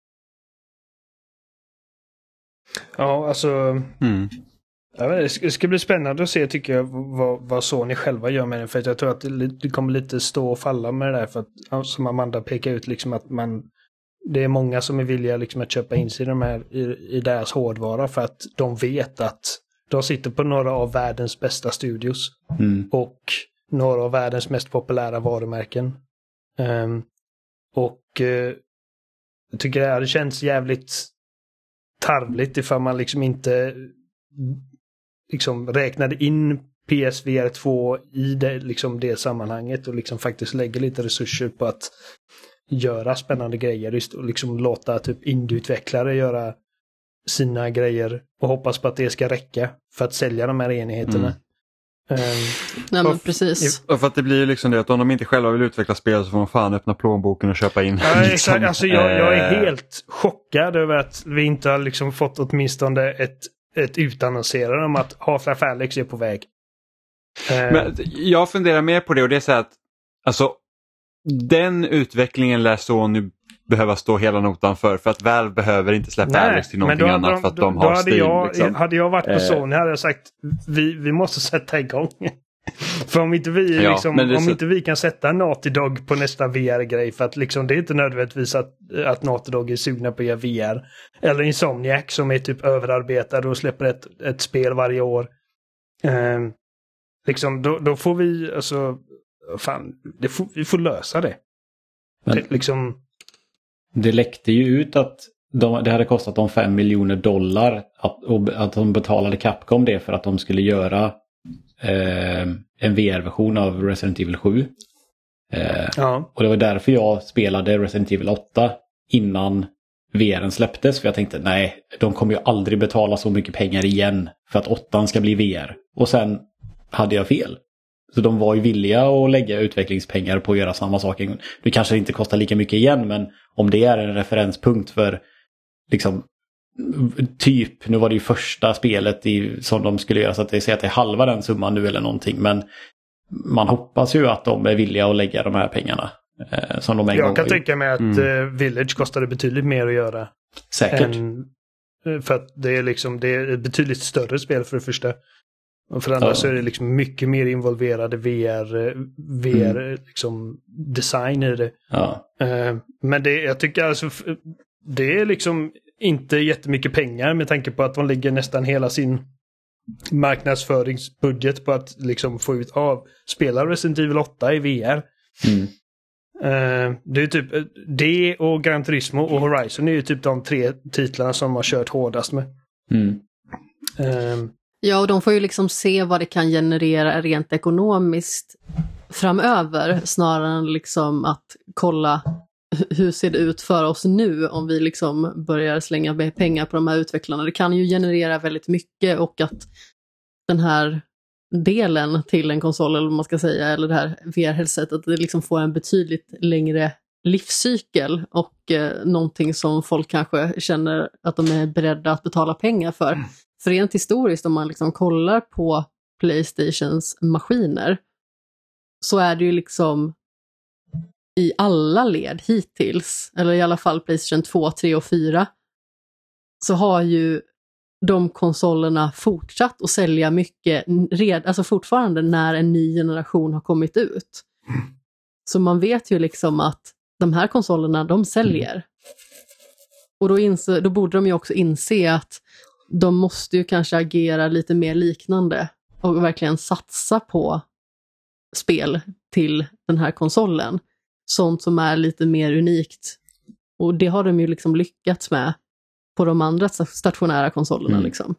Ja, alltså... Det ska bli spännande att se, tycker jag, vad Sony själva gör med den. För jag tror att det kommer lite stå och falla med det där. För att, som Amanda pekar ut, liksom att det är många som är villiga liksom att köpa in sig i deras hårdvara, för att de vet att de sitter på några av världens bästa studios och några av världens mest populära varumärken. Jag tycker det känns jävligt tarvligt ifall man liksom inte liksom räknade in PSVR 2 i det sammanhanget och liksom faktiskt lägger lite resurser på att göra spännande grejer just, och liksom låta typ indieutvecklare göra sina grejer och hoppas på att det ska räcka för att sälja de här enheterna. Nej, men precis. Och för att det blir ju liksom det att om de inte själva vill utveckla spel så får man fan öppna plånboken och köpa in. Ja, liksom. Alltså jag är helt chockad över att vi inte har liksom fått åtminstone ett utannonserande om att Half-Life Alyx är på väg. Men jag funderar mer på det, och det är så att alltså, den utvecklingen lär Sony behöva stå hela notan för att Valve behöver inte släppa Alyx till någonting annat för att de har Steam. Liksom. Hade jag varit på Sony hade jag sagt vi måste sätta igång. För om inte vi inte vi kan sätta Naughty Dog på nästa VR-grej, för att liksom, det är inte nödvändigtvis att Naughty Dog är sugna på att göra VR. Eller Insomniac som är typ överarbetade och släpper ett spel varje år. Liksom, då får vi, alltså, fan, vi får lösa det. Det läckte ju ut att det hade kostat dem $5 miljoner att de betalade Capcom det för att de skulle göra en VR-version av Resident Evil 7. Och det var därför jag spelade Resident Evil 8 innan VR:en släpptes, för jag tänkte nej, de kommer ju aldrig betala så mycket pengar igen för att 8 ska bli VR. Och sen hade jag fel. Så de var ju villiga att lägga utvecklingspengar på att göra samma sak. Det kanske inte kostar lika mycket igen, men om det är en referenspunkt för liksom typ, nu var det ju första spelet som de skulle göra, så att det säger att det är halva den summan nu eller någonting, men man hoppas ju att de är villiga att lägga de här pengarna som de en gång. Jag kan tänka mig att Village kostade betydligt mer att göra. Säkert. För att det är ett betydligt större spel för det första. Och för det andra så är det liksom mycket mer involverade VR liksom design i det. Ja. Men jag tycker alltså det är liksom inte jättemycket pengar med tanke på att de lägger nästan hela sin marknadsföringsbudget på att liksom få ut spela Resident Evil 8 i VR. Det är typ det och Gran Turismo och Horizon är ju typ de 3 titlarna som har kört hårdast med. Ja, och de får ju liksom se vad det kan generera rent ekonomiskt framöver, snarare än liksom att kolla hur ser det ut för oss nu om vi liksom börjar slänga pengar på de här utvecklarna. Det kan ju generera väldigt mycket, och att den här delen till en konsol, eller vad man ska säga, eller det här VR-headsetet, det liksom får en betydligt längre livscykel och någonting som folk kanske känner att de är beredda att betala pengar för. För rent historiskt, om man liksom kollar på PlayStations maskiner, så är det ju liksom i alla led hittills, eller i alla fall PlayStation 2, 3 och 4, så har ju de konsolerna fortsatt att sälja mycket alltså fortfarande när en ny generation har kommit ut. Så man vet ju liksom att de här konsolerna, de säljer. Och då borde de ju också inse att de måste ju kanske agera lite mer liknande och verkligen satsa på spel till den här konsolen. Sånt som är lite mer unikt. Och det har de ju liksom lyckats med på de andra stationära konsolerna liksom.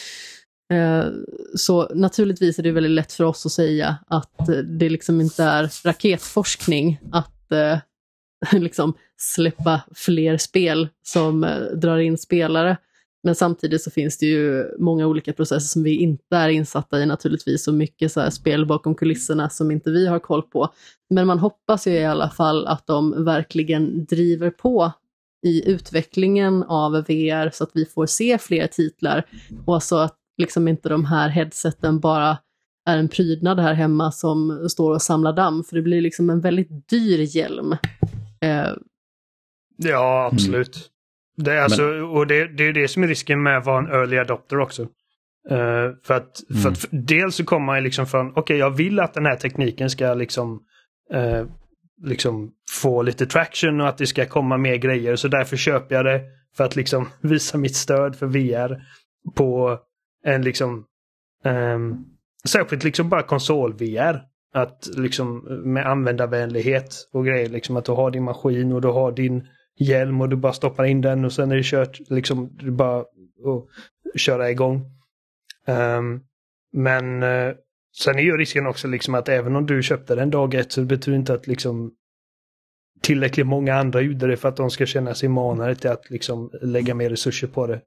Så naturligtvis är det väldigt lätt för oss att säga att det liksom inte är raketforskning att liksom släppa fler spel som drar in spelare. Men samtidigt så finns det ju många olika processer som vi inte är insatta i naturligtvis, och mycket så här spel bakom kulisserna som inte vi har koll på. Men man hoppas ju i alla fall att de verkligen driver på i utvecklingen av VR så att vi får se fler titlar, och så att liksom inte de här headseten bara är en prydnad här hemma som står och samlar damm, för det blir liksom en väldigt dyr hjälm. Ja, absolut. Det är alltså, och det är det som är risken med att vara en early adopter också. För att dels så kommer man liksom från, okej, jag vill att den här tekniken ska liksom få lite traction och att det ska komma mer grejer, så därför köper jag det för att liksom visa mitt stöd för VR på en liksom särskilt liksom bara konsol-VR, att liksom med användarvänlighet och grejer, liksom att du har din maskin och du har din hjälm och du bara stoppar in den och sen är det kört, liksom du bara och köra igång. Men sen är ju risken också liksom att även om du köpte den dag ett, så betyder inte att liksom tillräckligt många andra gjorde det för att de ska känna sig manade till att liksom lägga mer resurser på det.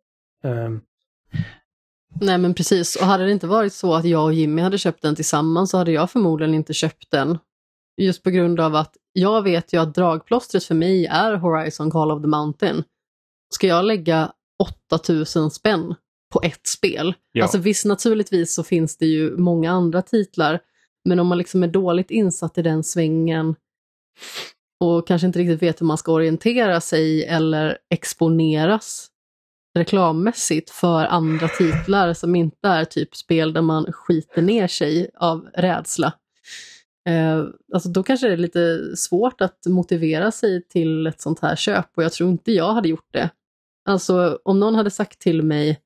Nej, men precis, och hade det inte varit så att jag och Jimmy hade köpt den tillsammans, så hade jag förmodligen inte köpt den. Just på grund av att jag vet ju att dragplåstret för mig är Horizon Call of the Mountain. Ska jag lägga 8000 spänn på ett spel? Ja. Alltså visst, naturligtvis så finns det ju många andra titlar, men om man liksom är dåligt insatt i den svängen och kanske inte riktigt vet hur man ska orientera sig eller exponeras reklammässigt för andra titlar som inte är typ spel där man skiter ner sig av rädsla. Alltså då kanske det är lite svårt att motivera sig till ett sånt här köp, och jag tror inte jag hade gjort det. Alltså om någon hade sagt till mig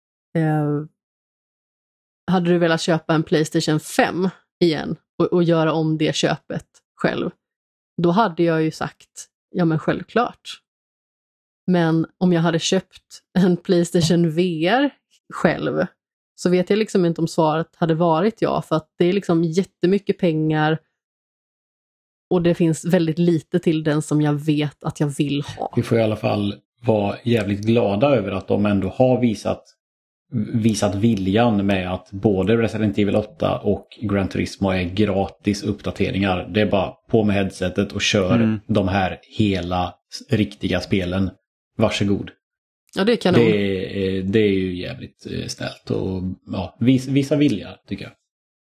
hade du velat köpa en PlayStation 5 igen och göra om det köpet själv, då hade jag ju sagt ja, men självklart. Men om jag hade köpt en PlayStation VR själv, så vet jag liksom inte om svaret hade varit ja, för att det är liksom jättemycket pengar och det finns väldigt lite till den som jag vet att jag vill ha. Vi får i alla fall vara jävligt glada över att de ändå har visat viljan med att både Resident Evil 8 och Gran Turismo är gratis uppdateringar. Det är bara på med headsetet och kör de här hela riktiga spelen. Varsågod. Ja, det kan det är ju jävligt snällt och ja, visa vilja, tycker jag.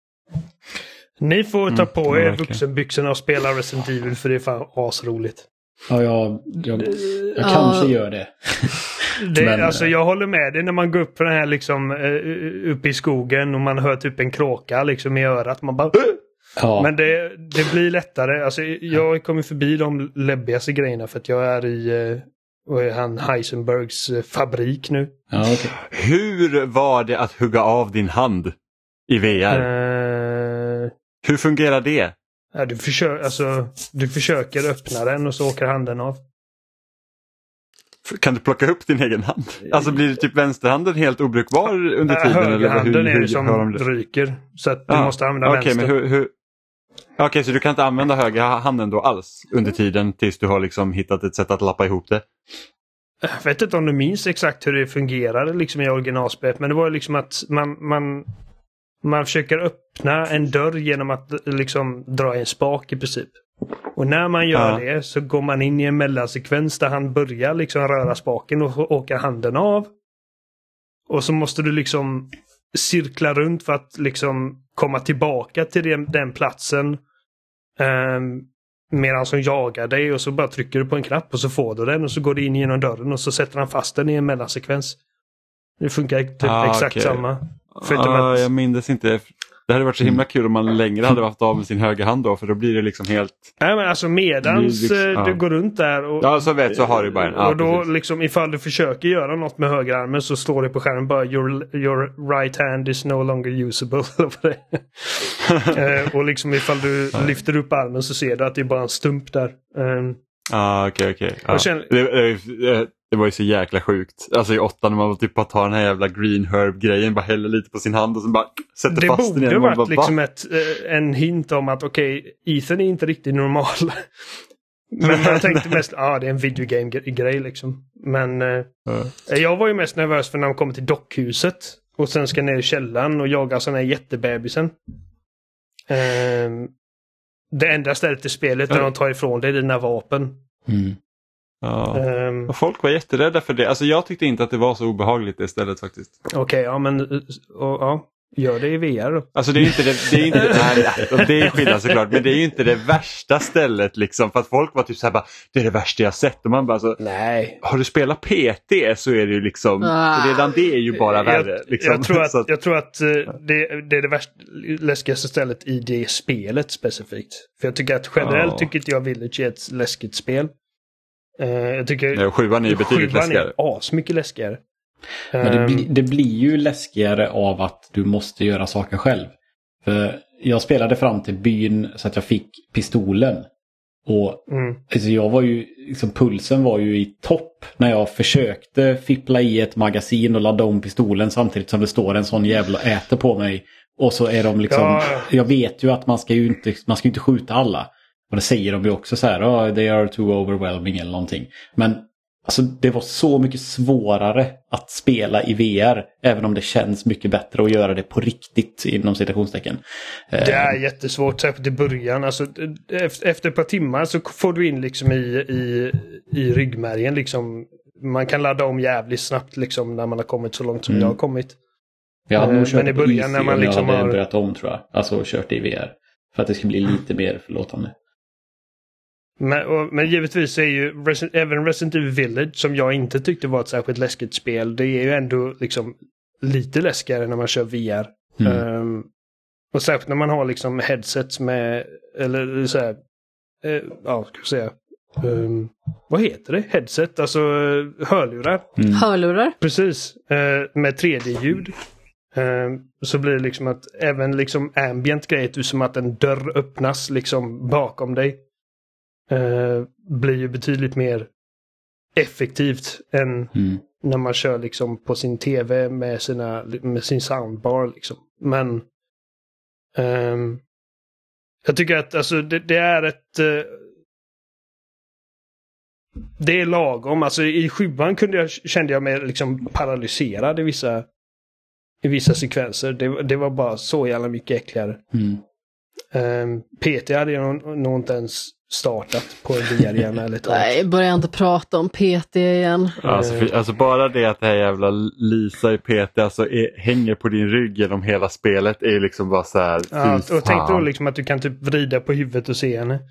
Ni får ta på er vuxenbyxorna och spela Resident Evil, för det är fan asroligt. Ja, jag kanske gör det. Men, alltså, jag håller med dig när man går upp på den här liksom uppe i skogen och man hör typ en kråka liksom i örat. Man bara... Ja. Men det blir lättare. Alltså, jag kommer förbi de läbbigaste grejerna för att jag är i... och är han Heisenbergs fabrik nu. Ja, okay. Hur var det att hugga av din hand i VR? Hur fungerar det? Ja, du försöker öppna den och så åker handen av. Kan du plocka upp din egen hand? Alltså blir det typ vänsterhanden helt obrukbar under tiden? Högerhanden är det som ryker. Så att du måste använda vänster. Men Okej, så du kan inte använda höger handen då alls under tiden tills du har liksom hittat ett sätt att lappa ihop det? Jag vet inte om du minns exakt hur det fungerade liksom i originalspelet, men det var liksom att man försöker öppna en dörr genom att liksom dra en spak i princip. Och när man gör det så går man in i en mellansekvens där han börjar liksom röra spaken och åker handen av. Och så måste du liksom cirkla runt för att liksom komma tillbaka till den platsen medan som jagar dig och så bara trycker du på en knapp och så får du den och så går du in genom dörren och så sätter han fast den i en mellansekvens. Det funkar typ exakt samma. Jag minns inte. Det hade varit så himla kul om man längre hade haft av med sin högra hand då, för då blir det liksom helt... Nej, men alltså medans du går runt där och... Ja, så har du bara en... och då liksom ifall du försöker göra något med högerarmen så står det på skärmen bara your right hand is no longer usable. Och liksom ifall du lyfter upp armen så ser du att det är bara en stump där. Okej. Det var ju så jäkla sjukt. Alltså i 8 när man var typ att ta den här jävla green herb-grejen, bara häller lite på sin hand och så bara sätter fast den igen. Det borde varit liksom en hint om att Ethan är inte riktigt normal. Men jag tänkte mest, det är en videogame-grej liksom. Men jag var ju mest nervös för när de kommer till dockhuset och sen ska ner i källaren och jaga sån här jättebebisen. Det enda stället i spelet där de tar ifrån dig dina vapen. Ja. Och folk var jätterädda för det. Alltså jag tyckte inte att det var så obehagligt istället faktiskt. Okej, men gör det i VR då. Alltså det är inte det är skillnad såklart, men det är ju inte det värsta stället liksom, för att folk var typ så här bara, det är det värsta jag sett, och man bara så, nej. Har du spelat PT så är det ju liksom redan det är ju bara värre liksom. Jag tror att det är det värsta, läskigaste stället i det spelet specifikt. För jag tycker att generellt tycker inte jag Village är ett läskigt spel. Jag tycker 7:an är ju betydligt läskigare. Asmycket läskigare. Men det blir ju läskigare av att du måste göra saker själv. För jag spelade fram till byn så att jag fick pistolen. Och alltså jag var ju, liksom, pulsen var ju i topp när jag försökte fippla i ett magasin och ladda om pistolen samtidigt som det står en sån jävla äter på mig. Och så är de liksom, jag vet ju att man ska ju inte skjuta alla. Och det säger de ju också så här, they are too overwhelming eller någonting. Men alltså, det var så mycket svårare att spela i VR, även om det känns mycket bättre att göra det på riktigt inom citationstecken. Det är jättesvårt, särskilt i början. Alltså, efter ett par timmar så får du in liksom i ryggmärgen. Liksom. Man kan ladda om jävligt snabbt liksom, när man har kommit så långt som jag har kommit. Jag hade nog kört men i början när man liksom jag hade börjat om, tror jag. Alltså kört det i VR. För att det ska bli lite mer förlåtande. Men givetvis är ju även Resident Evil Village, som jag inte tyckte var ett särskilt läskigt spel, det är ju ändå liksom lite läskigare när man kör VR. Och särskilt när man har liksom headsets med, eller så här, ska jag säga, vad heter det? Headset, alltså hörlurar. Hörlurar? Precis, med 3D-ljud. Så blir det liksom att även liksom ambient grejer, som att en dörr öppnas liksom bakom dig. Blir ju betydligt mer effektivt än när man kör liksom på sin tv med sin soundbar liksom. Men jag tycker att alltså, det är ett det är lagom. Alltså i 7:an kände jag mig liksom paralyserad i vissa sekvenser. Det var bara så jävla mycket äckligare. PT hade jag nog inte ens startat på en VR igen eller ett Nej, börja inte prata om PT igen. Alltså bara det att det här jävla Lisa i PT alltså hänger på din rygg genom hela spelet är liksom bara så här. Och tänk då liksom att du kan typ vrida på huvudet och se henne.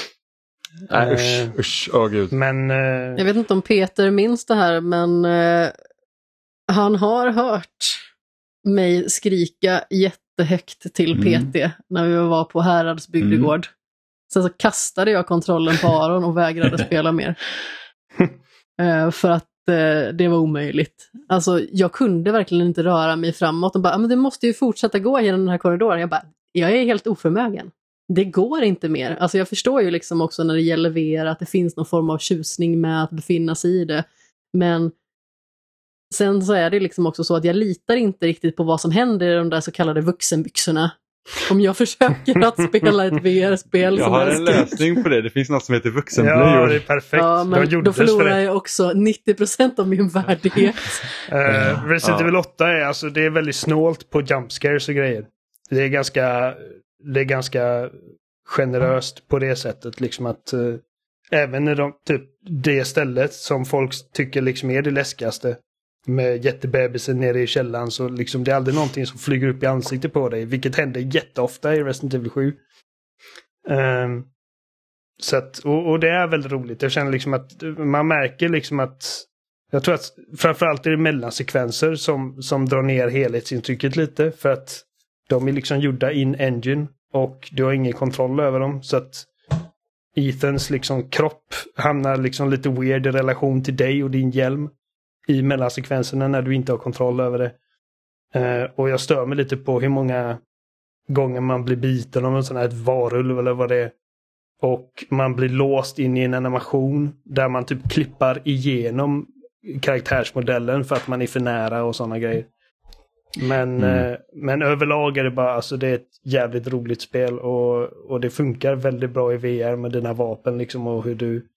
Usch, gud. Men jag vet inte om Peter minns det här, men han har hört mig skrika jättehögt till PT när vi var på Härads bygdegård. Sen så kastade jag kontrollen på Aron och vägrade spela mer. För att det var omöjligt. Alltså jag kunde verkligen inte röra mig framåt och bara, men det måste ju fortsätta gå genom den här korridoren. Jag är helt oförmögen. Det går inte mer. Alltså jag förstår ju liksom också när det gäller VR att det finns någon form av tjusning med att befinna sig i det. Men sen så är det liksom också så att jag litar inte riktigt på vad som händer i de där så kallade vuxenbyxorna. Om jag försöker att spela ett VR-spel. Jag har en lösning på det. Det finns något som heter vuxenblöjor. Ja, det är perfekt. Ja, men då förlorar jag också 90% av min värdighet. Resident Evil 8 det är väldigt snålt på jumpscares och grejer. Det är ganska generöst på det sättet. Liksom att även när det stället som folk tycker liksom är det läskigaste, med jättebebisen nere i källan, så liksom det är aldrig någonting som flyger upp i ansiktet på dig, vilket händer jätteofta i Resident Evil 7. Så att, och det är väldigt roligt. Jag känner liksom att man märker liksom att jag tror att framförallt är det mellansekvenser som drar ner helhetsintrycket lite, för att de är liksom gjorda in engine och du har ingen kontroll över dem, så att Ethans liksom kropp hamnar liksom lite weird i relation till dig och din hjälm i mellansekvenserna när du inte har kontroll över det. Och jag stör mig lite på hur många gånger man blir biten av en sån här varulv eller vad det är. Och man blir låst in i en animation där man typ klippar igenom karaktärsmodellen för att man är för nära och sådana grejer. Men överlag är det bara, alltså det är ett jävligt roligt spel och det funkar väldigt bra i VR med dina vapen liksom, och hur du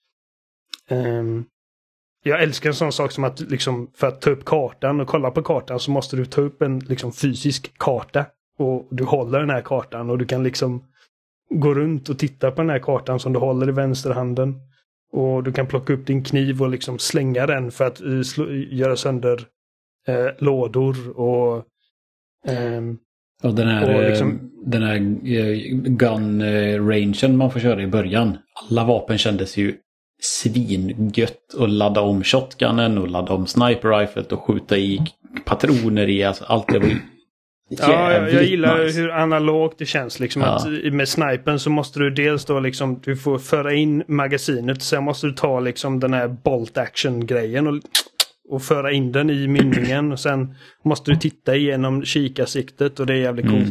jag älskar en sån sak som att liksom, för att ta upp kartan och kolla på kartan så måste du ta upp en liksom fysisk karta och du håller den här kartan och du kan liksom gå runt och titta på den här kartan som du håller i vänsterhanden. Och du kan plocka upp din kniv och liksom slänga den för att göra sönder lådor och den här, och liksom, den här gun-rangen man får köra i början. Alla vapen kändes ju svingött att ladda om shotgunnen och ladda om sniper-riflet och skjuta i patroner i. Alltså, allt det var ja, jag gillar hur analogt det känns liksom, att med snipern så måste du dels då liksom, du får föra in magasinet, sen måste du ta liksom den här bolt action grejen och föra in den i mynningen och sen måste du titta igenom kikarsiktet och det är jävligt coolt.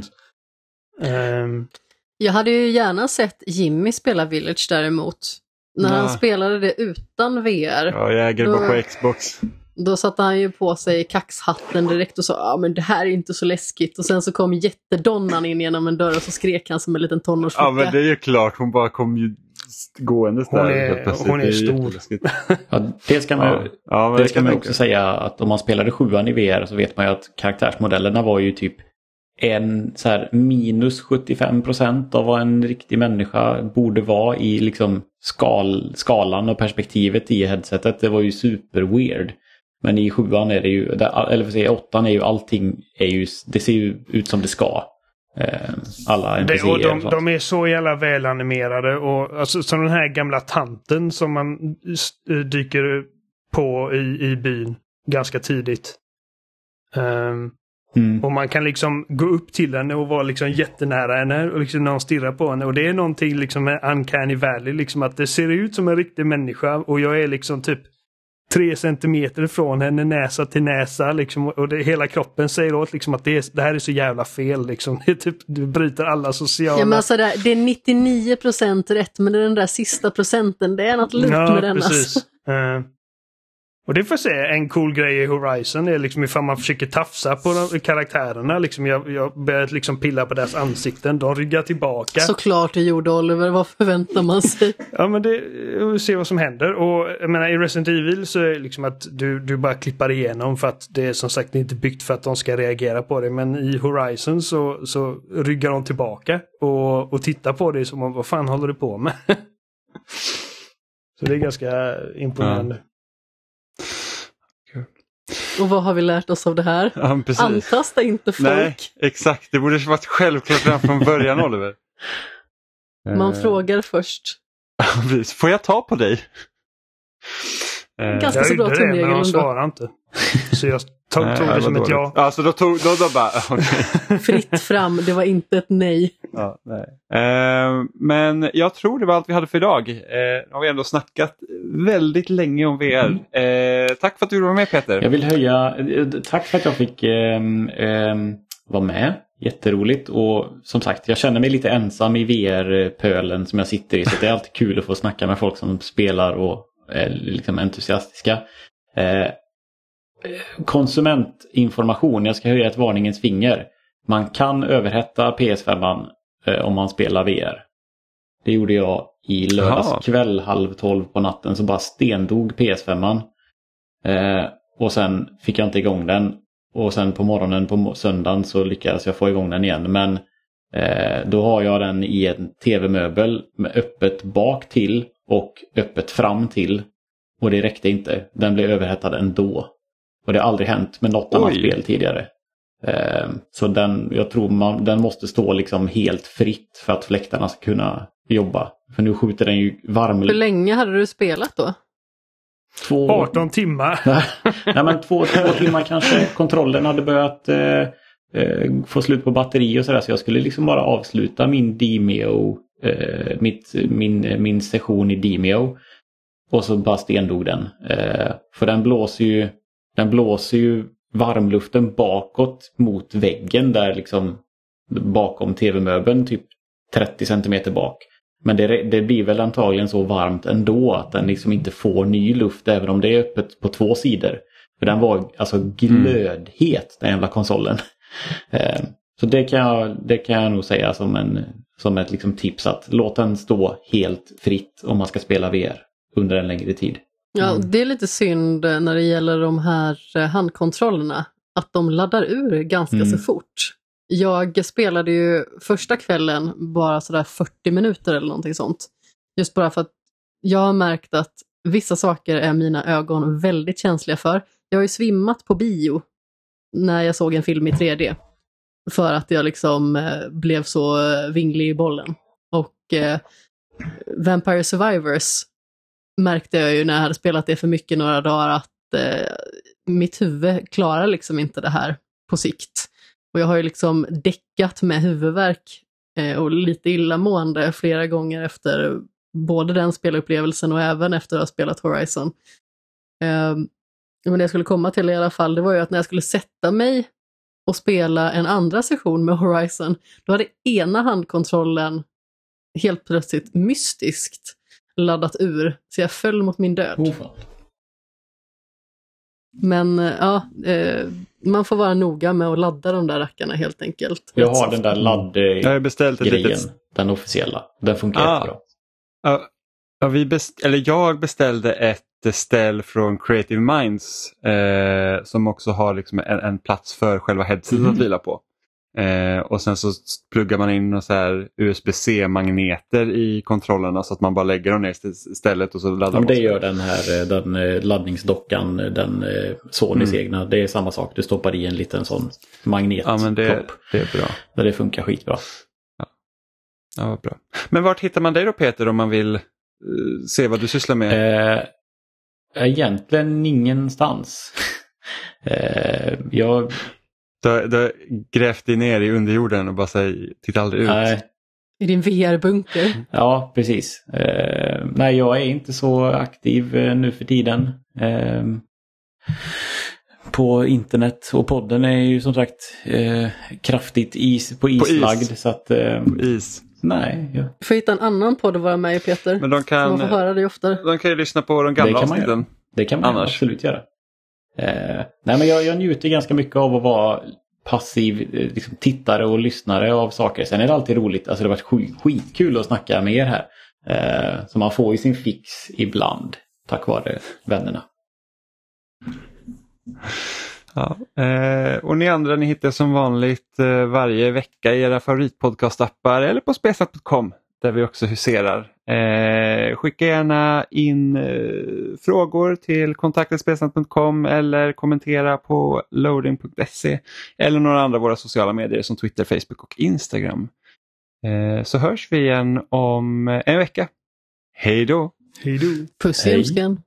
Jag hade ju gärna sett Jimmy spela Village däremot. När han spelade det utan VR. Ja, jag äger bara på Xbox. Då satte han ju på sig kaxhatten direkt och sa men det här är inte så läskigt. Och sen så kom jättedonnan in genom en dörr och så skrek han som en liten tonårsflicka. Ja, men det är ju klart. Hon bara kom ju gående där. Hon är stor. Ja, det ska man också säga, att om man spelade 7:an i VR så vet man ju att karaktärsmodellerna var ju typ så här minus 75% av vad en riktig människa borde vara i liksom skalan och perspektivet i headsetet. Det var ju super weird. Men i 7:an är det ju, eller för att säga 8:an är ju allting, det ser ju ut som det ska. Alla NPC:er. De är så jävla välanimerade och alltså, som den här gamla tanten som man dyker på i byn ganska tidigt. Och man kan liksom gå upp till henne och vara liksom jättenära henne och liksom någon stirrar på henne. Och det är någonting liksom med Uncanny Valley, liksom att det ser ut som en riktig människa och jag är liksom typ 3 centimeter från henne, näsa till näsa liksom, och hela kroppen säger åt liksom att det här är så jävla fel liksom. Det är typ, du bryter alla sociala... Ja, men alltså det är 99% rätt, men den där sista procenten, det är något lurt med den. Precis. Och det får jag säga, en cool grej i Horizon är liksom ifall man försöker tafsa på karaktärerna. Liksom jag började liksom pilla på deras ansikten. De ryggar tillbaka. Såklart det gjorde, Oliver. Vad förväntar man sig? Ja, men vi ser vad som händer. Och jag menar, i Resident Evil så är det liksom att du bara klippar igenom för att det är som sagt inte byggt för att de ska reagera på det. Men i Horizon så ryggar de tillbaka och tittar på det som om, vad fan håller du på med? Så det är ganska imponerande. Ja. Och vad har vi lärt oss av det här? Ja, antasta inte folk. Nej, exakt. Det borde varit självklart redan från början, Oliver. Man frågar först. Får jag ta på dig? Ganska så bra tumregel. Men de svarar inte. Så jag tog det som ett ja. Alltså då bara... Okay. Fritt fram, det var inte ett nej. Ja, nej. Men jag tror det var allt vi hade för idag. Nu har vi ändå snackat väldigt länge om VR. Tack för att du var med, Peter. Jag vill höja... Tack för att jag fick vara med. Jätteroligt. Och som sagt, jag känner mig lite ensam i VR-pölen som jag sitter i. Så det är alltid kul att få snacka med folk som spelar och är liksom entusiastiska. Konsumentinformation. Jag ska höja ett varningens finger. Man kan överhetta PS5 om man spelar VR. Det gjorde jag i lördags kväll 11:30 på natten, så bara stendog PS5. Och sen fick jag inte igång den. Och sen på morgonen på söndagen så lyckades jag få igång den igen. Men då har jag den i en tv-möbel med öppet bak till och öppet fram till. Och det räckte inte. Den blev överhettad ändå. Och det har aldrig hänt med något annat spel tidigare. Så jag tror den måste stå liksom helt fritt för att fläktarna ska kunna jobba. För nu skjuter den ju varmluft. Hur länge hade du spelat då? 18 timmar. Nej, men 2 timmar kanske. Kontrollen hade börjat få slut på batteri och sådär. Så jag skulle liksom bara avsluta min Demeo, min session i Demeo. Och så bara stendog den. För den blåser ju varmluften bakåt mot väggen där liksom bakom tv-möbeln typ 30 centimeter bak. Men det blir väl antagligen så varmt ändå att den liksom inte får ny luft även om det är öppet på 2 sidor. För den var alltså glödhet, den jävla konsolen. Så det kan jag nog säga som ett liksom tips att låt den stå helt fritt om man ska spela VR under en längre tid. Ja, det är lite synd när det gäller de här handkontrollerna att de laddar ur ganska så fort. Jag spelade ju första kvällen bara sådär 40 minuter eller någonting sånt. Just bara för att jag har märkt att vissa saker är mina ögon väldigt känsliga för. Jag har ju svimmat på bio när jag såg en film i 3D. För att jag liksom blev så vinglig i bollen. Och Vampire Survivors märkte jag ju när jag hade spelat det för mycket några dagar att mitt huvud klarar liksom inte det här på sikt. Och jag har ju liksom däckat med huvudvärk och lite illamående flera gånger efter både den spelupplevelsen och även efter att ha spelat Horizon. Men det jag skulle komma till i alla fall, det var ju att när jag skulle sätta mig och spela en andra session med Horizon, då hade ena handkontrollen helt plötsligt mystiskt laddat ur, så jag föll mot min död. Men ja, man får vara noga med att ladda de där rackarna helt enkelt. Jag har den där laddgrejen, den officiella. Den funkar jättebra. Jag beställde ett ställ från Creative Minds som också har liksom en plats för själva headsetet att vila på. Och sen så pluggar man in så här USB-C-magneter i kontrollerna så att man bara lägger dem ner istället och så laddar man. Det gör den laddningsdockan, den Sonys egna. Det är samma sak. Du stoppar i en liten sån magnettopp. Ja, men det är bra. Där det funkar skitbra. Ja, bra. Men vart hittar man dig då, Peter, om man vill se vad du sysslar med? Egentligen ingenstans. Jag... Du har grävt dig ner i underjorden och bara titta aldrig ut. Nej. I din VR-bunker. Ja, precis. Nej, jag är inte så aktiv nu för tiden. På internet, och podden är ju som sagt kraftigt islagd. Så att, is. Nej. Ja. Du får hitta en annan podd att vara med i, Peter. Men de kan, så man får höra det oftare. De kan ju lyssna på de gamla avsnitten. Det kan man absolut göra. Nej, men jag njuter ganska mycket av att vara passiv liksom, tittare och lyssnare av saker. Sen är det alltid roligt. Alltså det har varit skitkul att snacka med er här. Så man får ju sin fix ibland tack vare vännerna. Ja, och ni andra, ni hittar som vanligt varje vecka i era favoritpodcastappar eller på spesat.com där vi också huserar. Skicka gärna in frågor till kontaktet.spesat.com eller kommentera på loading.se eller några andra av våra sociala medier som Twitter, Facebook och Instagram. Så hörs vi igen om en vecka. Hej då! Hej då! Puss i älskan!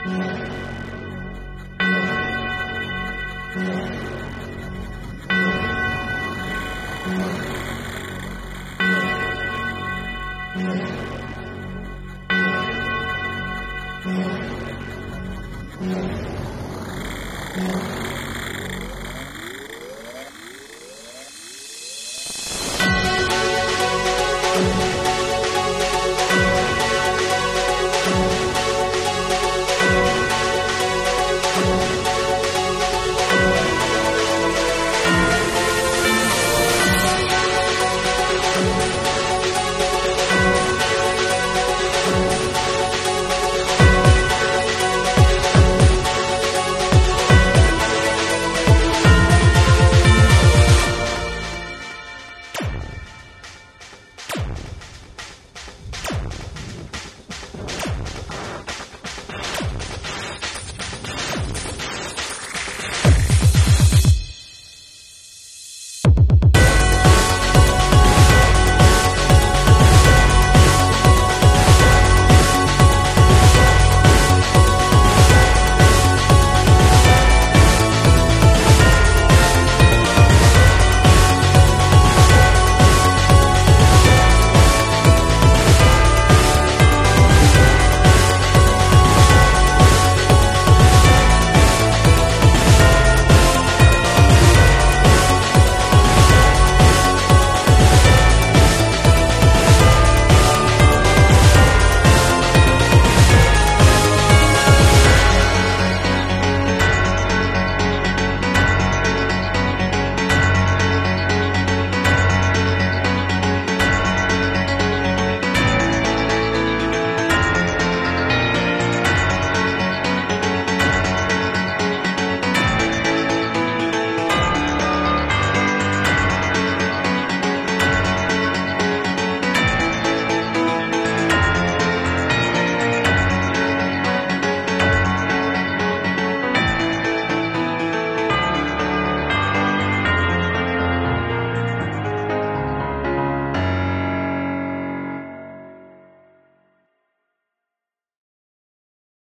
Mm.